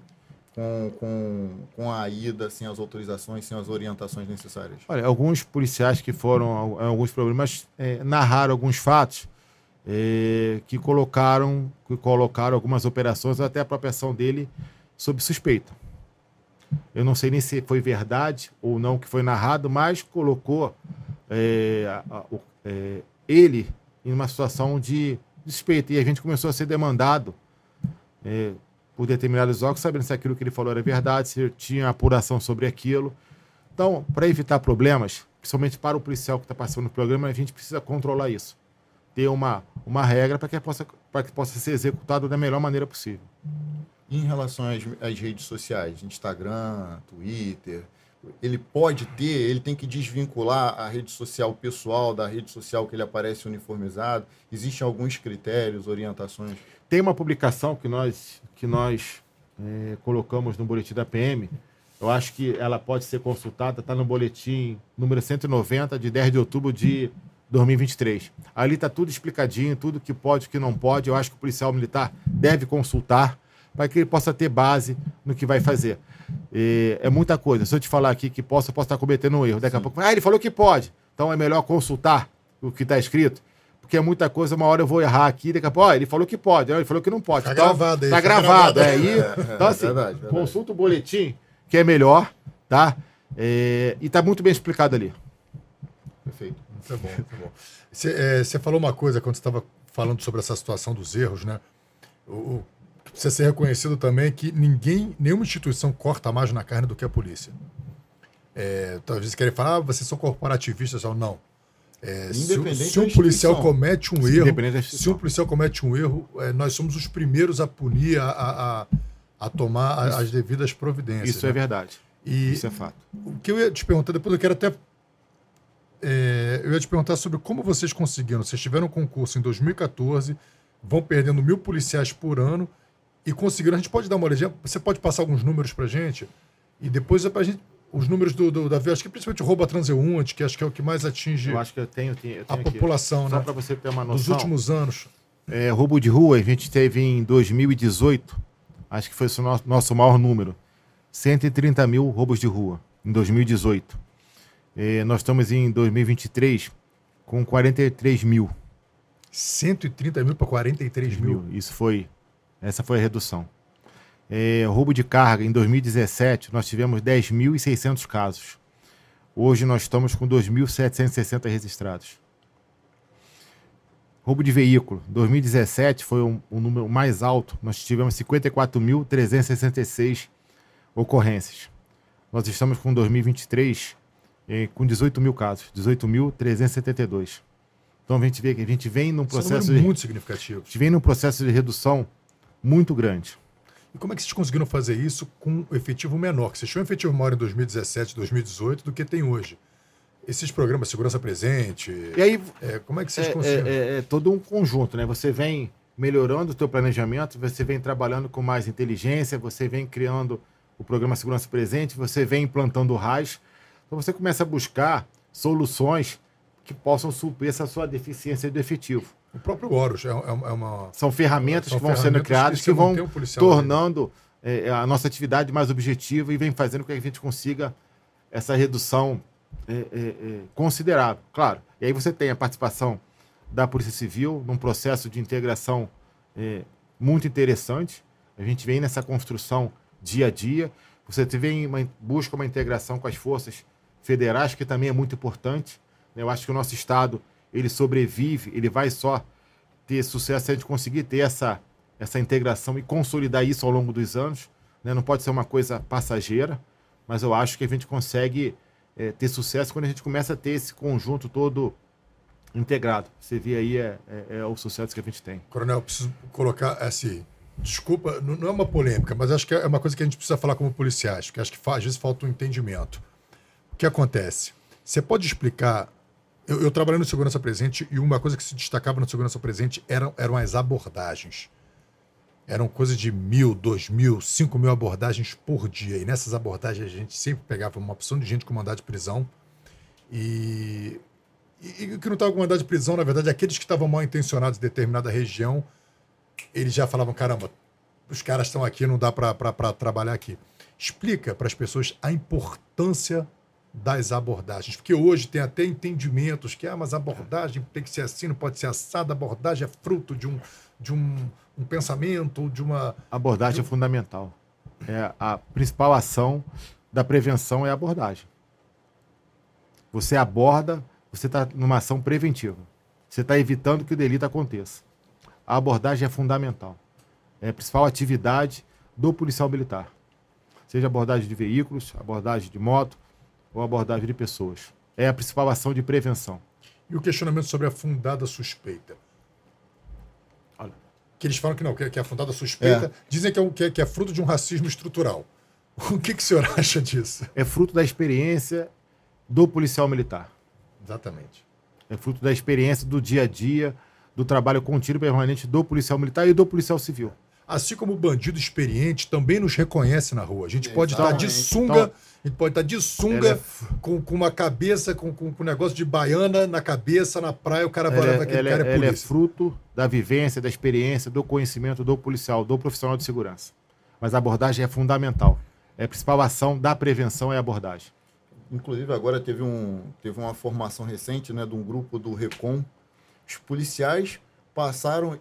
com a ida, sem as autorizações, sem as orientações necessárias? Olha, alguns policiais que foram alguns problemas narraram alguns fatos que colocaram algumas operações, até a própria ação dele, sob suspeita. Eu não sei nem se foi verdade ou não que foi narrado, mas colocou ele em uma situação de suspeita. E a gente começou a ser demandado por determinados órgãos, sabendo se aquilo que ele falou era verdade, se tinha apuração sobre aquilo. Então, para evitar problemas, principalmente para o policial que está participando do programa, a gente precisa controlar isso. Ter uma regra para que possa ser executado da melhor maneira possível. Em relação às redes sociais, Instagram, Twitter, ele tem que desvincular a rede social pessoal da rede social que ele aparece uniformizado? Existem alguns critérios, orientações? Tem uma publicação que nós colocamos no boletim da PM. Eu acho que ela pode ser consultada, está no boletim número 190, de 10 de outubro de 2023. Ali está tudo explicadinho, tudo que pode, o que não pode. Eu acho que o policial militar deve consultar para que ele possa ter base no que vai fazer. É muita coisa. Se eu te falar aqui que eu posso estar cometendo um erro. Daqui a pouco, ele falou que pode. Então é melhor consultar o que está escrito, porque é muita coisa. Uma hora eu vou errar aqui, daqui a pouco, ele falou que pode, ele falou que não pode. Tá então, gravado aí. Tá gravado. Então, assim, verdade. consulta o boletim, que é melhor, tá? E está muito bem explicado ali. Perfeito. Muito bom, muito bom. Você falou uma coisa quando você estava falando sobre essa situação dos erros, né? Precisa ser reconhecido também que nenhuma instituição corta mais na carne do que a polícia. Talvez querem falar, vocês são corporativistas ou não. Se um policial comete um erro, nós somos os primeiros a punir, a tomar as devidas providências. Isso, né? É verdade. Isso é fato. O que eu ia te perguntar, depois eu quero até... eu ia te perguntar sobre como vocês conseguiram. Vocês tiveram um concurso em 2014, vão perdendo 1.000 policiais por ano e conseguiram. A gente pode dar uma olhadinha? Você pode passar alguns números pra gente? E depois os números da acho que principalmente o roubo a transeunte, que acho que é o que mais atinge eu acho que eu tenho a população, aqui. Só né? para você ter uma noção. Dos últimos anos. Roubo de rua, a gente teve em 2018, acho que foi o nosso maior número. 130 mil roubos de rua em 2018. Nós estamos em 2023 com 43 mil. 130 mil para 43 mil. Essa foi a redução. Roubo de carga, em 2017, nós tivemos 10.600 casos. Hoje nós estamos com 2.760 registrados. Roubo de veículo, 2017 foi um número mais alto. Nós tivemos 54.366 ocorrências. Nós estamos com 2023 com 18 mil casos, 18.372. Então a gente vê que a gente vem num processo muito significativo. A gente vem num processo de redução muito grande. E como é que vocês conseguiram fazer isso com um efetivo menor? Que vocês tinham um efetivo maior em 2017, 2018 do que tem hoje. Esses programas Segurança Presente, e aí, como é que vocês conseguiram? É todo um conjunto, né? Você vem melhorando o teu planejamento, você vem trabalhando com mais inteligência, você vem criando o programa Segurança Presente, você vem implantando o RAS. Então você começa a buscar soluções que possam suprir essa sua deficiência de efetivo. O próprio Horus São ferramentas que vão sendo criadas, que vão tornando a nossa atividade mais objetiva e vem fazendo com que a gente consiga essa redução considerável. Claro, e aí você tem a participação da Polícia Civil num processo de integração muito interessante. A gente vem nessa construção dia a dia. Você busca uma integração com as forças federais, que também é muito importante. Eu acho que o nosso Estado, ele sobrevive, ele vai só ter sucesso se a gente conseguir ter essa integração e consolidar isso ao longo dos anos. Não pode ser uma coisa passageira, mas eu acho que a gente consegue ter sucesso quando a gente começa a ter esse conjunto todo integrado. Você vê aí o sucesso que a gente tem. Coronel, preciso colocar assim, desculpa, não é uma polêmica, mas acho que é uma coisa que a gente precisa falar como policiais, porque acho que às vezes falta um entendimento. O que acontece? Você pode explicar... Eu trabalhei no Segurança Presente e uma coisa que se destacava no Segurança Presente eram as abordagens. Eram coisas de 1.000, 2.000, 5.000 abordagens por dia. E nessas abordagens a gente sempre pegava uma opção de gente com mandado de prisão. E o que não estava com mandado de prisão, na verdade, aqueles que estavam mal intencionados em determinada região, eles já falavam, caramba, os caras estão aqui, não dá para trabalhar aqui. Explica para as pessoas a importância das abordagens, porque hoje tem até entendimentos que mas a abordagem tem que ser assim, não pode ser assada, a abordagem é fruto de um pensamento, de uma... A abordagem é fundamental. A principal ação da prevenção é a abordagem. Você aborda, você está numa ação preventiva. Você está evitando que o delito aconteça. A abordagem é fundamental. É a principal atividade do policial militar. Seja abordagem de veículos, abordagem de moto, ou abordagem de pessoas. É a principal ação de prevenção. E o questionamento sobre a fundada suspeita? Olha, que eles falam que não, que a fundada suspeita, dizem que é fruto de um racismo estrutural. O que o senhor acha disso? É fruto da experiência do policial militar. Exatamente. É fruto da experiência do dia a dia, do trabalho contínuo e permanente do policial militar e do policial civil. Assim como o bandido experiente também nos reconhece na rua. A gente pode estar de sunga, com uma cabeça, com um negócio de baiana na cabeça, na praia, o cara vai olhar para aquele cara é polícia. Ela é fruto da vivência, da experiência, do conhecimento do policial, do profissional de segurança. Mas a abordagem é fundamental. A principal ação da prevenção é a abordagem. Inclusive, agora teve uma formação recente, né, de um grupo do RECON. Os policiais passaram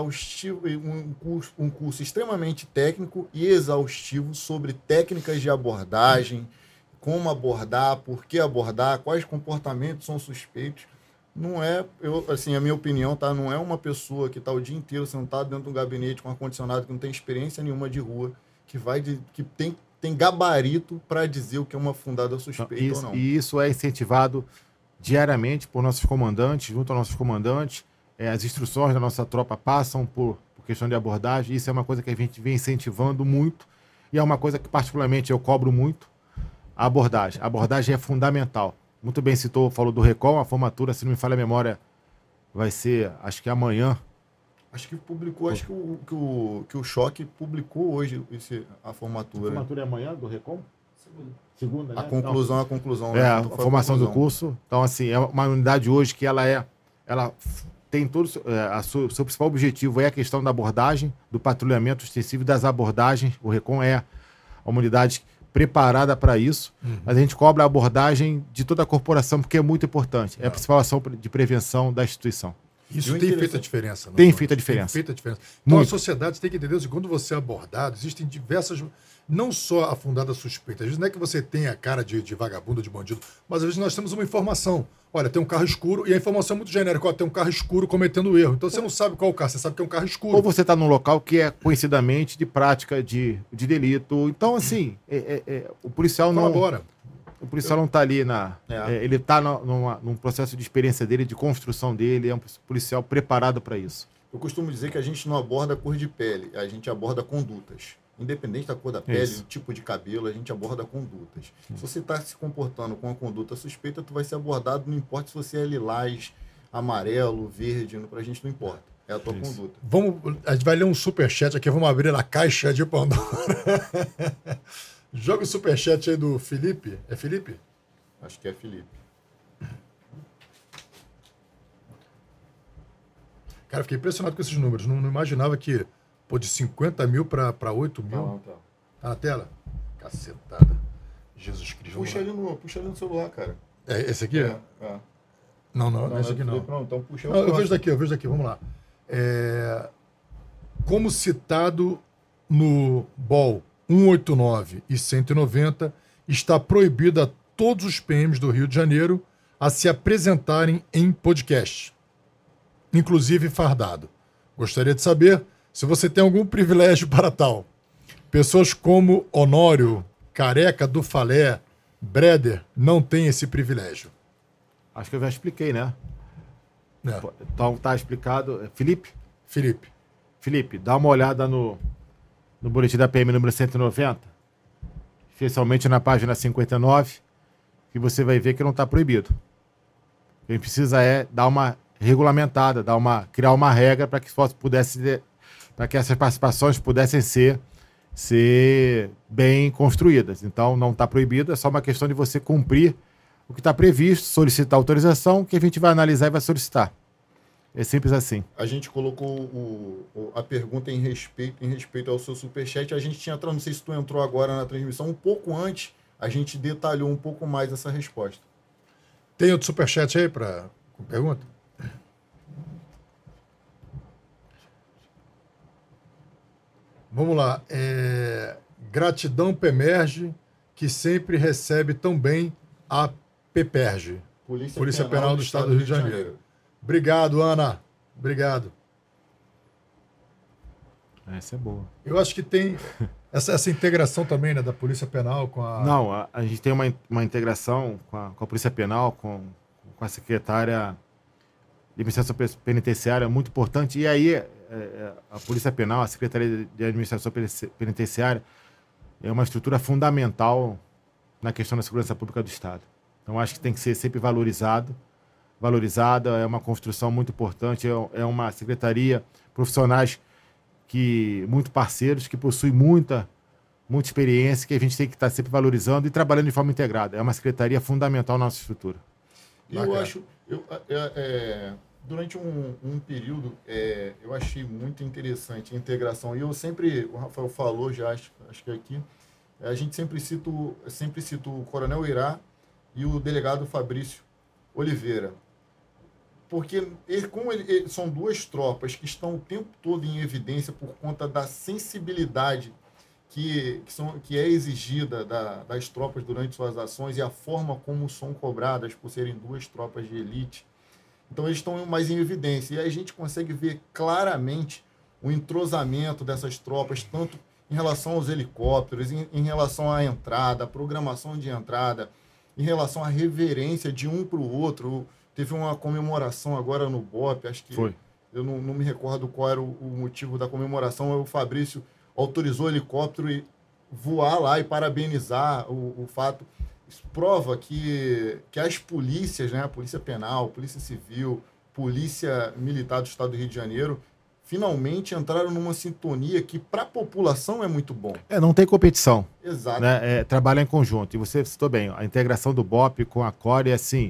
um curso extremamente técnico e exaustivo sobre técnicas de abordagem, como abordar, por que abordar, quais comportamentos são suspeitos. Não é, a minha opinião, tá? Não é uma pessoa que está o dia inteiro sentada dentro de um gabinete com ar-condicionado, que não tem experiência nenhuma de rua, que tem gabarito para dizer o que é uma fundada suspeita ou não. E isso é incentivado diariamente por nossos comandantes, junto aos nossos comandantes. As instruções da nossa tropa passam por questão de abordagem. Isso é uma coisa que a gente vem incentivando muito e é uma coisa que particularmente eu cobro muito, a abordagem. A abordagem é fundamental. Muito bem falou do RECON, a formatura, se não me falha a memória, vai ser, acho que amanhã. Acho que publicou, acho que o Choque publicou hoje a formatura. A formatura é amanhã do RECON? Segunda, né? A conclusão. A formação do curso. Então, assim, é uma unidade hoje que ela tem todo o seu principal objetivo é a questão da abordagem, do patrulhamento extensivo das abordagens. O RECON é uma unidade preparada para isso, mas a gente cobra a abordagem de toda a corporação, porque é muito importante. É a principal ação de prevenção da instituição. Isso tem feito a diferença. Tem feito a diferença. Tem feito a diferença. Então a sociedade tem que entender que quando você é abordado, existem diversas, não só a fundada suspeita, às vezes não é que você tenha a cara de vagabundo, de bandido, mas às vezes nós temos uma informação. Olha, tem um carro escuro, e a informação é muito genérica. Ó, tem um carro escuro cometendo erro. Então você não sabe qual é o carro, você sabe que é um carro escuro. Ou você está num local que é conhecidamente de prática de delito. Então, assim, o policial não... Colabora. O policial não está ali ele está num processo de experiência dele, de construção dele, é um policial preparado para isso. Eu costumo dizer que a gente não aborda cor de pele, a gente aborda condutas. Independente da cor da pele, do tipo de cabelo, a gente aborda condutas. Se você está se comportando com uma conduta suspeita, tu vai ser abordado, não importa se você é lilás, amarelo, verde, pra gente não importa. É a tua conduta. A gente vai ler um superchat aqui, vamos abrir a caixa de Pandora. Joga o superchat aí do Felipe. É Felipe? Acho que é Felipe. Cara, fiquei impressionado com esses números. Não imaginava que, de 50 mil para 8 mil. Tá. Tá na tela? Cacetada. Jesus Cristo. Puxa ali no celular, cara. É esse aqui? Não, esse aqui não. Não, então puxa eu vejo daqui, vamos lá. Como citado no BOL 189 e 190, está proibido a todos os PMs do Rio de Janeiro a se apresentarem em podcast, inclusive fardado. Gostaria de saber se você tem algum privilégio para tal. Pessoas como Honório, Careca do Falé, Breder não têm esse privilégio. Acho que eu já expliquei, né? Então tá explicado. Felipe, dá uma olhada no boletim da PM número 190, especialmente na página 59, que você vai ver que não está proibido. O que a gente precisa dar uma regulamentada, criar uma regra para que essas participações pudessem ser bem construídas. Então, não está proibido, é só uma questão de você cumprir o que está previsto, solicitar autorização, que a gente vai analisar e vai solicitar. É simples assim. A gente colocou a pergunta em respeito ao seu superchat. A gente tinha, não sei se tu entrou agora na transmissão, um pouco antes, a gente detalhou um pouco mais essa resposta. Tem outro superchat aí com pergunta? Vamos lá. Gratidão Pemerge, que sempre recebe tão bem a PEPERGE, Polícia Penal do Estado do Rio de Janeiro. Obrigado, Ana. Obrigado. Essa é boa. Eu acho que tem essa integração também, né, da Polícia Penal com a... Não, a gente tem uma integração com a Polícia Penal, com a secretária de Administração Penitenciária, muito importante. E aí, a Polícia Penal, a Secretaria de Administração Penitenciária, é uma estrutura fundamental na questão da segurança pública do Estado. Então, acho que tem que ser sempre valorizada, é uma construção muito importante, é uma secretaria, profissionais muito parceiros, que possuem muita experiência, que a gente tem que estar sempre valorizando e trabalhando de forma integrada. É uma secretaria fundamental na nossa estrutura. E eu acho, durante um período, eu achei muito interessante a integração. E o Rafael falou já, acho que aqui, a gente sempre cita o Coronel Irá e o delegado Fabrício Oliveira. Porque são duas tropas que estão o tempo todo em evidência por conta da sensibilidade que é exigida das tropas durante suas ações e a forma como são cobradas por serem duas tropas de elite. Então eles estão mais em evidência. E aí a gente consegue ver claramente o entrosamento dessas tropas, tanto em relação aos helicópteros, em relação à entrada, à programação de entrada, em relação à reverência de um para o outro. Teve uma comemoração agora no BOP, acho que... Foi. Eu não me recordo qual era o motivo da comemoração. O Fabrício autorizou o helicóptero e voar lá e parabenizar o fato. Isso prova que as polícias, né, a Polícia Penal, Polícia Civil, Polícia Militar do Estado do Rio de Janeiro, finalmente entraram numa sintonia que para a população é muito bom. Não tem competição. Exato. Né? Trabalha em conjunto. E você citou bem, a integração do BOP com a CORE assim,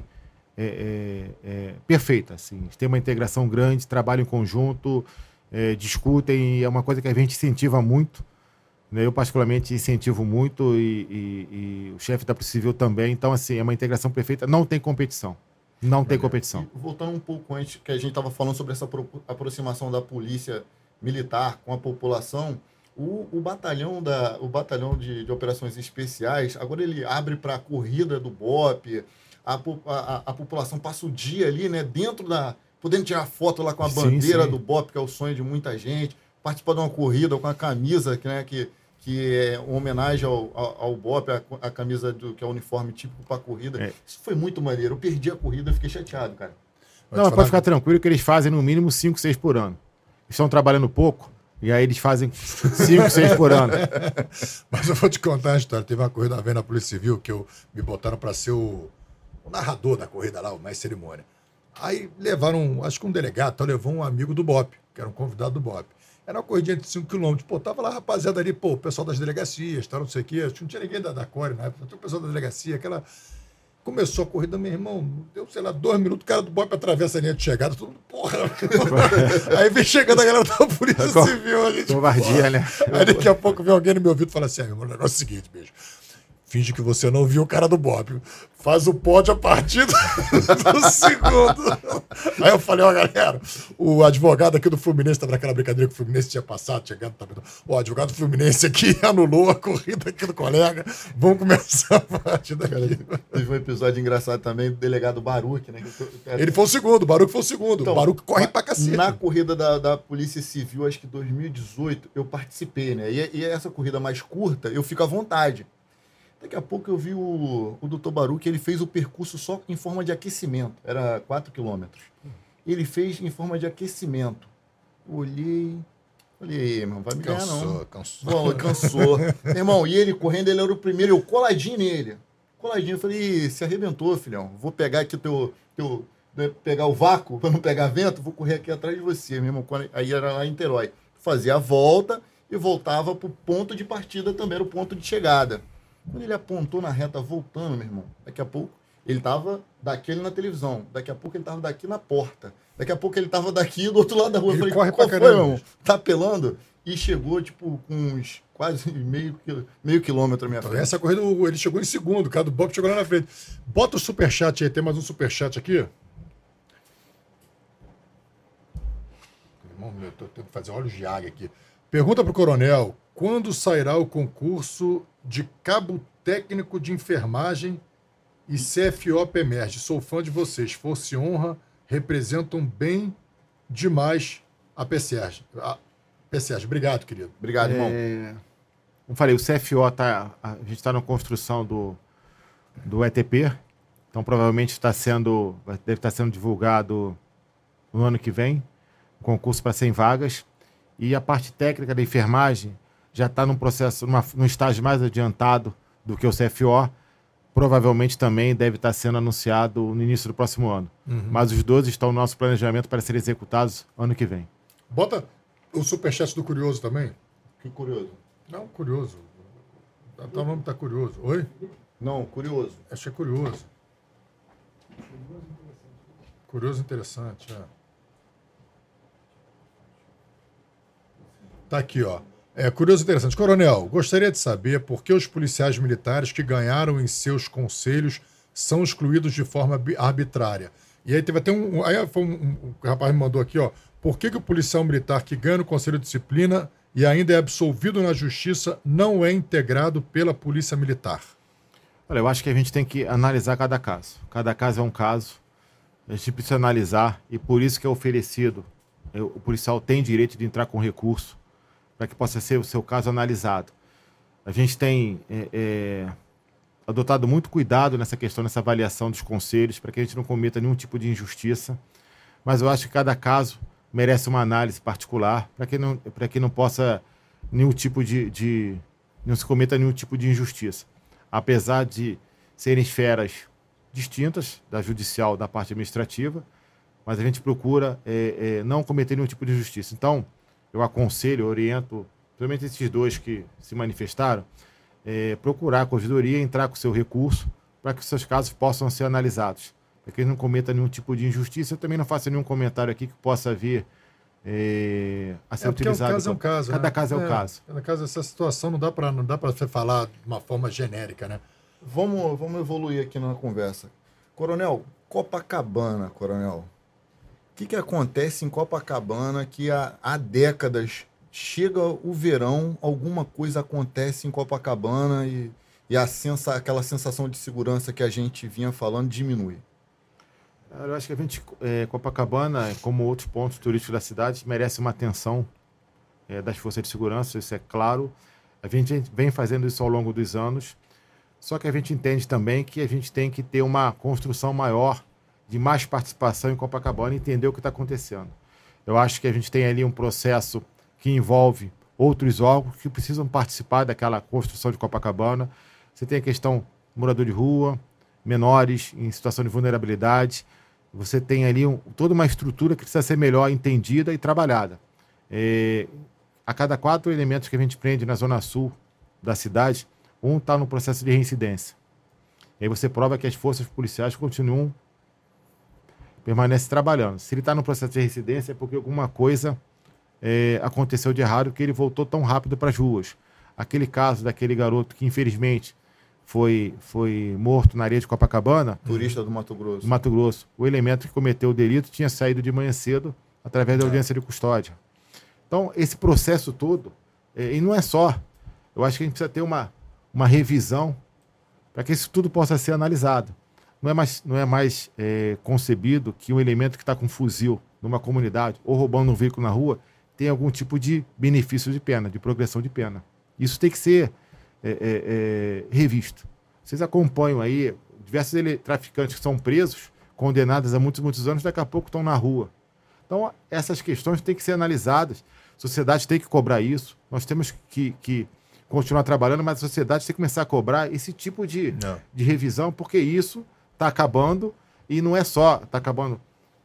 perfeita. Assim. Tem uma integração grande, trabalham em conjunto, discutem, e é uma coisa que a gente incentiva muito, Eu, particularmente, incentivo muito e o chefe da Polícia Civil também. Então, assim, é uma integração perfeita. Não tem competição. Não tem competição. E voltando um pouco antes, que a gente estava falando sobre essa aproximação da polícia militar com a população, o batalhão de operações especiais, agora ele abre para a corrida do BOPE, a população passa o dia ali, né, dentro podendo tirar foto lá com a bandeira sim. do BOPE, que é o sonho de muita gente, participar de uma corrida com a camisa, né, que é uma homenagem ao BOPE, a camisa que é o uniforme típico para a corrida. Isso foi muito maneiro. Eu perdi a corrida, fiquei chateado, cara. Não, pode ficar tranquilo que eles fazem no mínimo 5, 6 por ano. Eles estão trabalhando pouco, e aí eles fazem 5, 6 por ano. Mas eu vou te contar a história. Teve uma corrida uma vez na Polícia Civil que me botaram para ser o narrador da corrida lá, o mestre cerimônia. Aí levaram, acho que um delegado, então levou um amigo do BOPE, que era um convidado do BOPE. Era uma corridinha de 5 km. Pô, tava lá rapaziada ali, pô, o pessoal das delegacias, tal, não sei o quê. Não tinha ninguém da Core na época, tinha o pessoal da delegacia, aquela... Começou a corrida, meu irmão, deu, sei lá, 2 minutos, o cara do BOPE atravessa a linha de chegada, todo mundo, porra. Aí vem chegando a galera da Polícia Civil. A gente, covardia, né? Aí daqui a pouco vem alguém no meu ouvido e fala assim, meu irmão, o negócio é o seguinte, bicho. Finge que você não viu o cara do BOPE. Faz o pódio a partir do segundo. Aí eu falei, ó, galera, o advogado aqui do Fluminense, estava naquela brincadeira que o Fluminense tinha passado, chegando, o advogado do Fluminense aqui anulou a corrida aqui do colega. Vamos começar a partida daqui. Teve um episódio engraçado também do delegado Baruch, né? Ele foi o segundo, o Baruch foi o segundo. Então, o Baruch corre pra cacete. Na corrida da Polícia Civil, acho que 2018, eu participei, né? E essa corrida mais curta, eu fico à vontade. Daqui a pouco eu vi o Dr. Baruch, ele fez o percurso só em forma de aquecimento. Era 4 quilômetros. Ele fez em forma de aquecimento. Olhei, irmão, vai me ganhar não. Cansou. Irmão, e ele correndo, ele era o primeiro, eu coladinho nele. Eu falei, se arrebentou, filhão. Vou pegar aqui pegar o vácuo, para não pegar vento, vou correr aqui atrás de você, meu irmão. Aí era lá em Niterói. Fazia a volta e voltava pro ponto de partida também, era o ponto de chegada. Quando ele apontou na reta voltando, meu irmão, daqui a pouco ele tava daqui ali na televisão, daqui a pouco ele tava daqui na porta, daqui a pouco ele tava daqui do outro lado da rua. Ele eu falei, corre qual pra foi, caramba, meu irmão? Tá apelando? E chegou, tipo, com uns quase meio quilômetro à minha frente. Essa corrida, ele chegou em segundo, o cara do BOPE chegou lá na frente. Bota o superchat aí, tem mais um superchat aqui. Irmão, eu tô tendo que fazer olhos de águia aqui. Pergunta pro coronel, quando sairá o concurso de cabo técnico de enfermagem e CFO-PEMERGE? Sou fã de vocês. Força e honra representam bem demais a PSERG. Obrigado, querido. Obrigado, irmão. Como falei, o CFO a gente está na construção do ETP, então provavelmente deve estar sendo divulgado no ano que vem, concurso para 100 vagas, e a parte técnica da enfermagem já está num processo, num estágio mais adiantado do que o CFO, provavelmente também deve estar sendo anunciado no início do próximo ano. Uhum. Mas os 12 estão no nosso planejamento para serem executados ano que vem. Bota o superchat do Curioso também. Que curioso? Não, Curioso. O nome tá Curioso. Oi? Não, Curioso. Acho que é Curioso. Curioso interessante, Tá aqui, ó. Curioso interessante. Coronel, gostaria de saber por que os policiais militares que ganharam em seus conselhos são excluídos de forma arbitrária. E aí teve até um rapaz me mandou aqui, ó. Por que o policial militar que ganha no conselho de disciplina e ainda é absolvido na justiça não é integrado pela polícia militar? Olha, eu acho que a gente tem que analisar cada caso. Cada caso é um caso. A gente precisa analisar e por isso que é oferecido. O policial tem direito de entrar com recurso para que possa ser o seu caso analisado. A gente tem adotado muito cuidado nessa questão, nessa avaliação dos conselhos, para que a gente não cometa nenhum tipo de injustiça, mas eu acho que cada caso merece uma análise particular, para que não possa nenhum tipo não se cometa nenhum tipo de injustiça. Apesar de serem esferas distintas, da judicial da parte administrativa, mas a gente procura não cometer nenhum tipo de injustiça. Então, eu aconselho, oriento, principalmente esses dois que se manifestaram, procurar a corregedoria, entrar com o seu recurso para que os seus casos possam ser analisados, para que eles não cometam nenhum tipo de injustiça. Eu também não faço nenhum comentário aqui que possa vir a ser utilizado. Cada caso é um caso. Cada caso é um caso. Cada caso, essa situação não dá para você falar de uma forma genérica, né? Vamos evoluir aqui na conversa. Coronel, Copacabana, Coronel. O que acontece em Copacabana que há décadas chega o verão, alguma coisa acontece em Copacabana e aquela sensação de segurança que a gente vinha falando diminui? Eu acho que Copacabana, como outros pontos turísticos da cidade, merece uma atenção das forças de segurança, isso é claro. A gente vem fazendo isso ao longo dos anos, só que a gente entende também que a gente tem que ter uma construção maior de mais participação em Copacabana e entender o que está acontecendo. Eu acho que a gente tem ali um processo que envolve outros órgãos que precisam participar daquela construção de Copacabana. Você tem a questão morador de rua, menores em situação de vulnerabilidade. Você tem ali toda uma estrutura que precisa ser melhor entendida e trabalhada. A cada 4 elementos que a gente prende na zona sul da cidade, um está no processo de reincidência. E aí você prova que as forças policiais permanecem trabalhando. Se ele está no processo de reincidência é porque alguma coisa aconteceu de errado, que ele voltou tão rápido para as ruas. Aquele caso daquele garoto que infelizmente foi morto na areia de Copacabana. Turista do Mato Grosso. Do Mato Grosso. O elemento que cometeu o delito tinha saído de manhã cedo através da audiência de custódia. Então, esse processo todo, e não é só, eu acho que a gente precisa ter uma revisão para que isso tudo possa ser analisado. Não é mais concebido que um elemento que está com um fuzil numa comunidade ou roubando um veículo na rua tem algum tipo de benefício de pena, de progressão de pena. Isso tem que ser revisto. Vocês acompanham aí diversos traficantes que são presos, condenados a muitos anos, daqui a pouco estão na rua. Então, essas questões têm que ser analisadas. A sociedade tem que cobrar isso. Nós temos que continuar trabalhando, mas a sociedade tem que começar a cobrar esse tipo de revisão, porque isso está acabando, e não é só, está acabando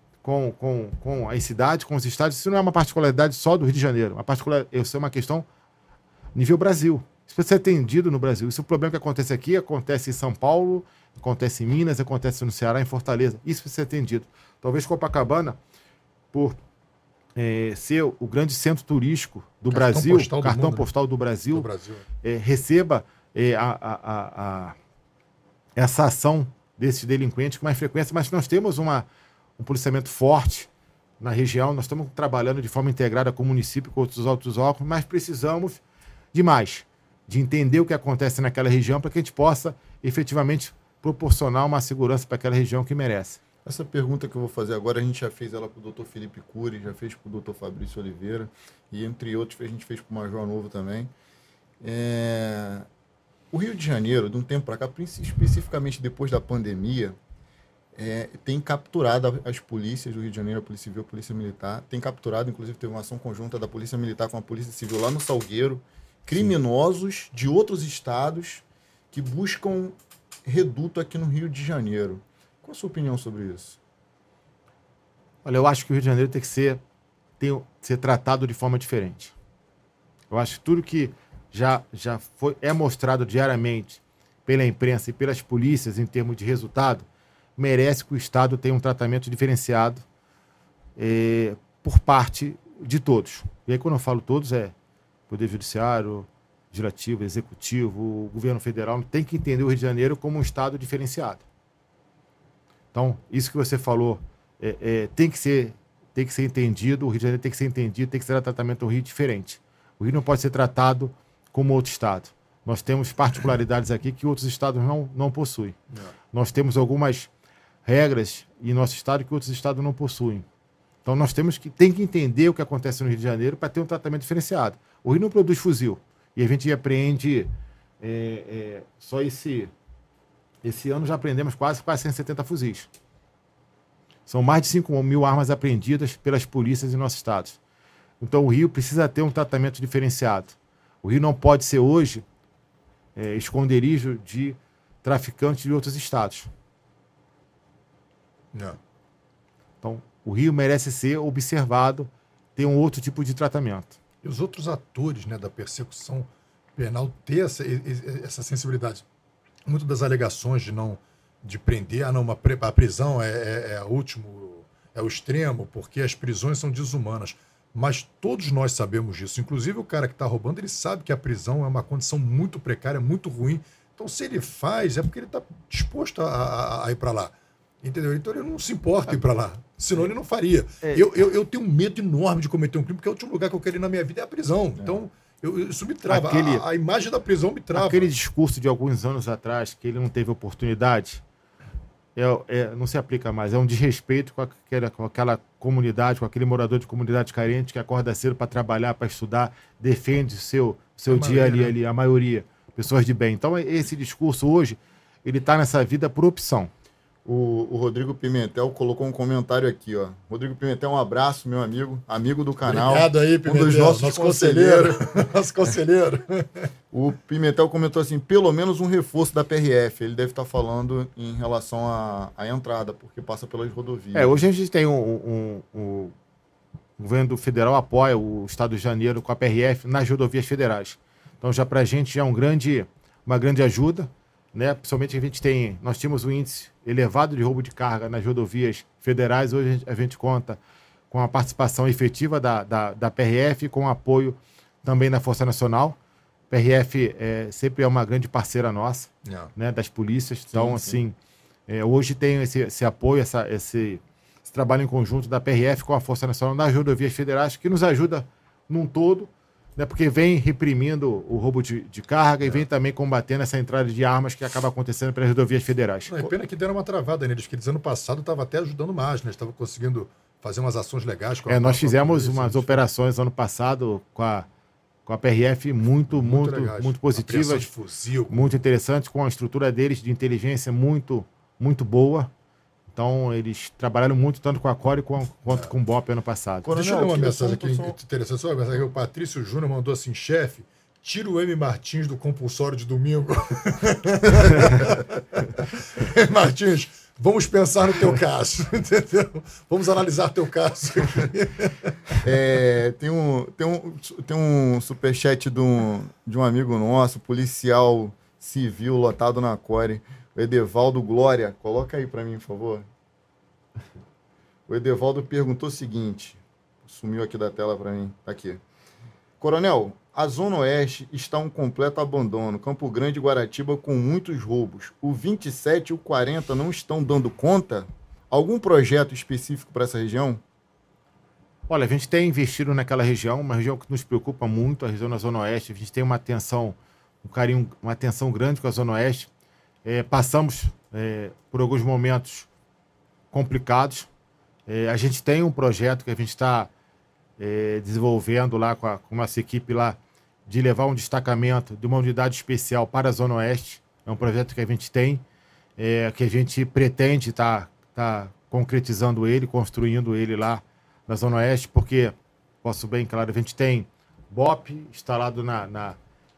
com as cidades, com os estados. Isso não é uma particularidade só do Rio de Janeiro. Isso é uma questão nível Brasil. Isso precisa ser atendido no Brasil. Isso é um problema que acontece aqui, acontece em São Paulo, acontece em Minas, acontece no Ceará, em Fortaleza. Isso precisa ser atendido. Talvez Copacabana, por ser o grande centro turístico do Brasil, cartão postal do Brasil, receba essa ação desses delinquentes com mais frequência, mas nós temos um policiamento forte na região, nós estamos trabalhando de forma integrada com o município, com outros órgãos, mas precisamos de mais, de entender o que acontece naquela região para que a gente possa efetivamente proporcionar uma segurança para aquela região que merece. Essa pergunta que eu vou fazer agora, a gente já fez ela para o Dr. Felipe Cury, já fez para o Dr. Fabrício Oliveira, e entre outros a gente fez para o Major Novo também. O Rio de Janeiro, de um tempo para cá, especificamente depois da pandemia, tem capturado as polícias do Rio de Janeiro, a Polícia Civil, a Polícia Militar, tem capturado, inclusive teve uma ação conjunta da Polícia Militar com a Polícia Civil lá no Salgueiro, criminosos de outros estados que buscam reduto aqui no Rio de Janeiro. Qual a sua opinião sobre isso? Olha, eu acho que o Rio de Janeiro tem que ser tratado de forma diferente. Eu acho que tudo que é mostrado diariamente pela imprensa e pelas polícias em termos de resultado, merece que o Estado tenha um tratamento diferenciado por parte de todos. E aí, quando eu falo todos, Poder Judiciário, Legislativo, Executivo, o Governo Federal tem que entender o Rio de Janeiro como um Estado diferenciado. Então, isso que você falou tem que ser entendido, o Rio de Janeiro tem que ser entendido, tem que ser um tratamento do Rio diferente. O Rio não pode ser tratado como outro estado. Nós temos particularidades aqui que outros estados não possuem. Não. Nós temos algumas regras em nosso estado que outros estados não possuem. Então, nós tem que entender o que acontece no Rio de Janeiro para ter um tratamento diferenciado. O Rio não produz fuzil. E a gente apreende só esse ano já apreendemos quase 170 fuzis. São mais de 5 mil armas apreendidas pelas polícias em nosso estado. Então o Rio precisa ter um tratamento diferenciado. O Rio não pode ser hoje esconderijo de traficantes de outros estados. Não. Então o Rio merece ser observado, ter um outro tipo de tratamento. E os outros atores, da persecução penal ter essa sensibilidade. Muitas das alegações de prender, a prisão é o extremo, porque as prisões são desumanas. Mas todos nós sabemos disso. Inclusive o cara que está roubando, ele sabe que a prisão é uma condição muito precária, muito ruim. Então, se ele faz, é porque ele está disposto a ir para lá. Entendeu? Então ele não se importa em ir para lá. Senão ele não faria. Eu tenho um medo enorme de cometer um crime, porque o último lugar que eu quero ir na minha vida é a prisão. Então, isso me trava. A imagem da prisão me trava. Aquele discurso de alguns anos atrás, que ele não teve oportunidade, não se aplica mais. É um desrespeito com aquela comunidade, com aquele morador de comunidade carente que acorda cedo para trabalhar, para estudar, defende o seu dia ali, a maioria, pessoas de bem. Então, esse discurso hoje, ele está nessa vida por opção. O Rodrigo Pimentel colocou um comentário aqui, ó. Rodrigo Pimentel, um abraço, meu amigo do canal. Obrigado aí, Pimentel. Um dos nossos conselheiros. Nosso conselheiro. O Pimentel comentou assim, pelo menos um reforço da PRF. Ele deve estar falando em relação à entrada, porque passa pelas rodovias. Hoje a gente tem o governo federal apoia o Estado de Janeiro com a PRF nas rodovias federais. Então, já para a gente é uma grande ajuda, né? Principalmente nós tínhamos um índice elevado de roubo de carga nas rodovias federais. Hoje a gente conta com a participação efetiva da PRF, com o apoio também da Força Nacional. A PRF sempre é uma grande parceira nossa, né, das polícias. Então, sim. Hoje tem esse apoio, esse trabalho em conjunto da PRF com a Força Nacional nas rodovias federais, que nos ajuda num todo, né, porque vem reprimindo o roubo de carga e vem também combatendo essa entrada de armas que acaba acontecendo pelas rodovias federais. Não, é pena que deram uma travada neles, que eles ano passado estavam até ajudando mais, né? Estavam conseguindo fazer umas ações legais. Nós fizemos umas operações ano passado com a PRF muito positivas, fuzil, muito interessantes, com a estrutura deles de inteligência muito boa. Então, eles trabalharam muito tanto com a Core quanto com o BOP ano passado. Deixa eu ler uma mensagem aqui interessante. Uma mensagem que o Patrício Júnior mandou assim, chefe, tira o M. Martins do compulsório de domingo. Martins, vamos pensar no teu caso, entendeu? Vamos analisar teu caso. Tem um superchat de um amigo nosso, policial civil lotado na Core, o Edevaldo Glória. Coloca aí para mim, por favor. O Edevaldo perguntou o seguinte, sumiu aqui da tela para mim, tá aqui. Coronel, a Zona Oeste está um completo abandono. Campo Grande e Guaratiba com muitos roubos. O 27 e o 40 não estão dando conta? Algum projeto específico para essa região? Olha, a gente tem investido naquela região, uma região que nos preocupa muito, a região da Zona Oeste. A gente tem uma atenção, um carinho, uma atenção grande com a Zona Oeste. Passamos por alguns momentos complicados. A gente tem um projeto que a gente está desenvolvendo lá com a nossa equipe lá, de levar um destacamento de uma unidade especial para a Zona Oeste. É um projeto que a gente tem, que a gente pretende estar concretizando ele, construindo ele lá na Zona Oeste, porque, posso bem claro, a gente tem BOP instalado na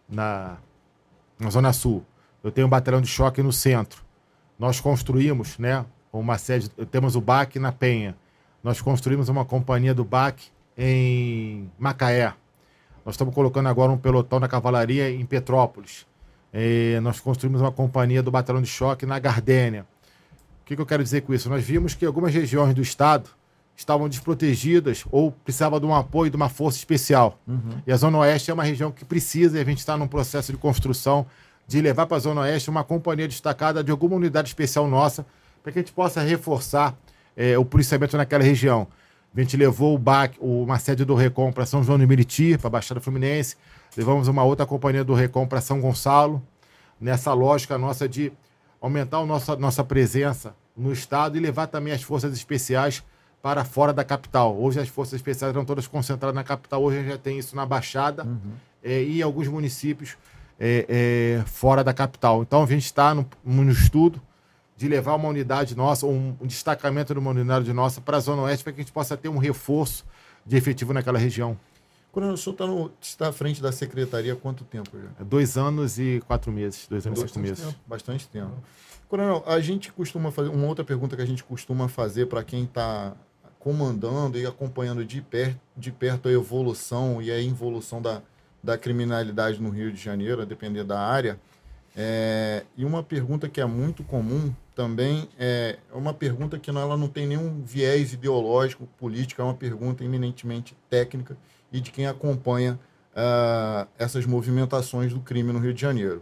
Zona Sul. Eu tenho um batalhão de choque no centro. Nós construímos, né, uma sede, temos o BAC na Penha. Nós construímos uma companhia do BAC em Macaé. Nós estamos colocando agora um pelotão da cavalaria em Petrópolis. Nós construímos uma companhia do batalhão de choque na Gardênia. O que eu quero dizer com isso? Nós vimos que algumas regiões do estado estavam desprotegidas ou precisavam de um apoio de uma força especial. E a Zona Oeste é uma região que precisa, e a gente está num processo de construção de levar para a Zona Oeste uma companhia destacada de alguma unidade especial nossa, para que a gente possa reforçar o policiamento naquela região. A gente levou o BAC, uma sede do RECOM para São João de Meriti, para a Baixada Fluminense, levamos uma outra companhia do RECOM para São Gonçalo, nessa lógica nossa de aumentar a nossa presença no estado e levar também as forças especiais para fora da capital. Hoje as forças especiais estão todas concentradas na capital, hoje a gente já tem isso na Baixada e em alguns municípios fora da capital. Então a gente está no estudo de levar uma unidade nossa, um destacamento de uma unidade nossa para a Zona Oeste, para que a gente possa ter um reforço de efetivo naquela região. Coronel, o senhor está à frente da secretaria há quanto tempo já? 2 anos e 4 meses. 2 anos e 4 meses. Bastante tempo. Coronel, a gente costuma fazer, uma outra pergunta que a gente costuma fazer para quem está comandando e acompanhando de perto a evolução e a involução da criminalidade no Rio de Janeiro, a depender da área, E uma pergunta que é muito comum também é uma pergunta que ela não tem nenhum viés ideológico, político, é uma pergunta eminentemente técnica e de quem acompanha essas movimentações do crime no Rio de Janeiro.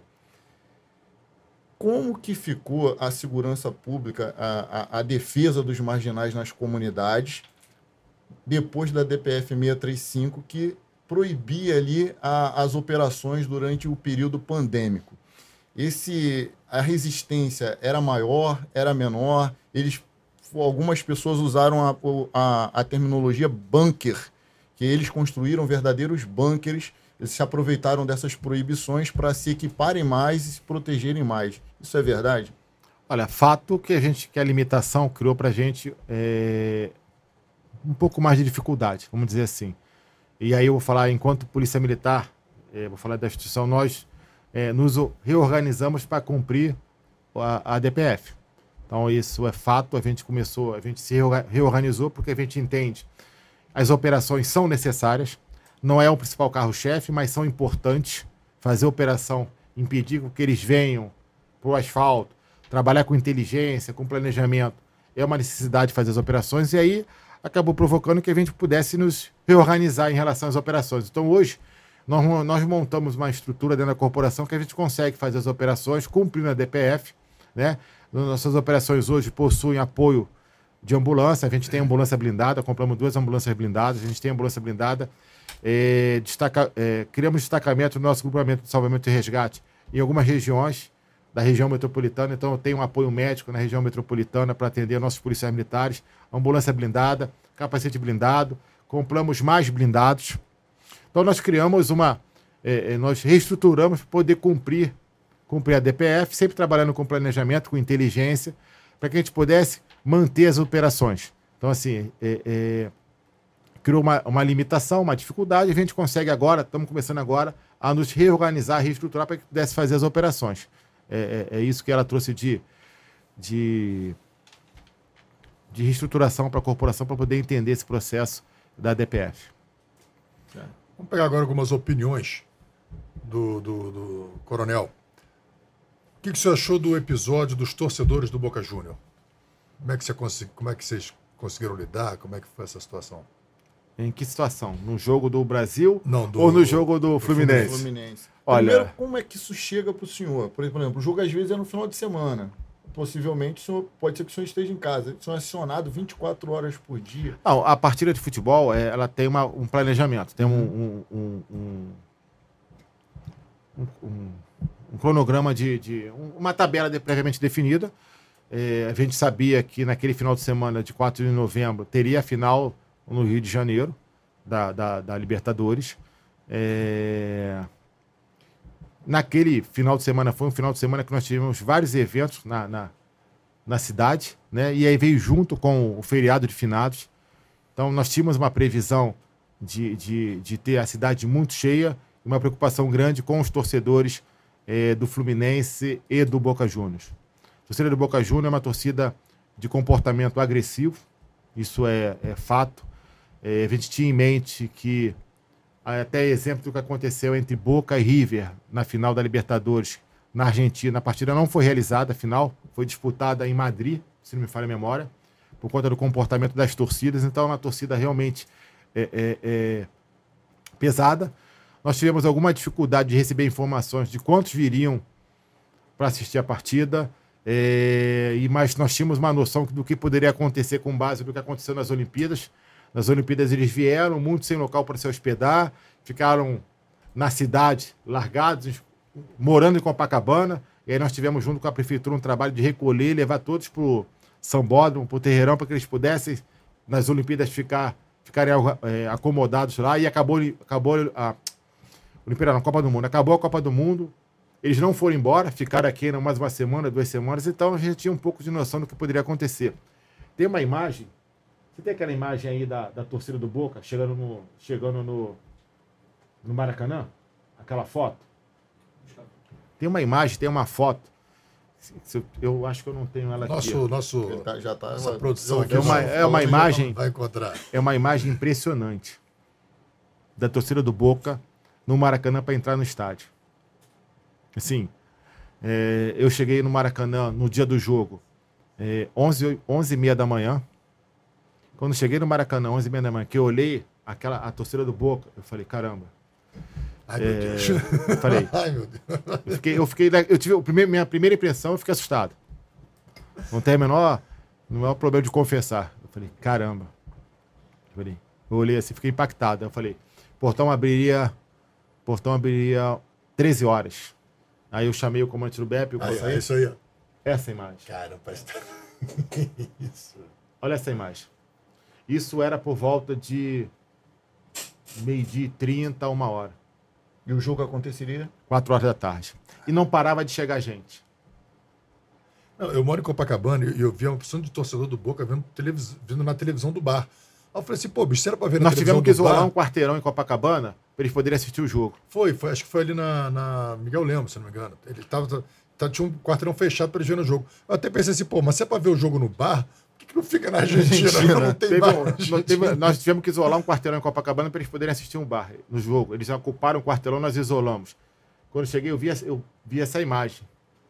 Como que ficou a segurança pública, a defesa dos marginais nas comunidades, depois da DPF 635, que proibia ali as operações durante o período pandêmico? A resistência era maior, era menor? Algumas pessoas usaram a terminologia bunker, que eles construíram verdadeiros bunkers. Eles se aproveitaram dessas proibições para se equiparem mais e se protegerem mais. Isso é verdade? Olha, fato que a limitação criou para a gente um pouco mais de dificuldade, vamos dizer assim. E aí eu vou falar, enquanto Polícia Militar, vou falar da instituição, nós nos reorganizamos para cumprir a DPF. Então isso é fato, a gente se reorganizou porque a gente entende as operações são necessárias, não é o principal carro-chefe, mas são importantes. Fazer operação, impedir que eles venham para o asfalto, trabalhar com inteligência, com planejamento, é uma necessidade de fazer as operações, e aí acabou provocando que a gente pudesse nos reorganizar em relação às operações. Então hoje nós montamos uma estrutura dentro da corporação que a gente consegue fazer as operações cumprindo a DPF, né? Nossas operações hoje possuem apoio de ambulância, a gente tem ambulância blindada, compramos 2 ambulâncias blindadas, a gente tem ambulância blindada, criamos destacamento no nosso grupamento de salvamento e resgate em algumas regiões da região metropolitana, então eu tenho um apoio médico na região metropolitana para atender nossos policiais militares, ambulância blindada, capacete blindado, compramos mais blindados. Então nós criamos nós reestruturamos para poder cumprir a DPF, sempre trabalhando com planejamento, com inteligência, para que a gente pudesse manter as operações. Então, assim, criou uma limitação, uma dificuldade, a gente consegue agora, estamos começando agora, a nos reorganizar, reestruturar para que pudesse fazer as operações. É isso que ela trouxe de reestruturação para a corporação, para poder entender esse processo da DPF. Vamos pegar agora algumas opiniões do Coronel. O que você achou do episódio dos torcedores do Boca Júnior? Como é que vocês conseguiram lidar? Como é que foi essa situação? Em que situação? No jogo do Brasil? Não, ou no jogo do Fluminense? Olha, primeiro, como é que isso chega para o senhor? Por exemplo, o jogo às vezes é no final de semana. Possivelmente, pode ser que o senhor esteja em casa. O senhor é acionado 24 horas por dia. Não, a partida de futebol, ela tem um planejamento, tem um cronograma uma tabela previamente definida. A gente sabia que naquele final de semana de 4 de novembro teria a final no Rio de Janeiro da Libertadores. Naquele final de semana foi um final de semana que nós tivemos vários eventos na cidade, né? E aí veio junto com o feriado de finados. Então nós tínhamos uma previsão de ter a cidade muito cheia, uma preocupação grande com os torcedores do Fluminense e do Boca Juniors. A torcida do Boca Juniors é uma torcida de comportamento agressivo, isso é fato. A gente tinha em mente que, até exemplo do que aconteceu entre Boca e River na final da Libertadores na Argentina, a partida não foi realizada, a final foi disputada em Madrid, se não me falha a memória, por conta do comportamento das torcidas. Então é uma torcida realmente pesada. Nós tivemos alguma dificuldade de receber informações de quantos viriam para assistir a partida, mas nós tínhamos uma noção do que poderia acontecer com base no que aconteceu nas Olimpíadas. Nas Olimpíadas eles vieram, muitos sem local para se hospedar, ficaram na cidade, largados, morando em Copacabana, e aí nós tivemos junto com a prefeitura um trabalho de recolher, levar todos para o Sambódromo, para o Terreirão, para que eles pudessem, nas Olimpíadas, ficarem acomodados lá, e acabou a Olimpíada, não, Copa do Mundo. Acabou a Copa do Mundo, eles não foram embora, ficaram aqui mais uma semana, 2 semanas, então a gente tinha um pouco de noção do que poderia acontecer. Tem uma imagem, você tem aquela imagem aí da torcida do Boca, chegando no Maracanã? Aquela foto? Tem uma imagem, tem uma foto. Eu acho que eu não tenho ela aqui. Nossa produção aqui. É uma imagem. Vai encontrar. É uma imagem impressionante da torcida do Boca no Maracanã para entrar no estádio. Assim, Eu cheguei no Maracanã no dia do jogo, 11h30 da manhã. Quando cheguei no Maracanã, 11h30 da manhã, que eu olhei a torcida do Boca, eu falei, caramba. Ai, meu Deus. Eu falei. Ai, meu Deus. Eu tive minha primeira impressão, eu fiquei assustado. Não tem não é o problema de confessar. Eu falei, caramba. Eu olhei assim, fiquei impactado. Eu falei, portão abriria 13 horas. Aí eu chamei o comandante do BEP. É isso aí, ó. Essa imagem. Caramba, isso. Olha essa imagem. Isso era por volta de 12h30, 1h. E o jogo aconteceria? 4 horas da tarde. E não parava de chegar gente. Não, eu moro em Copacabana e eu vi uma opção de torcedor do Boca vendo na televisão do bar. Aí eu falei assim, pô, bicho, era pra ver na Nós televisão tivemos que do bar? isolar um quarteirão em Copacabana para eles poderem assistir o jogo. Acho que foi ali na Miguel Lemos, se não me engano. Ele tinha um quarteirão fechado para eles verem o jogo. Eu até pensei assim, pô, mas se é pra ver o jogo no bar, por que não fica na Argentina? Não tem bar na Argentina. Nós tivemos que isolar um quarteirão em Copacabana para eles poderem assistir um bar no jogo. Eles ocuparam o quarteirão, nós isolamos. Quando eu cheguei, eu vi essa imagem.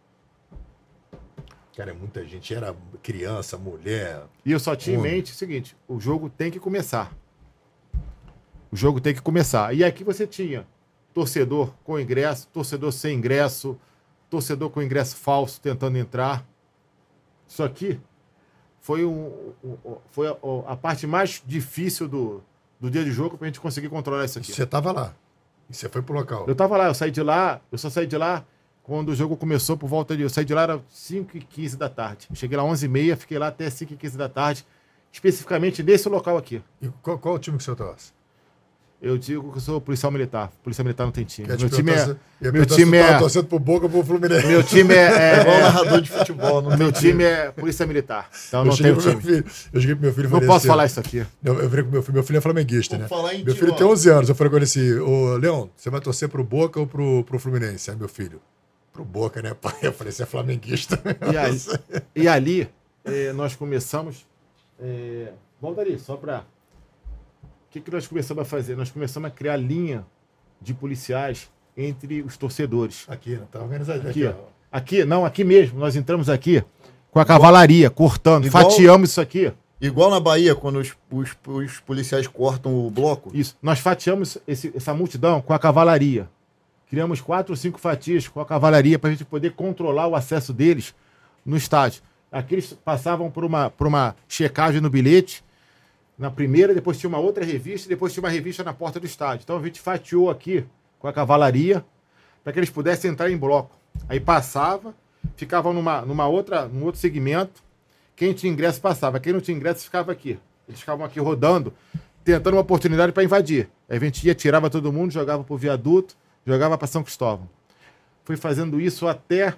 Cara, muita gente. Era criança, mulher. E eu só tinha em mente o seguinte, o jogo tem que começar. O jogo tem que começar. E aqui você tinha torcedor com ingresso, torcedor sem ingresso, torcedor com ingresso falso tentando entrar. Isso aqui foi a parte mais difícil do dia de jogo para a gente conseguir controlar isso aqui. Você estava lá. E você foi pro local. Eu estava lá, eu só saí de lá quando o jogo começou por volta de... Eu saí de lá, era 5h15 da tarde. Eu cheguei lá 11h30, fiquei lá até 5h15 da tarde, especificamente nesse local aqui. E qual o time que você torce? Eu digo que eu sou policial militar. Policial militar não tem time. Meu time é torcendo pro Boca ou pro Fluminense. Meu time é igual narrador de futebol. Meu time é polícia militar. Então não tem time. Eu cheguei pro meu filho e falei, não posso falar isso aqui. Eu falei com meu filho é flamenguista, né? Meu filho ó. tem 11 anos. Eu falei com ele assim, ô Leão, você vai torcer pro Boca ou pro Fluminense? Aí meu filho, pro Boca, né, pai? Eu falei, você é flamenguista. E ali nós começamos... volta ali, só para... O que nós começamos a fazer? Nós começamos a criar linha de policiais entre os torcedores. Aqui, né? Tá organizado aqui mesmo. Nós entramos aqui com a cavalaria, cortando, fatiamos isso aqui. Igual na Bahia, quando os policiais cortam o bloco. Isso. Nós fatiamos essa multidão com a cavalaria. Criamos 4 ou 5 fatias com a cavalaria para a gente poder controlar o acesso deles no estádio. Aqui eles passavam por uma checagem no bilhete. Na primeira, depois tinha uma outra revista, depois tinha uma revista na porta do estádio. Então a gente fatiou aqui com a cavalaria para que eles pudessem entrar em bloco. Aí passava, ficava num outro segmento. Quem tinha ingresso passava, quem não tinha ingresso ficava aqui. Eles ficavam aqui rodando, tentando uma oportunidade para invadir. Aí a gente ia, tirava todo mundo, jogava para o viaduto, jogava para São Cristóvão. Fui fazendo isso até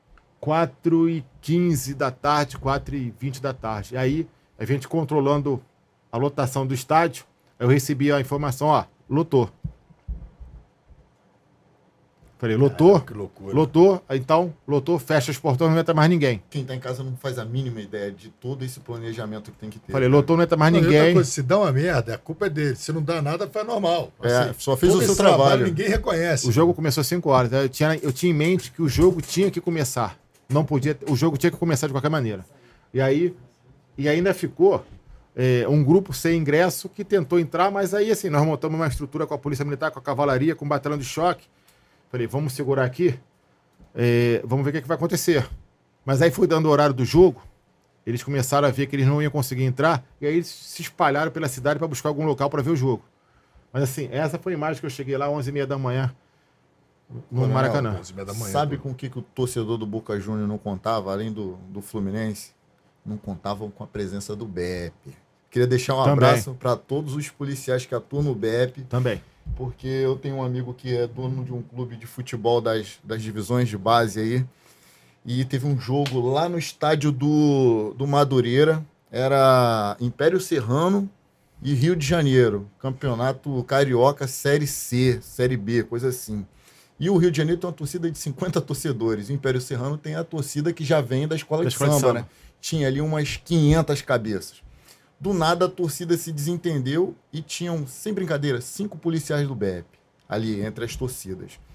4h15 da tarde, 4h20 da tarde. E aí a gente controlando a lotação do estádio, eu recebi a informação, lotou. Falei, lotou? Que loucura. Lotou, então, lotou, fecha os portões, não entra mais ninguém. Quem tá em casa não faz a mínima ideia de todo esse planejamento que tem que ter. Falei, lotou, não entra mais ninguém. Coisa, se dá uma merda, a culpa é dele. Se não dá nada, faz normal. Assim, só fez o seu trabalho. Ninguém reconhece. O jogo começou às 5 horas. Eu tinha em mente que o jogo tinha que começar. Não podia, o jogo tinha que começar de qualquer maneira. E ainda ficou um grupo sem ingresso que tentou entrar, mas aí assim, nós montamos uma estrutura com a Polícia Militar, com a Cavalaria, com o Batalhão de Choque. Falei, vamos segurar aqui, vamos ver o que vai acontecer. Mas aí foi dando o horário do jogo, eles começaram a ver que eles não iam conseguir entrar, e aí eles se espalharam pela cidade para buscar algum local para ver o jogo. Mas assim, essa foi a imagem que eu cheguei lá 11h30 da manhã, no Maracanã. 11h30 da manhã. Sabe com o que o torcedor do Boca Juniors não contava, além do Fluminense? Não contavam com a presença do BEP. Queria deixar um abraço para todos os policiais que atuam no BEP. Também. Porque eu tenho um amigo que é dono de um clube de futebol das divisões de base aí. E teve um jogo lá no estádio do Madureira. Era Império Serrano e Rio de Janeiro. Campeonato Carioca, Série C, Série B, coisa assim. E o Rio de Janeiro tem uma torcida de 50 torcedores. O Império Serrano tem a torcida que já vem da escola de samba, né? Tinha ali umas 500 cabeças. Do nada a torcida se desentendeu e tinham, sem brincadeira, 5 policiais do BEP ali entre as torcidas.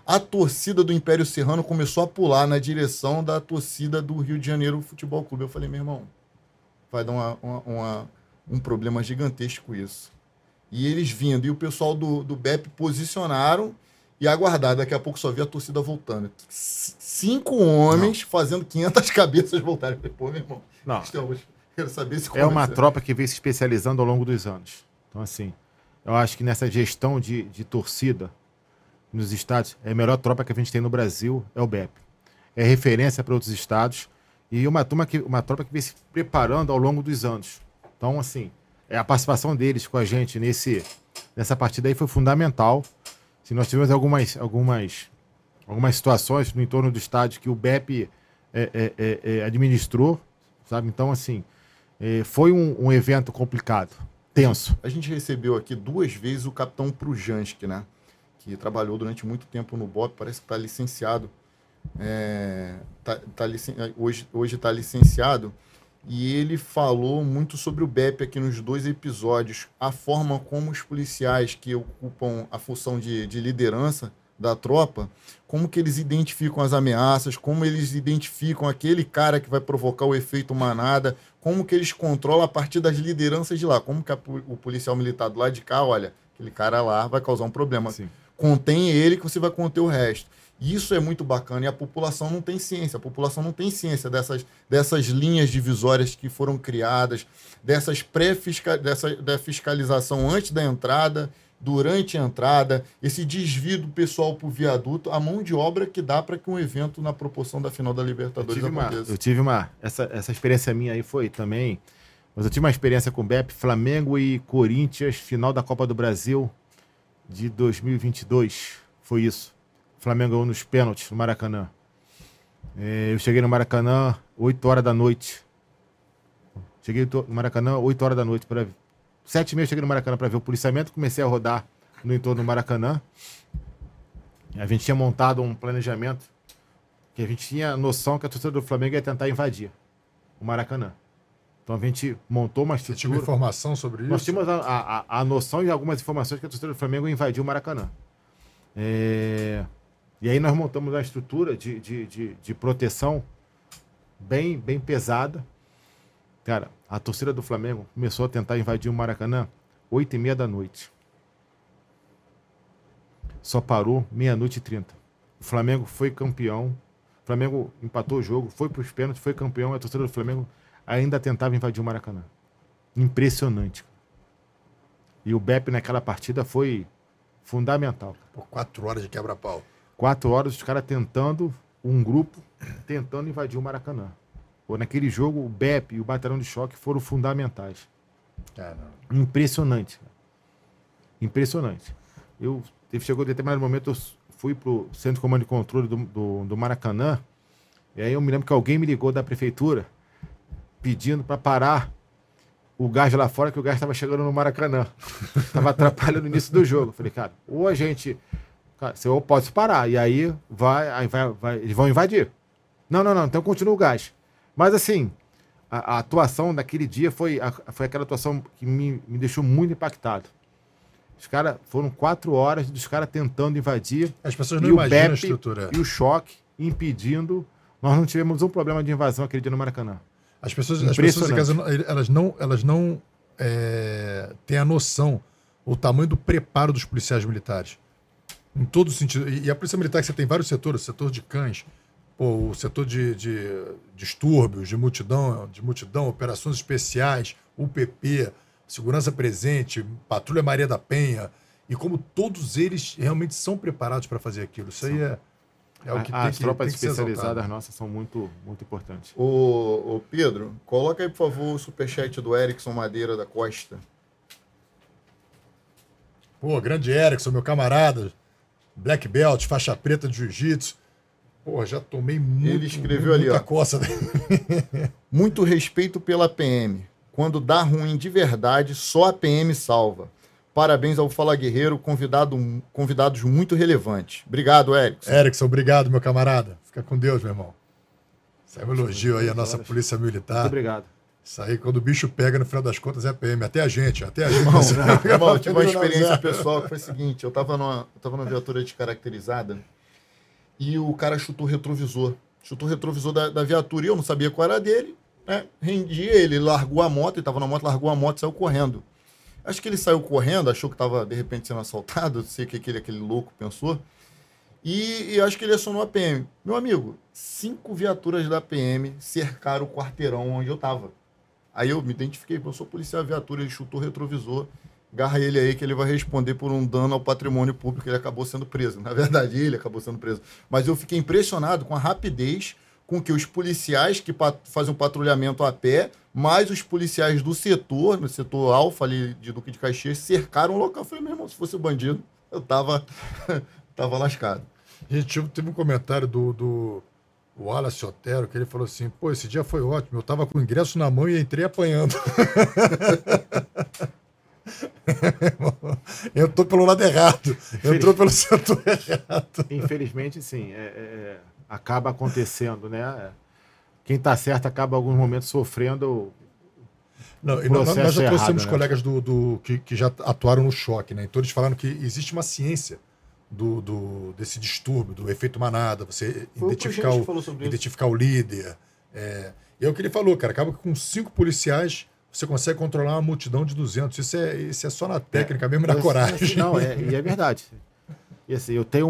a torcida do Império Serrano começou a pular na direção da torcida do Rio de Janeiro Futebol Clube. Eu falei, meu irmão, vai dar um problema gigantesco isso. E eles vindo, e o pessoal do BEP posicionaram e aguardaram. Daqui a pouco só vi a torcida voltando. 5 homens fazendo 500 cabeças voltarem. Eu falei, pô, meu irmão, Não. Quero saber se É uma tropa que vem se especializando ao longo dos anos. Então, assim, eu acho que nessa gestão de torcida nos estados, a melhor tropa que a gente tem no Brasil é o BEP. É referência para outros estados e uma tropa que vem se preparando ao longo dos anos. Então, assim, a participação deles com a gente nessa partida aí foi fundamental. Se nós tivemos algumas situações no entorno do estádio que o BEP administrou, sabe? Então, assim, foi um evento complicado, tenso. A gente recebeu aqui 2 vezes o capitão Prujanski, né? Que trabalhou durante muito tempo no BOP, parece que está licenciado. Hoje está licenciado. E ele falou muito sobre o BEP aqui nos 2 episódios. A forma como os policiais que ocupam a função de liderança da tropa, como que eles identificam as ameaças, como eles identificam aquele cara que vai provocar o efeito manada, como que eles controlam a partir das lideranças de lá, como que o policial militar do lado de cá, olha, aquele cara lá vai causar um problema. Sim. Contém ele que você vai conter o resto. Isso é muito bacana e a população não tem ciência. A população não tem ciência dessas linhas divisórias que foram criadas, da fiscalização antes da entrada, durante a entrada, esse desvio do pessoal para o viaduto, a mão de obra que dá para que um evento na proporção da final da Libertadores aconteça. Eu tive essa experiência minha aí foi também, mas eu tive uma experiência com o BEP, Flamengo e Corinthians, final da Copa do Brasil de 2022, foi isso. O Flamengo ganhou nos pênaltis no Maracanã. Eu cheguei no Maracanã 8 horas da noite. Cheguei no Maracanã 8 horas da noite. 7h30 eu cheguei no Maracanã para ver o policiamento. Comecei a rodar no entorno do Maracanã. A gente tinha montado um planejamento que a gente tinha noção que a torcida do Flamengo ia tentar invadir o Maracanã. Então a gente montou uma estrutura. Você tinha informação sobre isso? Nós tínhamos a noção e algumas informações que a torcida do Flamengo ia invadir o Maracanã. E aí nós montamos uma estrutura de proteção bem pesada. Cara, a torcida do Flamengo começou a tentar invadir o Maracanã 8h30 da noite. Só parou 00h30. O Flamengo foi campeão. O Flamengo empatou o jogo, foi para os pênaltis, foi campeão. A torcida do Flamengo ainda tentava invadir o Maracanã. Impressionante. E o BEP naquela partida foi fundamental. Por 4 horas de quebra-pau. 4 horas os caras um grupo tentando invadir o Maracanã. Naquele jogo, o BEP e o Batalhão de Choque foram fundamentais. Impressionante. Impressionante. Chegou em determinado momento, eu fui para o Centro de Comando e Controle do Maracanã, e aí eu me lembro que alguém me ligou da prefeitura pedindo para parar o gás lá fora, que o gás estava chegando no Maracanã. Estava atrapalhando o início do jogo. Eu falei, cara, ou a gente... Cara, eu posso parar, e aí eles vão invadir. Não, então continua o gás. Mas assim, a atuação daquele dia foi aquela atuação que me deixou muito impactado. Os caras foram 4 horas dos caras tentando invadir. As pessoas não imaginam a estrutura. E o choque impedindo. Nós não tivemos um problema de invasão aquele dia no Maracanã. As pessoas em casa, elas não têm a noção, o tamanho do preparo dos policiais militares. Em todo sentido. E a Polícia Militar, que você tem vários setores, o setor de cães, o setor de distúrbios, de multidão, operações especiais, UPP, segurança presente, Patrulha Maria da Penha, e como todos eles realmente são preparados para fazer aquilo. Isso aí é o que tem que As tropas tem que ser especializadas exaltado. nossas são muito, muito importantes. Ô Pedro, coloca aí, por favor, o superchat do Erickson Madeira da Costa. Pô, grande Erickson, meu camarada, Black Belt, faixa preta de jiu-jitsu. Pô, já tomei Ele escreveu ali, muita ó. coça. Muito respeito pela PM. Quando dá ruim de verdade, só a PM salva. Parabéns ao Fala Guerreiro, convidados muito relevantes. Obrigado, Erickson. Erickson, obrigado, meu camarada. Fica com Deus, meu irmão. Isso é um elogio aí à nossa Polícia Militar. Muito obrigado. Isso aí, quando o bicho pega, no final das contas, é a PM. Até a gente. Irmão, eu tive uma experiência pessoal que foi o seguinte. Eu tava numa viatura descaracterizada e o cara chutou o retrovisor. Chutou o retrovisor da viatura e eu não sabia qual era dele, né? Rendi ele, largou a moto, ele estava na moto, largou a moto e saiu correndo. Acho que ele saiu correndo, achou que estava, de repente, sendo assaltado, não sei o que aquele louco pensou. E acho que ele acionou a PM. Meu amigo, 5 viaturas da PM cercaram o quarteirão onde eu estava. Aí eu me identifiquei, eu sou policial viatura, ele chutou o retrovisor, agarra ele aí que ele vai responder por um dano ao patrimônio público, ele acabou sendo preso. Na verdade, ele acabou sendo preso. Mas eu fiquei impressionado com a rapidez com que os policiais que fazem um patrulhamento a pé, mais os policiais do setor, no setor Alfa ali de Duque de Caxias, cercaram o local. Eu falei, meu irmão, se fosse bandido, eu tava lascado. Gente, teve um comentário do Wallace Otero, que ele falou assim, pô, esse dia foi ótimo, eu tava com o ingresso na mão e entrei apanhando. Entrou pelo lado errado, entrou pelo setor errado. Infelizmente, sim, acaba acontecendo, né? Quem tá certo acaba em alguns momentos sofrendo. Não, nós já trouxemos né? colegas que já atuaram no choque, né? Então eles falaram que existe uma ciência desse distúrbio, do efeito manada, você identificar o líder. E é o que ele falou, cara, acaba que com 5 policiais você consegue controlar uma multidão de 200. Isso é só na técnica mesmo e na coragem. Não, e é verdade. E assim, eu tenho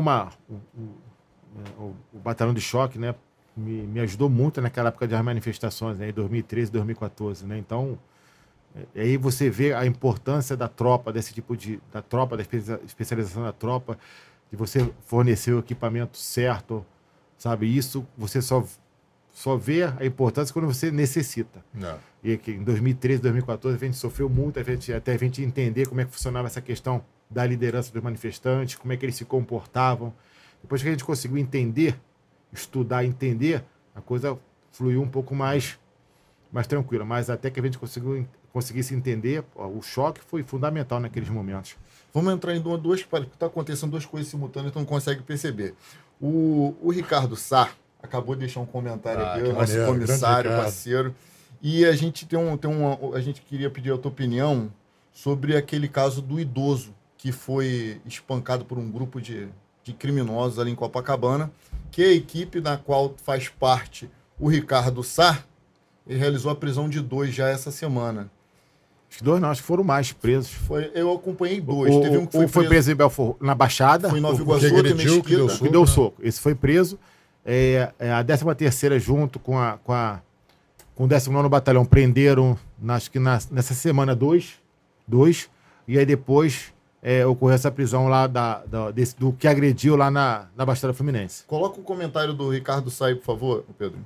o batalhão de choque, né, me ajudou muito naquela época das manifestações, né, em 2013, 2014, né, então aí você vê a importância da tropa, da especialização da tropa, de você fornecer o equipamento certo, sabe, isso você só vê a importância quando você necessita. Não. E que em 2013, 2014 a gente sofreu muito, até a gente entender como é que funcionava essa questão da liderança dos manifestantes, como é que eles se comportavam. Depois que a gente conseguiu estudar, entender, a coisa fluiu um pouco mais tranquila. Mas até que a gente conseguisse entender, o choque foi fundamental naqueles momentos. Vamos entrar em duas, porque está acontecendo 2 coisas simultâneas, então não consegue perceber. O Ricardo Sá acabou de deixar um comentário aqui, o nosso comissário, parceiro, e a gente a gente queria pedir a tua opinião sobre aquele caso do idoso que foi espancado por um grupo de criminosos ali em Copacabana, que a equipe na qual faz parte o Ricardo Sá realizou a prisão de 2 já essa semana. Acho que 2 não, acho que foram mais presos. Eu acompanhei 2. Teve um que foi preso em Belfort, na Baixada. Foi em Nova Iguaçu, outro em Mesquita. Que deu soco. Esse foi preso. A 13ª junto com o 19º Batalhão prenderam, acho que nessa semana, 2. E aí depois ocorreu essa prisão lá do que agrediu lá na Baixada Fluminense. Coloca o comentário do Ricardo Sá aí, por favor, Pedro.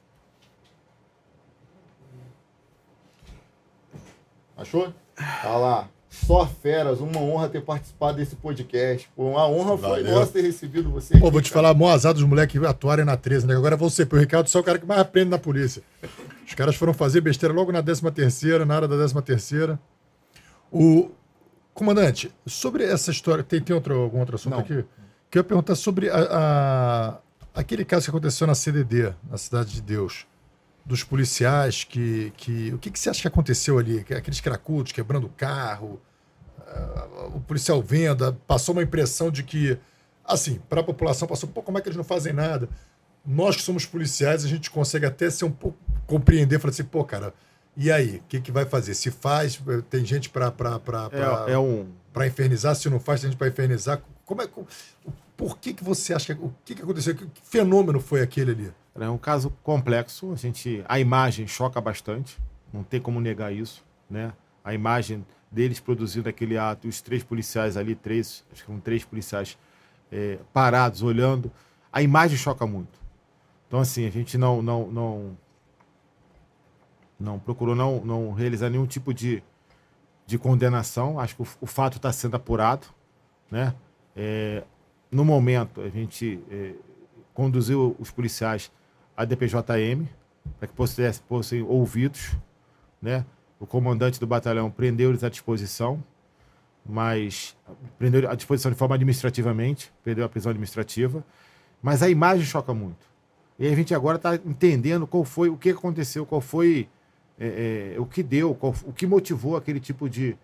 Achou? Tá lá. Só feras, uma honra ter participado desse podcast. Pô, uma honra foi nossa ter recebido você. Pô, vou te falar, mó azar dos moleques atuarem na 13, né? Agora você, o Ricardo só é o cara que mais aprende na polícia. Os caras foram fazer besteira logo na 13ª, na área da 13ª. Comandante, sobre essa história, tem algum outro assunto aqui? Que eu ia perguntar sobre aquele caso que aconteceu na CDD, na Cidade de Deus. Dos policiais o que você acha que aconteceu ali? Aqueles cracudos quebrando o carro, o policial vendo, passou uma impressão de que, assim, para a população passou, pô, como é que eles não fazem nada? Nós que somos policiais, a gente consegue até ser um pouco, compreender, falar assim, pô, cara, e aí? O que vai fazer? Se faz, tem gente para infernizar, se não faz, tem gente para infernizar. Por que você acha o que aconteceu? Que fenômeno foi aquele ali? É um caso complexo, a imagem choca bastante, não tem como negar isso, né? A imagem deles produzindo aquele ato, os 3 policiais ali, acho que foram 3 policiais parados, olhando, a imagem choca muito. Então, assim, a gente não procurou não realizar nenhum tipo de condenação, acho que o fato está sendo apurado, né? No momento, a gente conduziu os policiais à DPJM, para que fossem ouvidos, né? O comandante do batalhão prendeu eles à disposição, mas prendeu à disposição de forma administrativamente, prendeu a prisão administrativa, mas a imagem choca muito. E a gente agora está entendendo o que aconteceu, qual foi o que deu, o que motivou aquele tipo de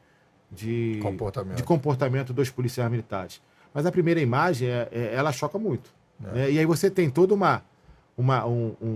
comportamento dos policiais militares. Mas a primeira imagem, ela choca muito. Né? E aí você tem toda uma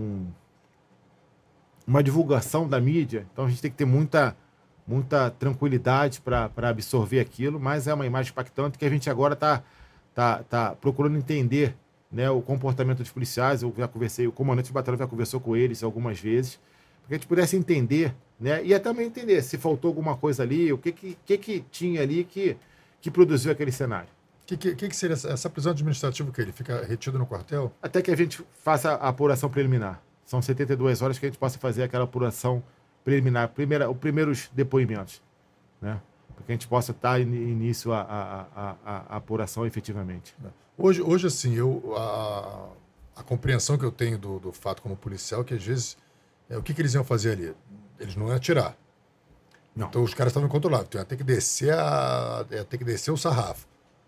divulgação da mídia, então a gente tem que ter muita tranquilidade para absorver aquilo, mas é uma imagem impactante que a gente agora tá procurando entender, né, o comportamento dos policiais. Eu já conversei, o comandante de batalhão já conversou com eles algumas vezes, para que a gente pudesse entender, né, e até também entender se faltou alguma coisa ali, o que tinha ali que produziu aquele cenário. O que seria essa prisão administrativa, que ele fica retido no quartel? Até que a gente faça a apuração preliminar. São 72 horas que a gente possa fazer aquela apuração preliminar, os primeiros depoimentos, né? Para que a gente possa dar início à apuração efetivamente. Hoje assim, a compreensão que eu tenho do fato como policial, que às vezes, o que eles iam fazer ali? Eles não iam atirar. Não. Então os caras estavam incontroláveis. Então ia ter que descer o sarrafo.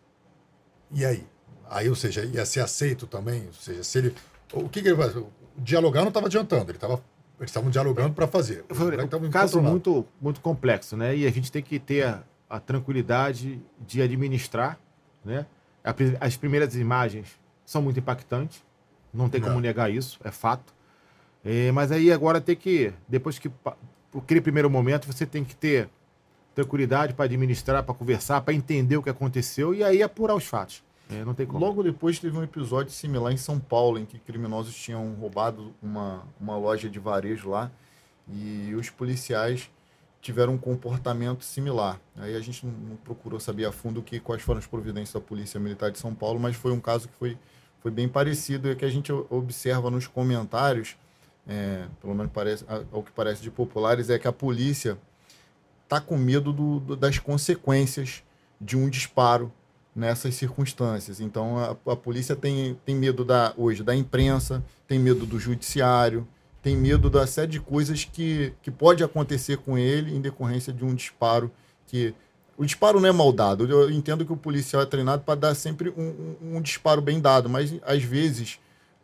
E aí? Aí, ou seja, ia ser aceito também? Ou seja, se ele... O que ele vai fazer? Dialogar não estava adiantando. Eles estavam dialogando para fazer. Foi um caso muito, muito complexo, né? E a gente tem que ter a tranquilidade de administrar, né? As primeiras imagens são muito impactantes. Não tem como negar isso, é fato. Mas aí agora tem que... Depois que... Aquele primeiro momento, você tem que ter tranquilidade para administrar, para conversar, para entender o que aconteceu e aí apurar os fatos. Não tem como. Logo depois teve um episódio similar em São Paulo, em que criminosos tinham roubado uma loja de varejo lá e os policiais tiveram um comportamento similar. Aí a gente não procurou saber a fundo quais foram as providências da Polícia Militar de São Paulo, mas foi um caso que foi bem parecido e que a gente observa nos comentários, pelo menos ao que parece de populares, é que a polícia está com medo das consequências de um disparo nessas circunstâncias. Então, a polícia tem medo hoje da imprensa, tem medo do judiciário, tem medo da série de coisas que pode acontecer com ele em decorrência de um disparo. O disparo não é mal dado. Eu entendo que o policial é treinado para dar sempre um disparo bem dado, mas, às vezes,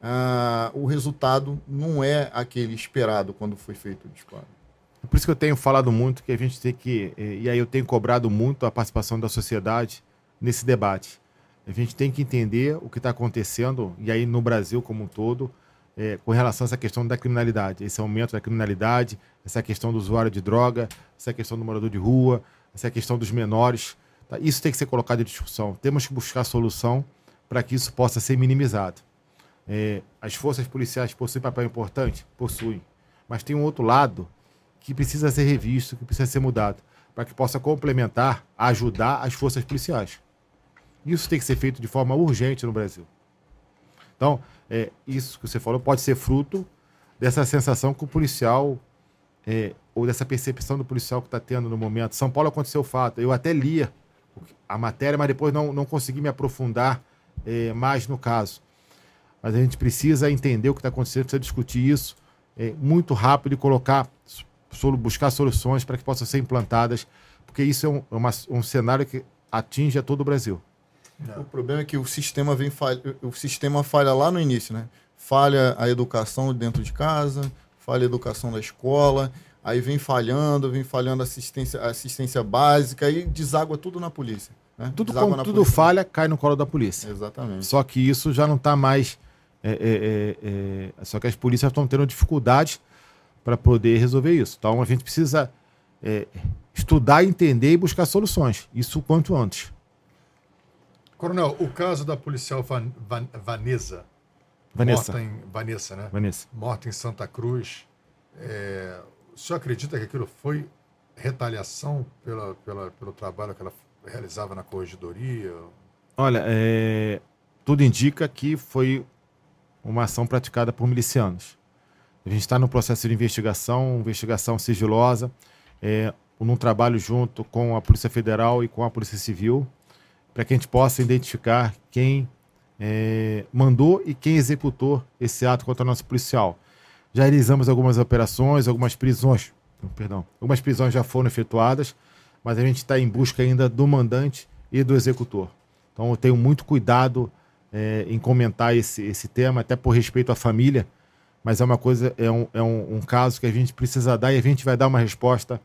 o resultado não é aquele esperado quando foi feito o disparo. Por isso que eu tenho falado muito que a gente tem que... E aí eu tenho cobrado muito a participação da sociedade nesse debate. A gente tem que entender o que está acontecendo, e aí no Brasil como um todo, com relação a essa questão da criminalidade, esse aumento da criminalidade, essa questão do usuário de droga, essa questão do morador de rua, essa questão dos menores. Tá? Isso tem que ser colocado em discussão. Temos que buscar solução para que isso possa ser minimizado. As forças policiais possuem papel importante? Possuem. Mas tem um outro lado que precisa ser revisto, que precisa ser mudado, para que possa complementar, ajudar as forças policiais. Isso tem que ser feito de forma urgente no Brasil. Então, isso que você falou pode ser fruto dessa sensação que o policial, ou dessa percepção do policial que está tendo no momento. São Paulo aconteceu o fato. Eu até lia a matéria, mas depois não consegui me aprofundar mais no caso. Mas a gente precisa entender o que está acontecendo, precisa discutir isso muito rápido e buscar soluções para que possam ser implantadas, porque isso é um cenário que atinge a todo o Brasil. O problema é que o sistema falha lá no início, né? Falha a educação dentro de casa, falha a educação da escola, aí vem falhando a assistência básica e deságua tudo na polícia. Né? Tudo falha, cai no colo da polícia. Exatamente. Só que isso já não está mais... Só que as polícias estão tendo dificuldade para poder resolver isso. Então a gente precisa estudar, entender e buscar soluções. Isso o quanto antes. Coronel, o caso da policial Vanessa, né? Vanessa. Morta em Santa Cruz. O senhor acredita que aquilo foi retaliação pelo trabalho que ela realizava na corregedoria? Olha, tudo indica que foi uma ação praticada por milicianos. A gente está no processo de investigação sigilosa, num trabalho junto com a Polícia Federal e com a Polícia Civil, para que a gente possa identificar quem mandou e quem executou esse ato contra o nosso policial. Já realizamos algumas operações, algumas prisões já foram efetuadas, mas a gente está em busca ainda do mandante e do executor. Então eu tenho muito cuidado em comentar esse tema, até por respeito à família, mas é um caso que a gente precisa dar e a gente vai dar uma resposta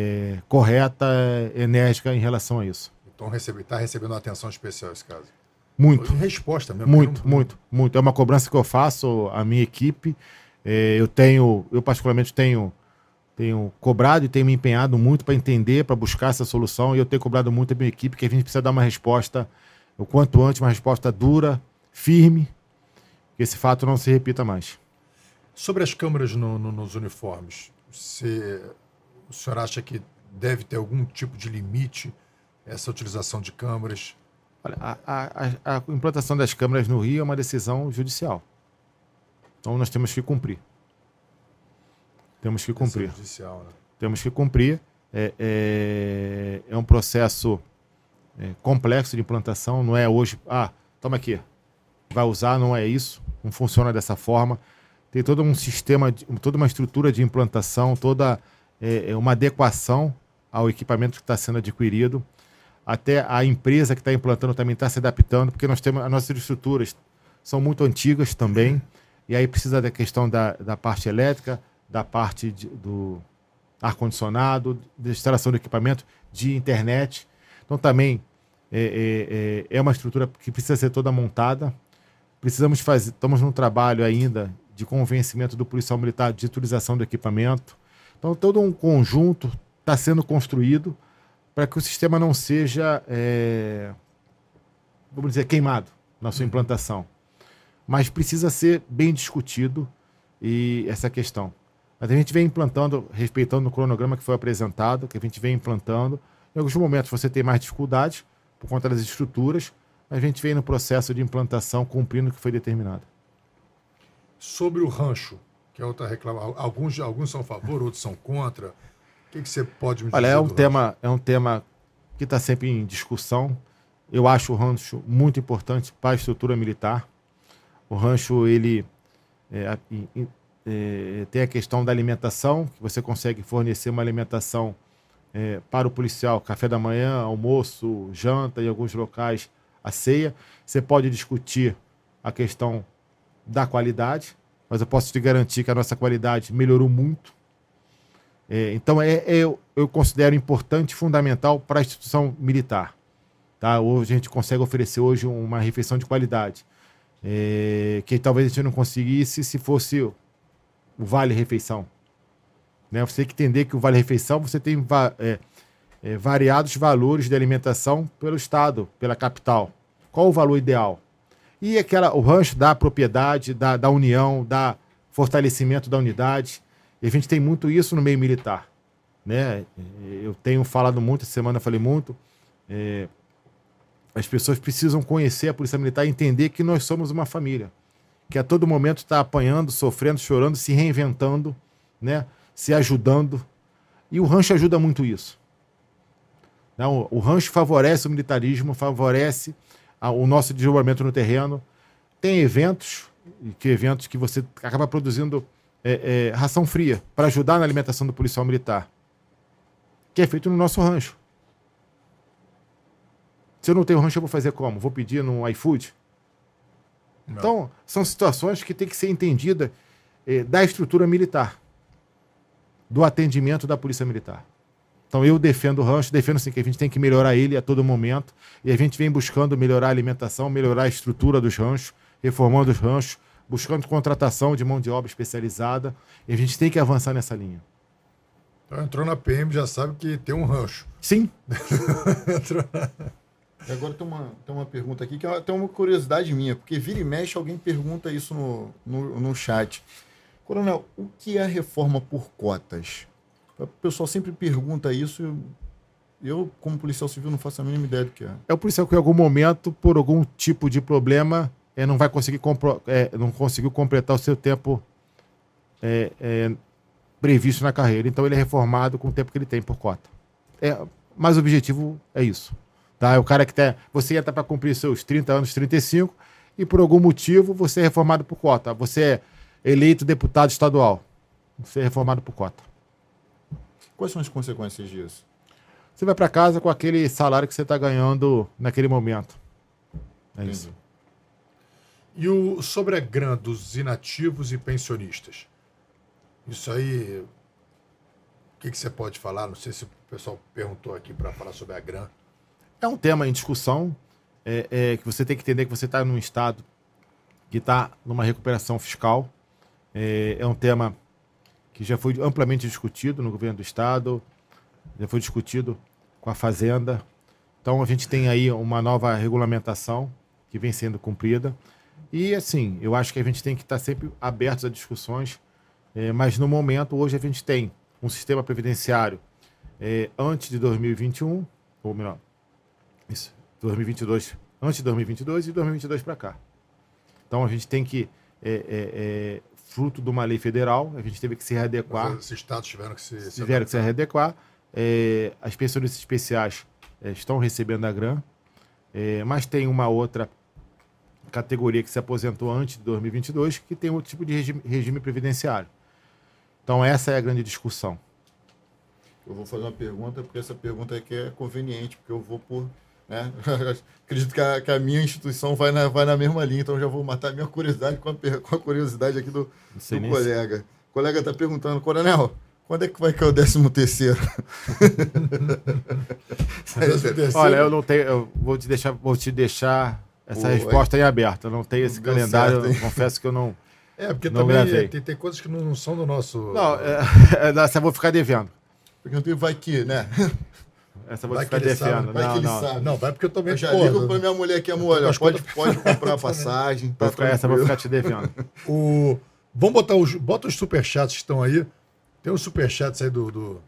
correta, enérgica em relação a isso. Então está recebendo uma atenção especial esse caso. Muito. Resposta mesmo. Muito. É uma cobrança que eu faço à minha equipe. Eu particularmente tenho cobrado e tenho me empenhado muito para entender, para buscar essa solução, e eu tenho cobrado muito a minha equipe que a gente precisa dar uma resposta o quanto antes, uma resposta dura, firme, que esse fato não se repita mais. Sobre as câmeras nos uniformes, o senhor acha que deve ter algum tipo de limite essa utilização de câmeras? Olha, a implantação das câmeras no Rio é uma decisão judicial. Então nós temos que cumprir. Temos que cumprir. Judicial, né? Temos que cumprir. É um processo complexo de implantação. Não é hoje, toma aqui, vai usar, não é isso. Não funciona dessa forma. Tem todo um sistema, toda uma estrutura de implantação, toda uma adequação ao equipamento que está sendo adquirido. Até a empresa que está implantando também está se adaptando, porque as nossas estruturas são muito antigas também, e aí precisa da questão da parte elétrica, da parte do ar-condicionado, da instalação do equipamento, de internet. Então também é uma estrutura que precisa ser toda montada. Estamos num trabalho ainda de convencimento do policial militar de utilização do equipamento. Então todo um conjunto está sendo construído para que o sistema não seja, vamos dizer, queimado na sua implantação. Mas precisa ser bem discutido essa questão. Mas a gente vem implantando, respeitando o cronograma que foi apresentado, que a gente vem implantando. Em alguns momentos você tem mais dificuldades por conta das estruturas, mas a gente vem no processo de implantação cumprindo o que foi determinado. Sobre o rancho, que é outra reclamação, alguns são a favor, outros são contra. O que você pode me dizer? Olha, é um tema que está sempre em discussão. Eu acho o rancho muito importante para a estrutura militar. O rancho, ele tem a questão da alimentação, que você consegue fornecer uma alimentação para o policial, café da manhã, almoço, janta, em alguns locais, a ceia. Você pode discutir a questão da qualidade, mas eu posso te garantir que a nossa qualidade melhorou muito. Então, eu considero importante e fundamental para a instituição militar. Tá? Hoje a gente consegue oferecer hoje uma refeição de qualidade, que talvez a gente não conseguisse se fosse o Vale-Refeição. Né? Você tem que entender que o Vale-Refeição você tem variados valores de alimentação pelo Estado, pela capital. Qual o valor ideal? E o rancho dá propriedade, dá união, dá fortalecimento da unidade. E a gente tem muito isso no meio militar. Né? Eu tenho falado muito, essa semana eu falei muito. As pessoas precisam conhecer a Polícia Militar e entender que nós somos uma família. Que a todo momento está apanhando, sofrendo, chorando, se reinventando, né? Se ajudando. E o rancho ajuda muito isso. Não, o rancho favorece o militarismo, favorece o nosso desenvolvimento no terreno. Tem eventos que você acaba produzindo ração fria para ajudar na alimentação do policial militar, que é feito no nosso rancho. Se eu não tenho rancho, eu vou fazer como? Vou pedir no iFood? Não. Então, são situações que têm que ser entendidas da estrutura militar, do atendimento da Polícia Militar. Então, eu defendo o rancho, defendo sim que a gente tem que melhorar ele a todo momento, e a gente vem buscando melhorar a alimentação, melhorar a estrutura dos ranchos, reformando os ranchos, buscando contratação de mão de obra especializada, e a gente tem que avançar nessa linha. Então, entrou na PM, já sabe que tem um rancho. Sim. E agora tem uma pergunta aqui que é até uma curiosidade minha, porque vira e mexe alguém pergunta isso no chat. Coronel, o que é a reforma por cotas? O pessoal sempre pergunta isso. Eu, como policial civil, não faço a mínima ideia do que é. É o policial que, em algum momento, por algum tipo de problema, não vai conseguir não conseguiu completar o seu tempo previsto na carreira. Então, ele é reformado com o tempo que ele tem por cota. Mas o objetivo é isso. Tá? É o cara que você ia estar para cumprir seus 30 anos, 35, e por algum motivo você é reformado por cota. Você é eleito deputado estadual. Você é reformado por cota. Quais são as consequências disso? Você vai para casa com aquele salário que você está ganhando naquele momento. Entendi. Isso. E sobre a GRAN dos inativos e pensionistas? Isso aí, o que você pode falar? Não sei se o pessoal perguntou aqui para falar sobre a GRAN. É um tema em discussão. que você tem que entender que você está num estado que está numa recuperação fiscal. É um tema que já foi amplamente discutido no governo do estado, já foi discutido com a Fazenda. Então a gente tem aí uma nova regulamentação que vem sendo cumprida. E assim, eu acho que a gente tem que estar sempre abertos a discussões, mas no momento, hoje a gente tem um sistema previdenciário antes de 2021, ou melhor, isso, 2022, antes de 2022 e 2022 para cá. Então a gente tem que, fruto de uma lei federal, a gente teve que se readequar. Os estados tiveram que se readequar. As pessoas especiais estão recebendo a grana, mas tem uma outra categoria que se aposentou antes de 2022 que tem outro tipo de regime previdenciário. Então essa é a grande discussão. Eu vou fazer uma pergunta, porque essa pergunta aqui é conveniente, porque eu vou por... Né? Acredito que a minha instituição vai na mesma linha, então já vou matar a minha curiosidade com a curiosidade aqui do colega. O colega está perguntando, Coronel, quando é que vai cair o 13º? Olha, eu não tenho, eu vou te deixar essa resposta em aberto. Eu não tenho esse calendário, certo, confesso que eu não. Porque não também tem coisas que não são do nosso. Não, essa eu vou ficar devendo. Porque vai que, né? Essa eu vou ficar devendo. Vai que ele sabe. Não, vai porque eu também. Eu já ligo pra minha mulher que, amor, olha, pode comprar a passagem. Essa eu vou ficar te devendo. Vamos bota os superchats que estão aí. Tem uns superchats aí do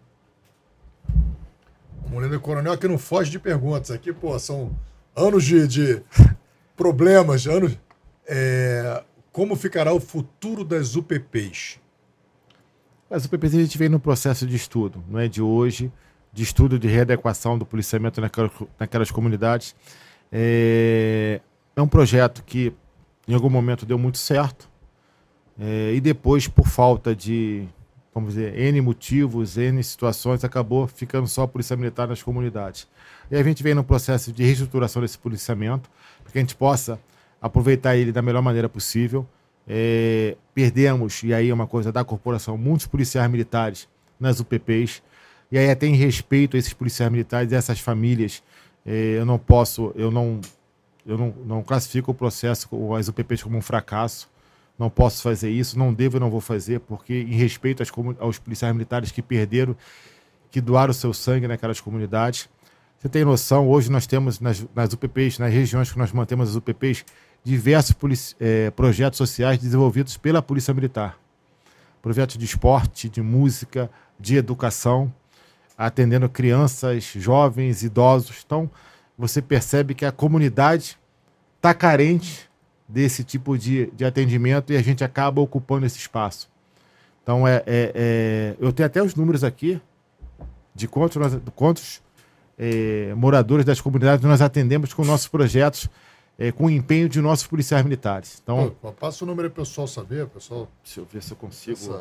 Mulher do Coronel que não foge de perguntas. Aqui, pô, são anos de problemas, anos. Como ficará o futuro das UPPs? As UPPs a gente vem no processo de estudo, não é de hoje, de estudo de readequação do policiamento naquelas comunidades. É um projeto que em algum momento deu muito certo e depois, por falta de, vamos dizer, N motivos, N situações, acabou ficando só a polícia militar nas comunidades. E a gente vem no processo de reestruturação desse policiamento, para que a gente possa aproveitar ele da melhor maneira possível. Perdemos, e aí é uma coisa da corporação, muitos policiais militares nas UPPs, e aí até em respeito a esses policiais militares e essas famílias, eu não classifico o processo com as UPPs como um fracasso, não posso fazer isso, não devo e não vou fazer, porque em respeito aos policiais militares que perderam, que doaram o seu sangue naquelas comunidades. Você tem noção, hoje nós temos nas UPPs, nas regiões que nós mantemos as UPPs, diversos projetos sociais desenvolvidos pela Polícia Militar. Projetos de esporte, de música, de educação, atendendo crianças, jovens, idosos. Então, você percebe que a comunidade está carente desse tipo de atendimento e a gente acaba ocupando esse espaço. Então, eu tenho até os números aqui de quantos moradores das comunidades nós atendemos com nossos projetos, com o empenho de nossos policiais militares. Então, passa o número aí para o pessoal saber, pessoal. Deixa eu ver se eu consigo.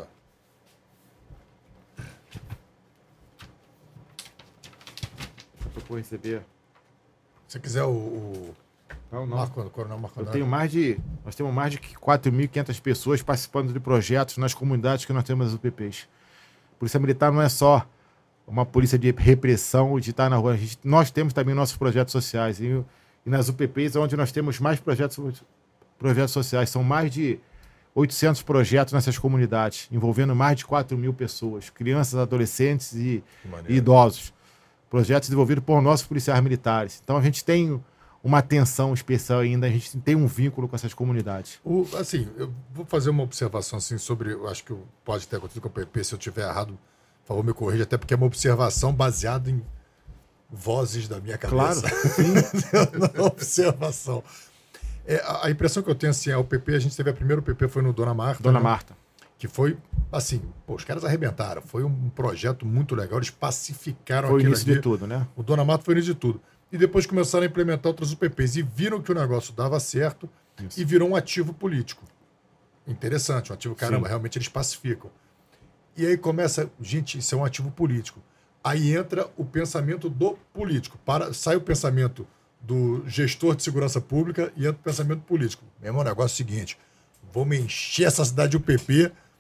Eu vou receber. Se quiser Não. Coronel Marco Nós temos mais de 4.500 pessoas participando de projetos nas comunidades que nós temos nas UPPs. Polícia Militar não é só uma polícia de repressão, de estar na rua. Nós temos também nossos projetos sociais. E nas UPPs é onde nós temos mais projetos sociais. São mais de 800 projetos nessas comunidades, envolvendo mais de 4.000 pessoas, crianças, adolescentes e idosos. Projetos desenvolvidos por nossos policiais militares. Então a gente tem uma atenção especial ainda, a gente tem um vínculo com essas comunidades. Eu vou fazer uma observação sobre, eu acho que pode ter acontecido com o PP, se eu estiver errado, por favor, me corrija, até porque é uma observação baseada em vozes da minha cabeça. Claro, sim. Uma observação. A impressão que eu tenho, assim, o PP, a gente teve a primeira PP, foi no Dona Marta. Dona Marta. Que foi, assim, os caras arrebentaram. Foi um projeto muito legal, eles pacificaram aquilo. Foi o início de tudo, né? O Dona Marta foi o início de tudo. E depois começaram a implementar outras UPPs e viram que o negócio dava certo. Isso. E virou um ativo político. Interessante, um ativo, caramba, sim, realmente eles pacificam. E aí começa, gente, isso é um ativo político. Aí entra o pensamento do político. Sai o pensamento do gestor de segurança pública e entra o pensamento político. Meu irmão, o negócio é o seguinte, vamos encher essa cidade de UPP,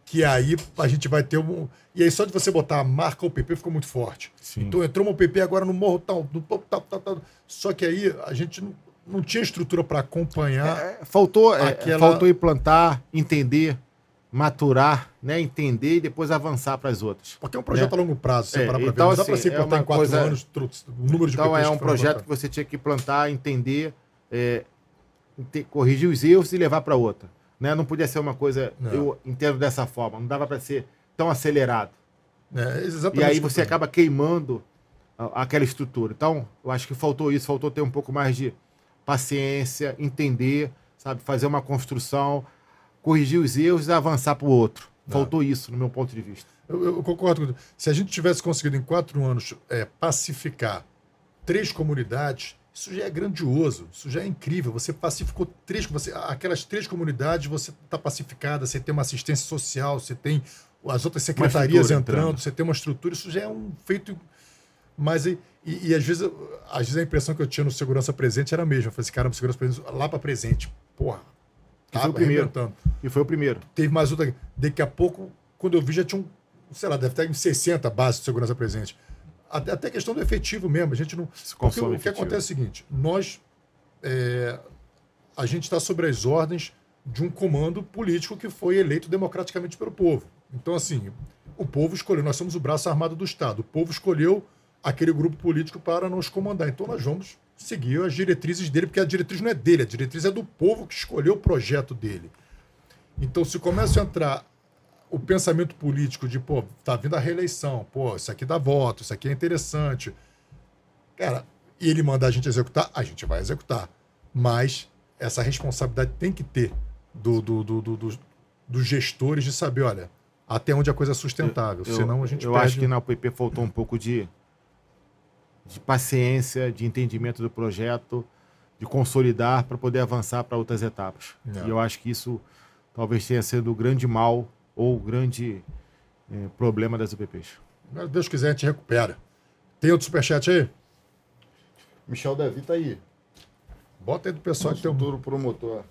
que aí a gente vai ter E aí só de você botar a marca UPP ficou muito forte. Sim. Então entrou uma UPP agora no morro tal, tal. Só que aí a gente não tinha estrutura para acompanhar. Faltou implantar, entender, maturar, né? Entender e depois avançar para as outras. Porque é um projeto a longo prazo, você parar pra ver. Então, Não dá para assim, você implantar em 4 anos o número de Então UPPs é um que foram projeto implantados. que você tinha que implantar, entender, corrigir os erros e levar para outra. Né? Não podia ser uma coisa, eu entendo dessa forma, não dava para ser tão acelerado. E aí você acaba queimando aquela estrutura. Então, eu acho que faltou isso, faltou ter um pouco mais de paciência, entender, sabe, fazer uma construção, corrigir os erros e avançar para o outro. Faltou isso, no meu ponto de vista. Eu concordo com você. Se a gente tivesse conseguido em 4 anos pacificar 3 comunidades, isso já é grandioso, isso já é incrível. Você pacificou aquelas 3 comunidades, você está pacificada, você tem uma assistência social, você tem as outras secretarias entrando, você tem uma estrutura, isso já é um feito. Mas e às vezes a impressão que eu tinha no Segurança Presente era a mesma. Eu falei assim, caramba, Segurança Presente lá para Presente, porra. Foi o primeiro. E foi o primeiro. Teve mais outra. Daqui a pouco, quando eu vi, já tinha sei lá, deve estar em 60 bases de segurança presente. Até questão do efetivo mesmo. A gente não. Porque o que acontece é o seguinte: a gente está sobre as ordens de um comando político que foi eleito democraticamente pelo povo. Então, assim, o povo escolheu. Nós somos o braço armado do Estado. O povo escolheu aquele grupo político para nos comandar. Então, nós vamos seguir as diretrizes dele, porque a diretriz não é dele, a diretriz é do povo que escolheu o projeto dele. Então, se começa a entrar o pensamento político de, tá vindo a reeleição, isso aqui dá voto, isso aqui é interessante. Cara, e ele mandar a gente executar, a gente vai executar. Mas essa responsabilidade tem que ter dos gestores de saber, olha, até onde a coisa é sustentável. Senão a gente Eu acho que na UPP faltou um pouco de paciência, de entendimento do projeto, de consolidar para poder avançar para outras etapas. E eu acho que isso talvez tenha sido o grande mal ou o grande problema das UPPs. Se Deus quiser, a gente recupera. Tem outro superchat aí? Michel Davi tá aí. Bota aí do pessoal que tem futuro promotor.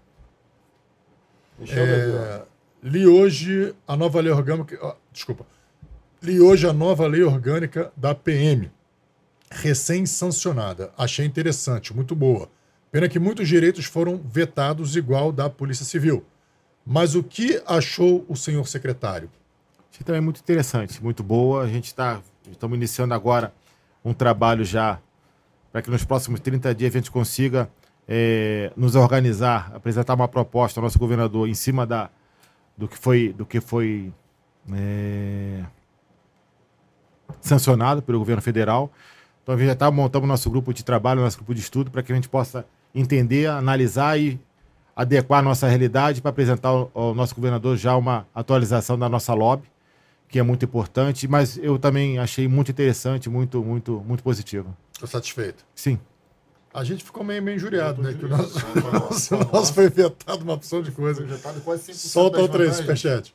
Michel Davi, li hoje a nova lei orgânica... Li hoje a nova lei orgânica da PM. Recém-sancionada. Achei interessante, muito boa. Pena que muitos direitos foram vetados igual da Polícia Civil. Mas o que achou o senhor secretário? Achei também muito interessante, muito boa. Estamos iniciando agora um trabalho já para que nos próximos 30 dias a gente consiga nos organizar, apresentar uma proposta ao nosso governador em cima do que foi sancionado pelo governo federal. Então a gente já está montando nosso grupo de trabalho, nosso grupo de estudo, para que a gente possa entender, analisar e adequar a nossa realidade para apresentar ao nosso governador já uma atualização da nossa lobby, que é muito importante, mas eu também achei muito interessante, muito, muito, muito positivo. Estou satisfeito? Sim. A gente ficou meio injuriado, né? Que o nosso foi vetado uma opção de coisa. Solta outra aí, superchat.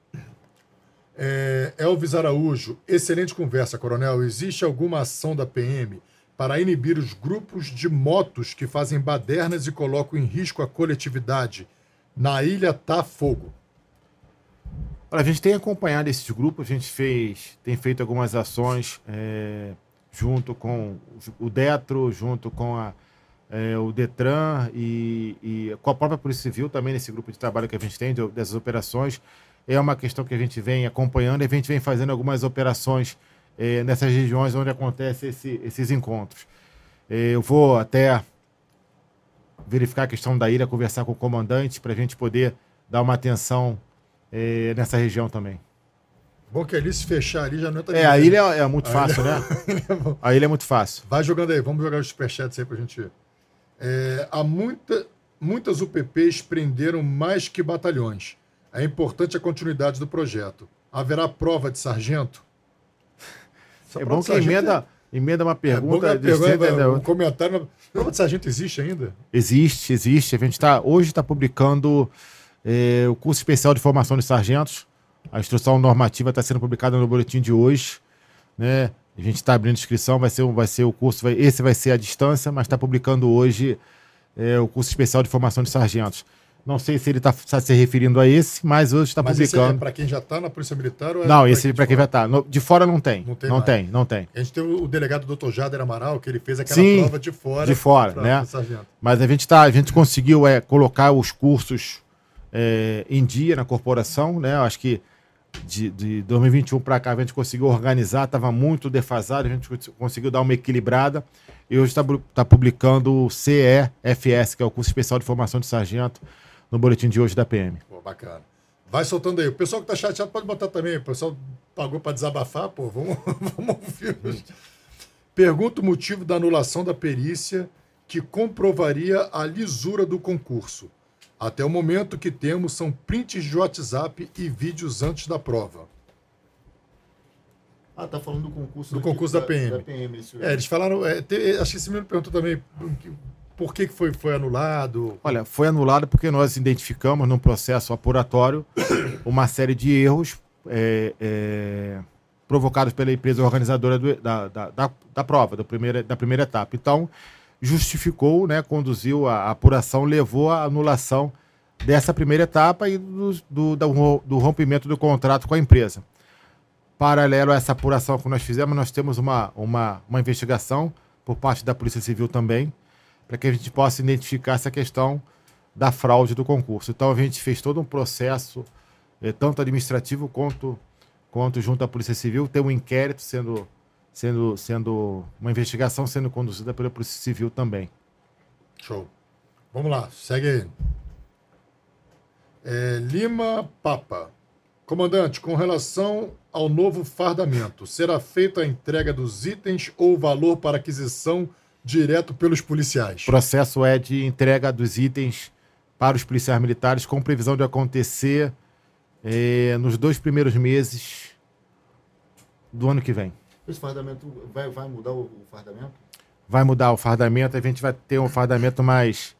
Elvis Araújo, excelente conversa, coronel. Existe alguma ação da PM para inibir os grupos de motos que fazem badernas e colocam em risco a coletividade? Na Ilha Tá Fogo. A gente tem acompanhado esses grupos, a gente tem feito algumas ações junto com o Detro, junto com o Detran e com a própria Polícia Civil também nesse grupo de trabalho que a gente tem dessas operações. É uma questão que a gente vem acompanhando e a gente vem fazendo algumas operações nessas regiões onde acontecem esses encontros. Eu vou até verificar a questão da ilha, conversar com o comandante para a gente poder dar uma atenção nessa região também. Bom que ali se fechar ali já não tá a ilha é muito fácil, né? A ilha é muito fácil. Vai jogando aí, vamos jogar os superchats aí pra gente ver. Há muitas UPPs prenderam mais que batalhões. É importante a continuidade do projeto. Haverá prova de sargento? É bom que emenda uma pergunta. Um comentário. Prova de sargento existe ainda? Existe. A gente hoje está publicando o curso especial de formação de sargentos. A instrução normativa está sendo publicada no boletim de hoje, né? A gente está abrindo inscrição, vai ser o curso, esse vai ser à distância, mas está publicando hoje o curso especial de formação de sargentos. Não sei se ele está se referindo a esse, mas hoje está Mas esse é publicando. para quem já está na Polícia Militar? Ou Não, pra esse para quem de já está. De fora não tem. Não tem. A gente tem o delegado Dr. Jader Amaral, que ele fez aquela Sim, prova de fora. de fora, né? Sargento. Mas a gente conseguiu colocar os cursos em dia na corporação, né? Eu acho que de 2021 para cá a gente conseguiu organizar, estava muito defasado, a gente conseguiu dar uma equilibrada e hoje está publicando o CEFS, que é o Curso Especial de Formação de Sargento, no boletim de hoje da PM. Pô, bacana. Vai soltando aí. O pessoal que tá chateado pode botar também. O pessoal pagou para desabafar, pô. Vamos ouvir. Pergunta o motivo da anulação da perícia que comprovaria a lisura do concurso. Até o momento que temos são prints de WhatsApp e vídeos antes da prova. Tá falando do concurso. Do concurso da PM. Da PM isso eles falaram... acho que esse menino perguntou também por que foi anulado. Olha, foi anulado porque nós identificamos num processo apuratório uma série de erros provocados pela empresa organizadora da prova, da primeira etapa. Então, justificou, né, conduziu a apuração, levou à anulação dessa primeira etapa e do rompimento do contrato com a empresa. Paralelo a essa apuração que nós fizemos, nós temos uma investigação por parte da Polícia Civil também, para que a gente possa identificar essa questão da fraude do concurso. Então, a gente fez todo um processo, tanto administrativo quanto junto à Polícia Civil, tem um inquérito sendo uma investigação sendo conduzida pela Polícia Civil também. Show. Vamos lá, segue aí. Lima Papa. Comandante, com relação ao novo fardamento, será feita a entrega dos itens ou o valor para aquisição direto pelos policiais? O processo é de entrega dos itens para os policiais militares, com previsão de acontecer nos 2 primeiros meses do ano que vem. Esse fardamento vai mudar o fardamento? Vai mudar o fardamento, a gente vai ter um fardamento mais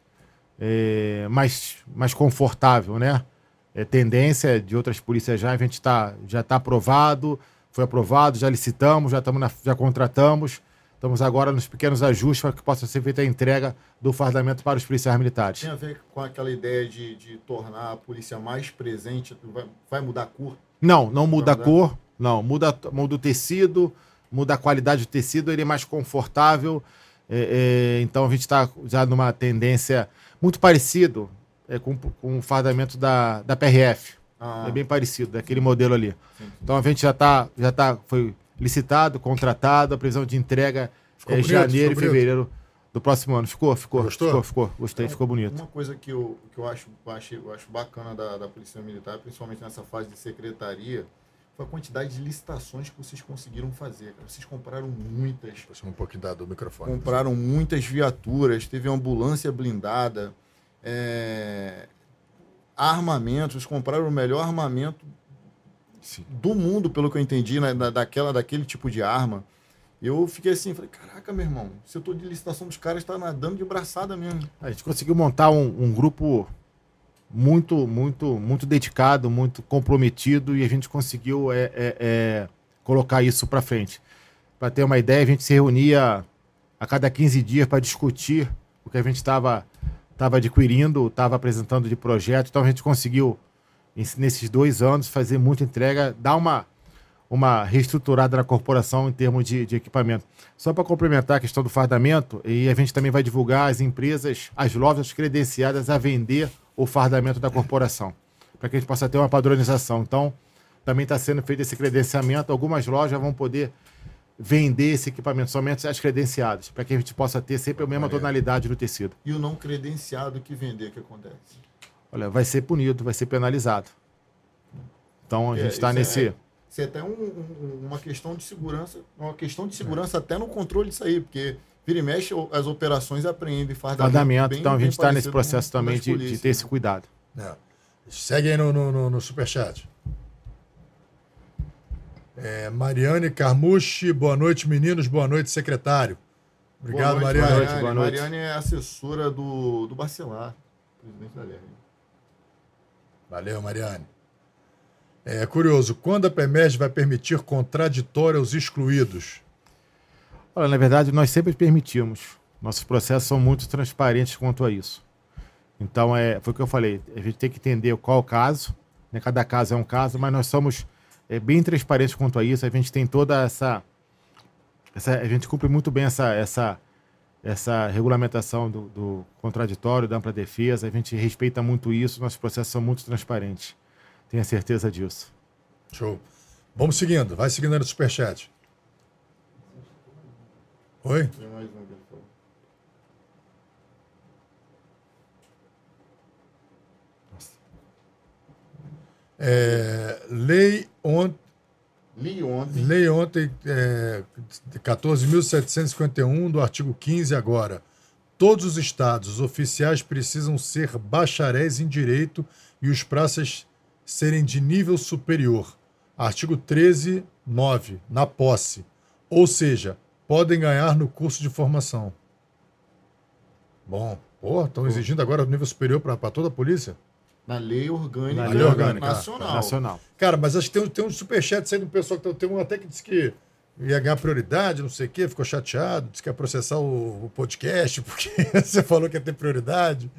confortável, né? Tendência de outras polícias já, a gente já está aprovado, foi aprovado, já licitamos, já contratamos, estamos agora nos pequenos ajustes para que possa ser feita a entrega do fardamento para os policiais militares. Tem a ver com aquela ideia de tornar a polícia mais presente, vai mudar a cor? Não muda a cor, não, muda o tecido, muda a qualidade do tecido, ele é mais confortável, então a gente está já numa tendência muito parecido com o fardamento da PRF. É bem parecido, daquele modelo ali. Sim. Então a gente foi licitado, contratado, a previsão de entrega é janeiro e fevereiro do próximo ano. Ficou. Gostou? Ficou. Gostei, ficou bonito. Uma coisa que eu acho bacana da Polícia Militar, principalmente nessa fase de secretaria, foi a quantidade de licitações que vocês conseguiram fazer. Vocês compraram muitas. Um pouquinho do microfone. Compraram muitas viaturas, teve ambulância blindada, armamentos, compraram o melhor armamento do mundo, pelo que eu entendi, daquele tipo de arma. Eu fiquei assim, falei, caraca, meu irmão, o setor de licitação dos caras está nadando de braçada mesmo. A gente conseguiu montar um grupo muito dedicado, muito comprometido, e a gente conseguiu colocar isso para frente. Para ter uma ideia, a gente se reunia a cada 15 dias para discutir o que a gente estava adquirindo, estava apresentando de projeto. Então a gente conseguiu, nesses 2 anos, fazer muita entrega, dar uma reestruturada na corporação em termos de equipamento. Só para complementar a questão do fardamento, e a gente também vai divulgar as empresas, as lojas credenciadas a vender o fardamento da corporação, para que a gente possa ter uma padronização. Então, também está sendo feito esse credenciamento. Algumas lojas vão poder vender esse equipamento, somente as credenciadas, para que a gente possa ter sempre a mesma tonalidade do tecido. E o não credenciado que vender, o que acontece? Olha, vai ser punido, vai ser penalizado. Então, a gente está nesse... Isso é até uma questão de segurança, até no controle disso aí, porque vira e mexe, as operações apreendem fardamento. Então a gente está nesse processo também de ter esse cuidado. Segue aí no superchat. Mariane Carmucci, boa noite, meninos, boa noite, secretário. Obrigado, Mariane. Boa noite. Mariane é assessora do Bacelar, presidente da LERJ. Valeu, Mariane. Curioso, quando a PEMERG vai permitir contraditório aos excluídos? Olha, na verdade, nós sempre permitimos. Nossos processos são muito transparentes quanto a isso. Então, foi o que eu falei, a gente tem que entender qual é o caso, né? Cada caso é um caso, mas nós somos bem transparentes quanto a isso, a gente tem toda a gente cumpre muito bem essa regulamentação do contraditório, da ampla defesa, a gente respeita muito isso, nossos processos são muito transparentes, tenha certeza disso. Show. Vamos seguindo, vai seguindo aí no superchat. Oi? Tem mais um que ele falou. Lei ontem 14.751 do artigo 15 agora. Todos os estados os oficiais precisam ser bacharéis em direito e os praças serem de nível superior. Artigo 13, 9, na posse. Ou seja, podem ganhar no curso de formação. Bom, estão exigindo agora o nível superior para toda a polícia? Na lei orgânica, Na lei orgânica nacional. Cara, mas acho que tem um superchat aí do pessoal que tem um até que disse que ia ganhar prioridade, não sei o quê, ficou chateado, disse que ia processar o podcast, porque você falou que ia ter prioridade.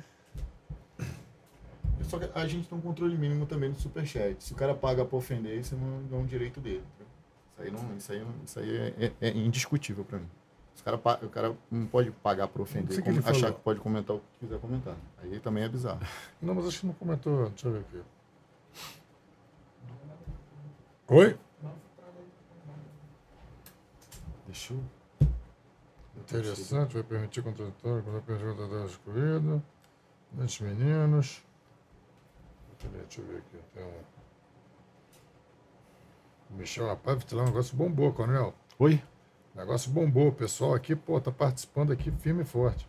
Só que a gente tem um controle mínimo também do superchat. Se o cara paga pra ofender, isso não é um direito dele. Isso aí é indiscutível pra mim. O cara não pode pagar pra ofender, achar que pode comentar o que quiser comentar. Aí também é bizarro. Não, mas acho que não comentou. Deixa eu ver aqui. Oi? Deixa eu... Interessante, vai permitir contraditório, vai permitir contraditório excluído. Muitos meninos. Deixa eu ver aqui. Tem um... Michel Rapaz, lá, um negócio bombou, Coronel. Oi? O negócio bombou. O pessoal aqui, tá participando aqui firme e forte.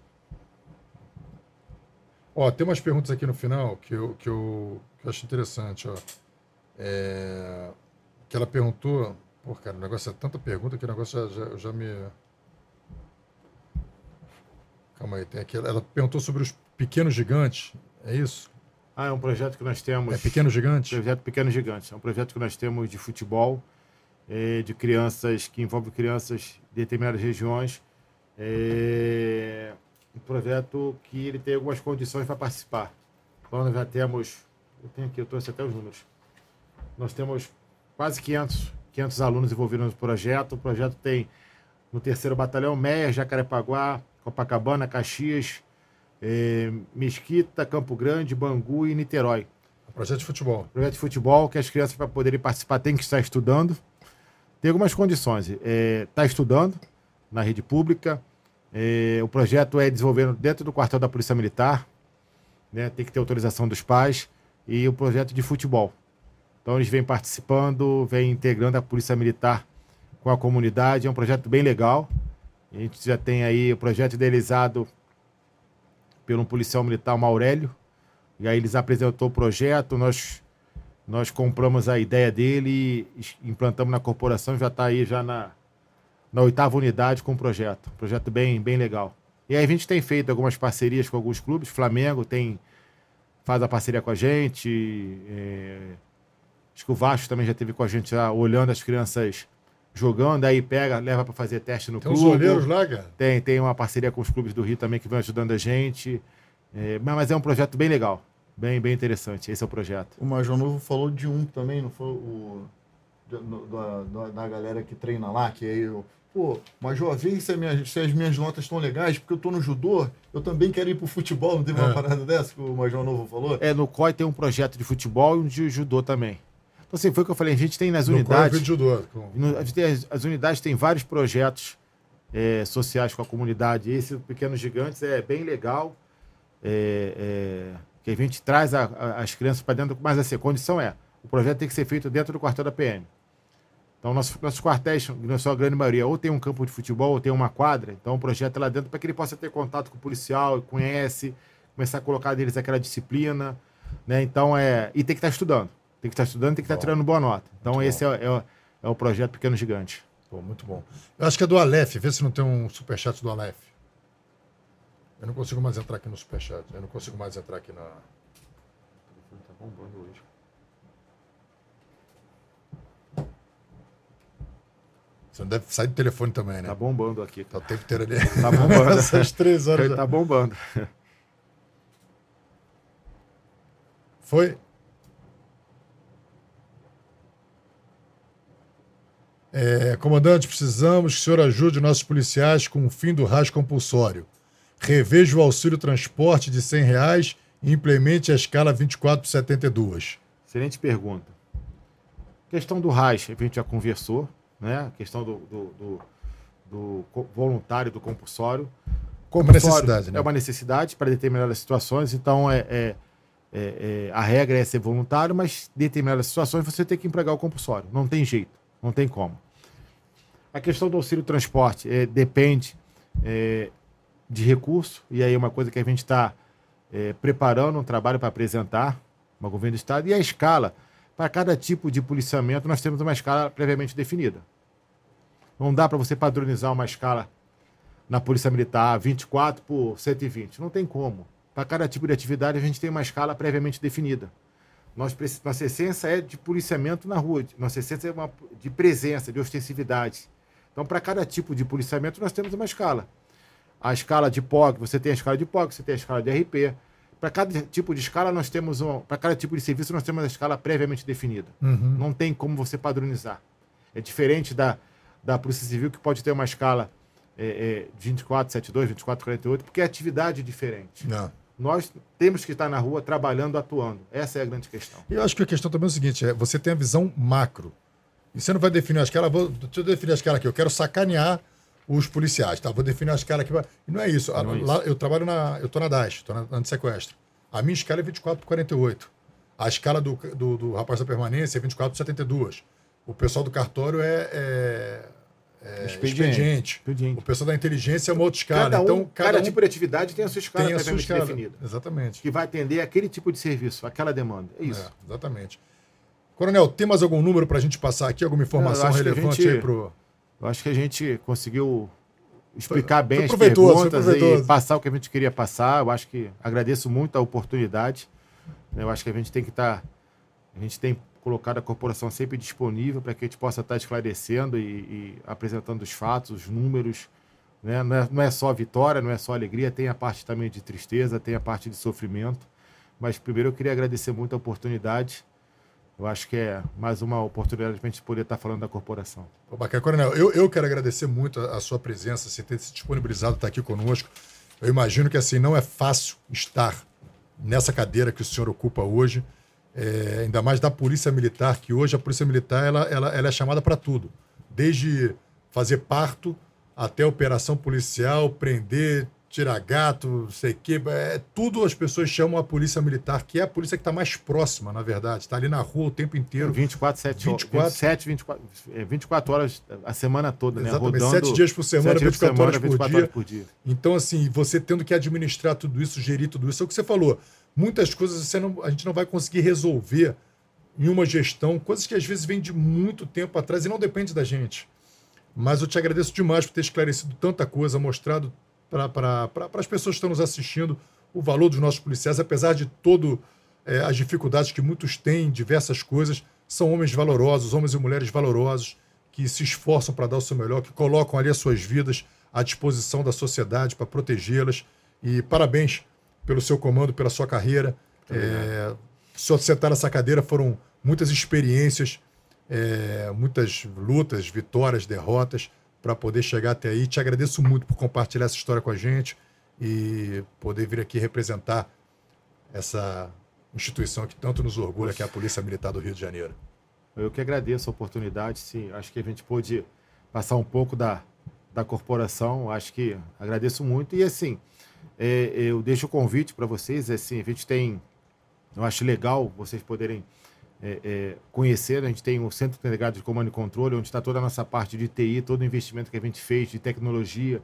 Tem umas perguntas aqui no final que eu acho interessante, que ela perguntou... cara, o negócio é tanta pergunta que o negócio já me... Calma aí, tem aqui. Ela perguntou sobre os pequenos gigantes, é isso? É um projeto que nós temos... É Pequeno Gigante? Projeto Pequeno Gigante. É um projeto que nós temos de futebol, de crianças, que envolve crianças de determinadas regiões. Um projeto que ele tem algumas condições para participar. Então nós já temos... eu trouxe até os números. Nós temos quase 500 alunos envolvidos no projeto. O projeto tem no 3º Batalhão, Meia, Jacarepaguá, Copacabana, Caxias, Mesquita, Campo Grande, Bangu e Niterói. Projeto de futebol. Projeto de futebol, que as crianças, para poderem participar, têm que estar estudando. Tem algumas condições. Está estudando na rede pública. O projeto é desenvolvido dentro do quartel da Polícia Militar. Né? Tem que ter autorização dos pais. E o projeto de futebol. Então, eles vêm participando, vêm integrando a Polícia Militar com a comunidade. É um projeto bem legal. A gente já tem aí o projeto idealizado pelo policial militar, Maurélio. E aí eles apresentou o projeto, nós compramos a ideia dele e implantamos na corporação, já está aí já na 8ª unidade com o projeto. Um projeto bem legal. E aí a gente tem feito algumas parcerias com alguns clubes. Flamengo faz a parceria com a gente. Acho que o Vasco também já esteve com a gente já olhando as crianças jogando, aí leva para fazer teste no clube. Tem uns olheiros lá, cara? Tem uma parceria com os clubes do Rio também que vão ajudando a gente. Mas é um projeto bem legal, bem interessante. Esse é o projeto. O Major Novo falou de um também, não foi da galera que treina lá, que aí Major, vê se as minhas notas estão legais, porque eu tô no judô, eu também quero ir pro futebol, não teve uma parada dessa que o Major Novo falou? No COI tem um projeto de futebol e um de judô também. Então, assim, foi o que eu falei, a gente tem nas no unidades... COI judô. As unidades têm vários projetos sociais com a comunidade. Esse Pequenos Gigantes é bem legal, que a gente traz as crianças para dentro, mas assim, a condição o projeto tem que ser feito dentro do quartel da PM. Então, nossos quartéis, na sua grande maioria, ou tem um campo de futebol, ou tem uma quadra. Então, o projeto é lá dentro para que ele possa ter contato com o policial, conhece, começar a colocar deles aquela disciplina, né? Então, e tem que estar estudando. Tem que estar estudando, tem que estar tirando boa nota. Então, esse é o projeto Pequeno Gigante. Muito bom. Eu acho que é do Aleph. Vê se não tem um superchat do Aleph. Eu não consigo mais entrar aqui no superchat. Eu não consigo mais entrar aqui na... O telefone tá bombando hoje. Você não deve sair do telefone também, né? Tá bombando aqui. Tá o tempo inteiro ali. Tá bombando. Essas 3 horas. Tá bombando. Foi? Comandante, precisamos que o senhor ajude nossos policiais com o fim do RAS compulsório. Reveja o auxílio transporte de R$ 100 e implemente a escala 24 por 72. Excelente pergunta. Questão do RAS, a gente já conversou, né? A questão do voluntário, do compulsório. Uma necessidade, né? É uma necessidade para determinadas situações, então a regra é ser voluntário, mas em determinadas situações você tem que empregar o compulsório. Não tem jeito, não tem como. A questão do auxílio transporte depende de recurso, e aí é uma coisa que a gente está preparando um trabalho para apresentar ao governo do Estado, e a escala, para cada tipo de policiamento, nós temos uma escala previamente definida. Não dá para você padronizar uma escala na Polícia Militar 24 por 120. Não tem como. Para cada tipo de atividade, a gente tem uma escala previamente definida. Nossa essência é de policiamento na rua. Nossa essência é de presença, de ostensividade. Então, para cada tipo de policiamento, nós temos uma escala. A escala de POC, você tem a escala de POC, você tem a escala de RP. Para cada tipo de escala, nós temos para cada tipo de serviço, nós temos uma escala previamente definida. Uhum. Não tem como você padronizar. É diferente da Polícia Civil, que pode ter uma escala 2472, 2448, porque é atividade diferente. Não. Nós temos que estar na rua trabalhando, atuando. Essa é a grande questão. E eu acho que a questão também é o seguinte, você tem a visão macro. E você não vai definir a escala, deixa eu definir a escala aqui, eu quero sacanear os policiais, tá? Vou definir a escala aqui. E não é isso. Não é Lá, isso. eu trabalho eu tô na DAS, estou na antissequestro. A minha escala é 24 por 48. A escala do rapaz da permanência é 24 por 72. O pessoal do cartório é expediente. O pessoal da inteligência é uma outra escala. Cada tipo de atividade tem a sua escala tem a sua escala definida. Exatamente. Que vai atender aquele tipo de serviço, aquela demanda. É isso. Exatamente. Coronel, tem mais algum número para a gente passar aqui? Alguma informação relevante aí pro... Eu acho que a gente conseguiu explicar bem as proveitoso, perguntas e passar o que a gente queria passar. Eu acho que agradeço muito a oportunidade. Eu acho que a gente tem que estar... A gente tem colocado a corporação sempre disponível para que a gente possa estar esclarecendo e apresentando os fatos, os números. Né? Não é só vitória, não é só alegria, tem a parte também de tristeza, tem a parte de sofrimento. Mas primeiro eu queria agradecer muito a oportunidade. Eu acho que é mais uma oportunidade para a gente poder estar falando da corporação. Bacana, Coronel. Eu quero agradecer muito a sua presença, você ter se disponibilizado estar aqui conosco. Eu imagino que assim não é fácil estar nessa cadeira que o senhor ocupa hoje, ainda mais da Polícia Militar, que hoje a Polícia Militar ela é chamada para tudo. Desde fazer parto até operação policial, prender, tirar gato, não sei o quê. Tudo as pessoas chamam a Polícia Militar, que é a polícia que está mais próxima, na verdade. Está ali na rua o tempo inteiro. 24 horas a semana toda, né? Exatamente, Rodando 7 dias por semana, 24 horas por dia. Então, assim, você tendo que administrar tudo isso, gerir tudo isso, é o que você falou. Muitas coisas a gente não vai conseguir resolver em uma gestão, coisas que às vezes vêm de muito tempo atrás e não depende da gente. Mas eu te agradeço demais por ter esclarecido tanta coisa, mostrado para as pessoas que estão nos assistindo o valor dos nossos policiais, apesar de todas as dificuldades que muitos têm, diversas coisas, são homens valorosos, homens e mulheres valorosos, que se esforçam para dar o seu melhor, que colocam ali as suas vidas à disposição da sociedade para protegê-las. E parabéns pelo seu comando, pela sua carreira. Só sentar nessa cadeira foram muitas experiências, muitas lutas, vitórias, derrotas, para poder chegar até aí. Te agradeço muito por compartilhar essa história com a gente e poder vir aqui representar essa instituição que tanto nos orgulha, que é a Polícia Militar do Rio de Janeiro. Eu que agradeço a oportunidade, sim. Acho que a gente pôde passar um pouco da corporação. Acho que agradeço muito. E, assim, eu deixo o convite para vocês. Assim, a gente tem... Eu acho legal vocês poderem conhecer. A gente tem o Centro Integrado de Comando e Controle, onde está toda a nossa parte de TI, todo o investimento que a gente fez de tecnologia.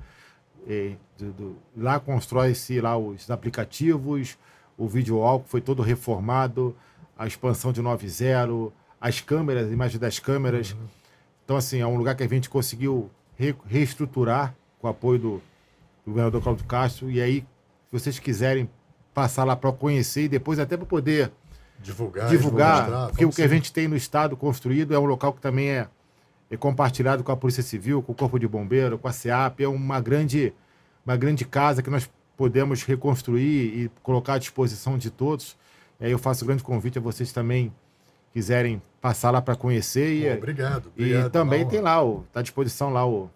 Lá constrói-se lá os aplicativos, o videoálcool foi todo reformado, a expansão de 9.0, as câmeras, a imagem das câmeras. Uhum. Então, assim, é um lugar que a gente conseguiu reestruturar com o apoio do governador Cláudio Castro. E aí, se vocês quiserem passar lá para conhecer e depois até para poder divulgar mostrar, porque o que a gente tem no estado construído é um local que também é compartilhado com a Polícia Civil, com o Corpo de Bombeiro, com a SEAP. É uma grande casa que nós podemos reconstruir e colocar à disposição de todos. E aí eu faço um grande convite a vocês também quiserem passar lá para conhecer. Obrigado. E também tem lá, está à disposição lá o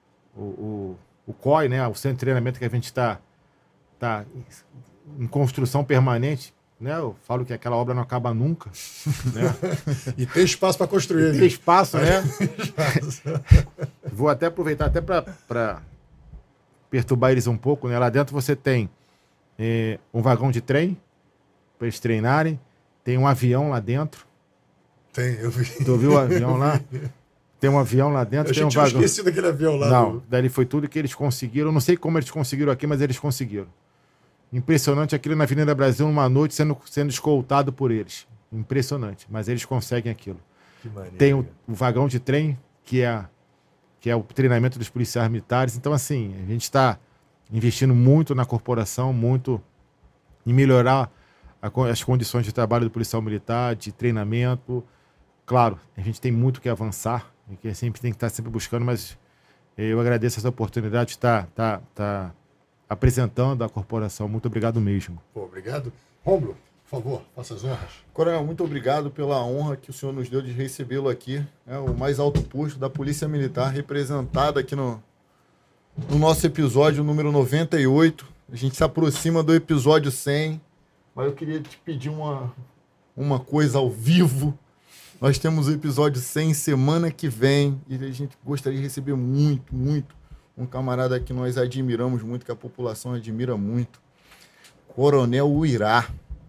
COI, né? O centro de treinamento que a gente está em construção permanente. Né? Eu falo que aquela obra não acaba nunca. Né? E tem espaço para construir. Tem espaço, né? Vou até aproveitar até para perturbar eles um pouco. Né? Lá dentro você tem um vagão de trem para eles treinarem. Tem um avião lá dentro. Tem, eu vi. Tu viu o avião lá? Tem um avião lá dentro. Eu tinha esquecido daquele avião lá. Não, daí foi tudo que eles conseguiram. Eu não sei como eles conseguiram aqui, mas eles conseguiram. Impressionante aquilo na Avenida Brasil, uma noite sendo escoltado por eles. Impressionante, mas eles conseguem aquilo. Que maneiro. Tem o vagão de trem, que é o treinamento dos policiais militares. Então, assim, a gente está investindo muito na corporação, muito em melhorar as condições de trabalho do policial militar, de treinamento. Claro, a gente tem muito que avançar, e que a gente tem que estar sempre buscando, mas eu agradeço essa oportunidade de estar apresentando a corporação. Muito obrigado mesmo. Pô, obrigado. Rômulo, por favor, faça as honras. Coronel, muito obrigado pela honra que o senhor nos deu de recebê-lo aqui. É o mais alto posto da Polícia Militar, representado aqui no nosso episódio número 98. A gente se aproxima do episódio 100, mas eu queria te pedir uma coisa ao vivo. Nós temos o episódio 100 semana que vem e a gente gostaria de receber muito um camarada que nós admiramos muito, que a população admira muito, Coronel Uirá.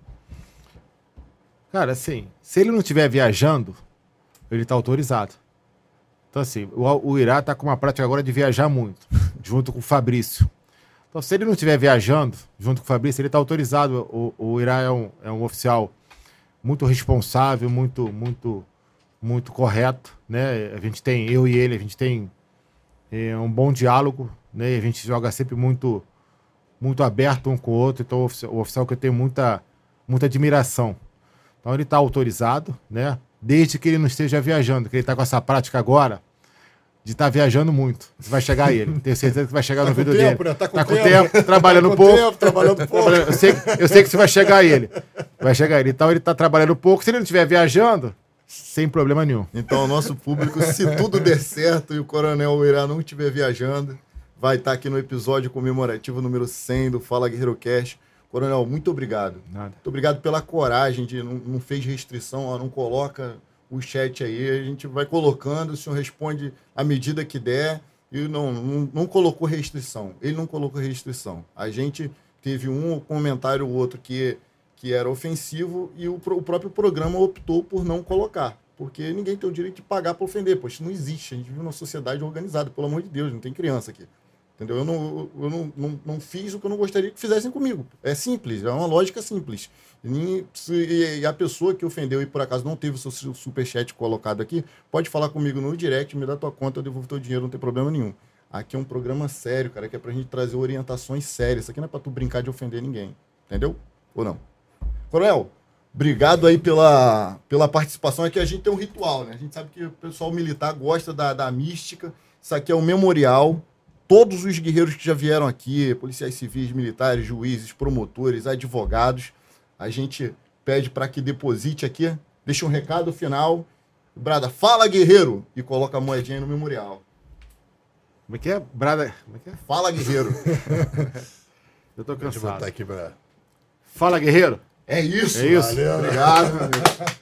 Cara, assim, se ele não estiver viajando, ele está autorizado. Então, assim, o Uirá está com uma prática agora de viajar muito, junto com o Fabrício. Então, se ele não estiver viajando, junto com o Fabrício, ele está autorizado. O Uirá é um oficial muito responsável, muito correto, né? A gente tem, eu e ele, a gente tem um bom diálogo, né? A gente joga sempre muito aberto um com o outro. Então, o oficial que eu tenho muita admiração. Então, ele está autorizado, né? Desde que ele não esteja viajando, que ele está com essa prática agora de estar viajando muito. Você vai chegar a ele. Tenho certeza que vai chegar no vídeo dele. Né? Tá com tempo, trabalhando pouco. Trabalhando pouco. Eu sei que você vai chegar a ele. Vai chegar a ele. Então, ele está trabalhando pouco. Se ele não estiver viajando, sem problema nenhum. Então, o nosso público, se tudo der certo e o Coronel Uirá não estiver viajando, vai estar aqui no episódio comemorativo número 100 do Fala Guerreiro Cast. Coronel, muito obrigado. Nada. Muito obrigado pela coragem de não fez restrição, ó, não coloca o chat aí, a gente vai colocando, o senhor responde à medida que der e não colocou restrição. Ele não colocou restrição. A gente teve um comentário ou outro que era ofensivo e o próprio programa optou por não colocar, porque ninguém tem o direito de pagar para ofender, pois isso não existe. A gente vive numa sociedade organizada, pelo amor de Deus, não tem criança aqui. Entendeu? Eu não fiz o que eu não gostaria que fizessem comigo. É simples, é uma lógica simples. E a pessoa que ofendeu e por acaso não teve o seu superchat colocado aqui, pode falar comigo no direct, me dá tua conta, eu devolvo teu dinheiro, não tem problema nenhum. Aqui é um programa sério, cara, que é pra gente trazer orientações sérias. Isso aqui não é pra tu brincar de ofender ninguém. Entendeu? Ou não? Coronel, obrigado aí pela participação. Aqui a gente tem um ritual, né? A gente sabe que o pessoal militar gosta da mística. Isso aqui é um memorial. Todos os guerreiros que já vieram aqui, policiais civis, militares, juízes, promotores, advogados, a gente pede para que deposite aqui, deixa um recado final. Brada, fala guerreiro! E coloca a moedinha aí no memorial. Como é que é? Brada, como é que é? Fala guerreiro! Eu tô Deixa eu cansado. botar aqui pra... Fala, guerreiro! É isso! É isso. Valeu. Obrigado, meu amigo.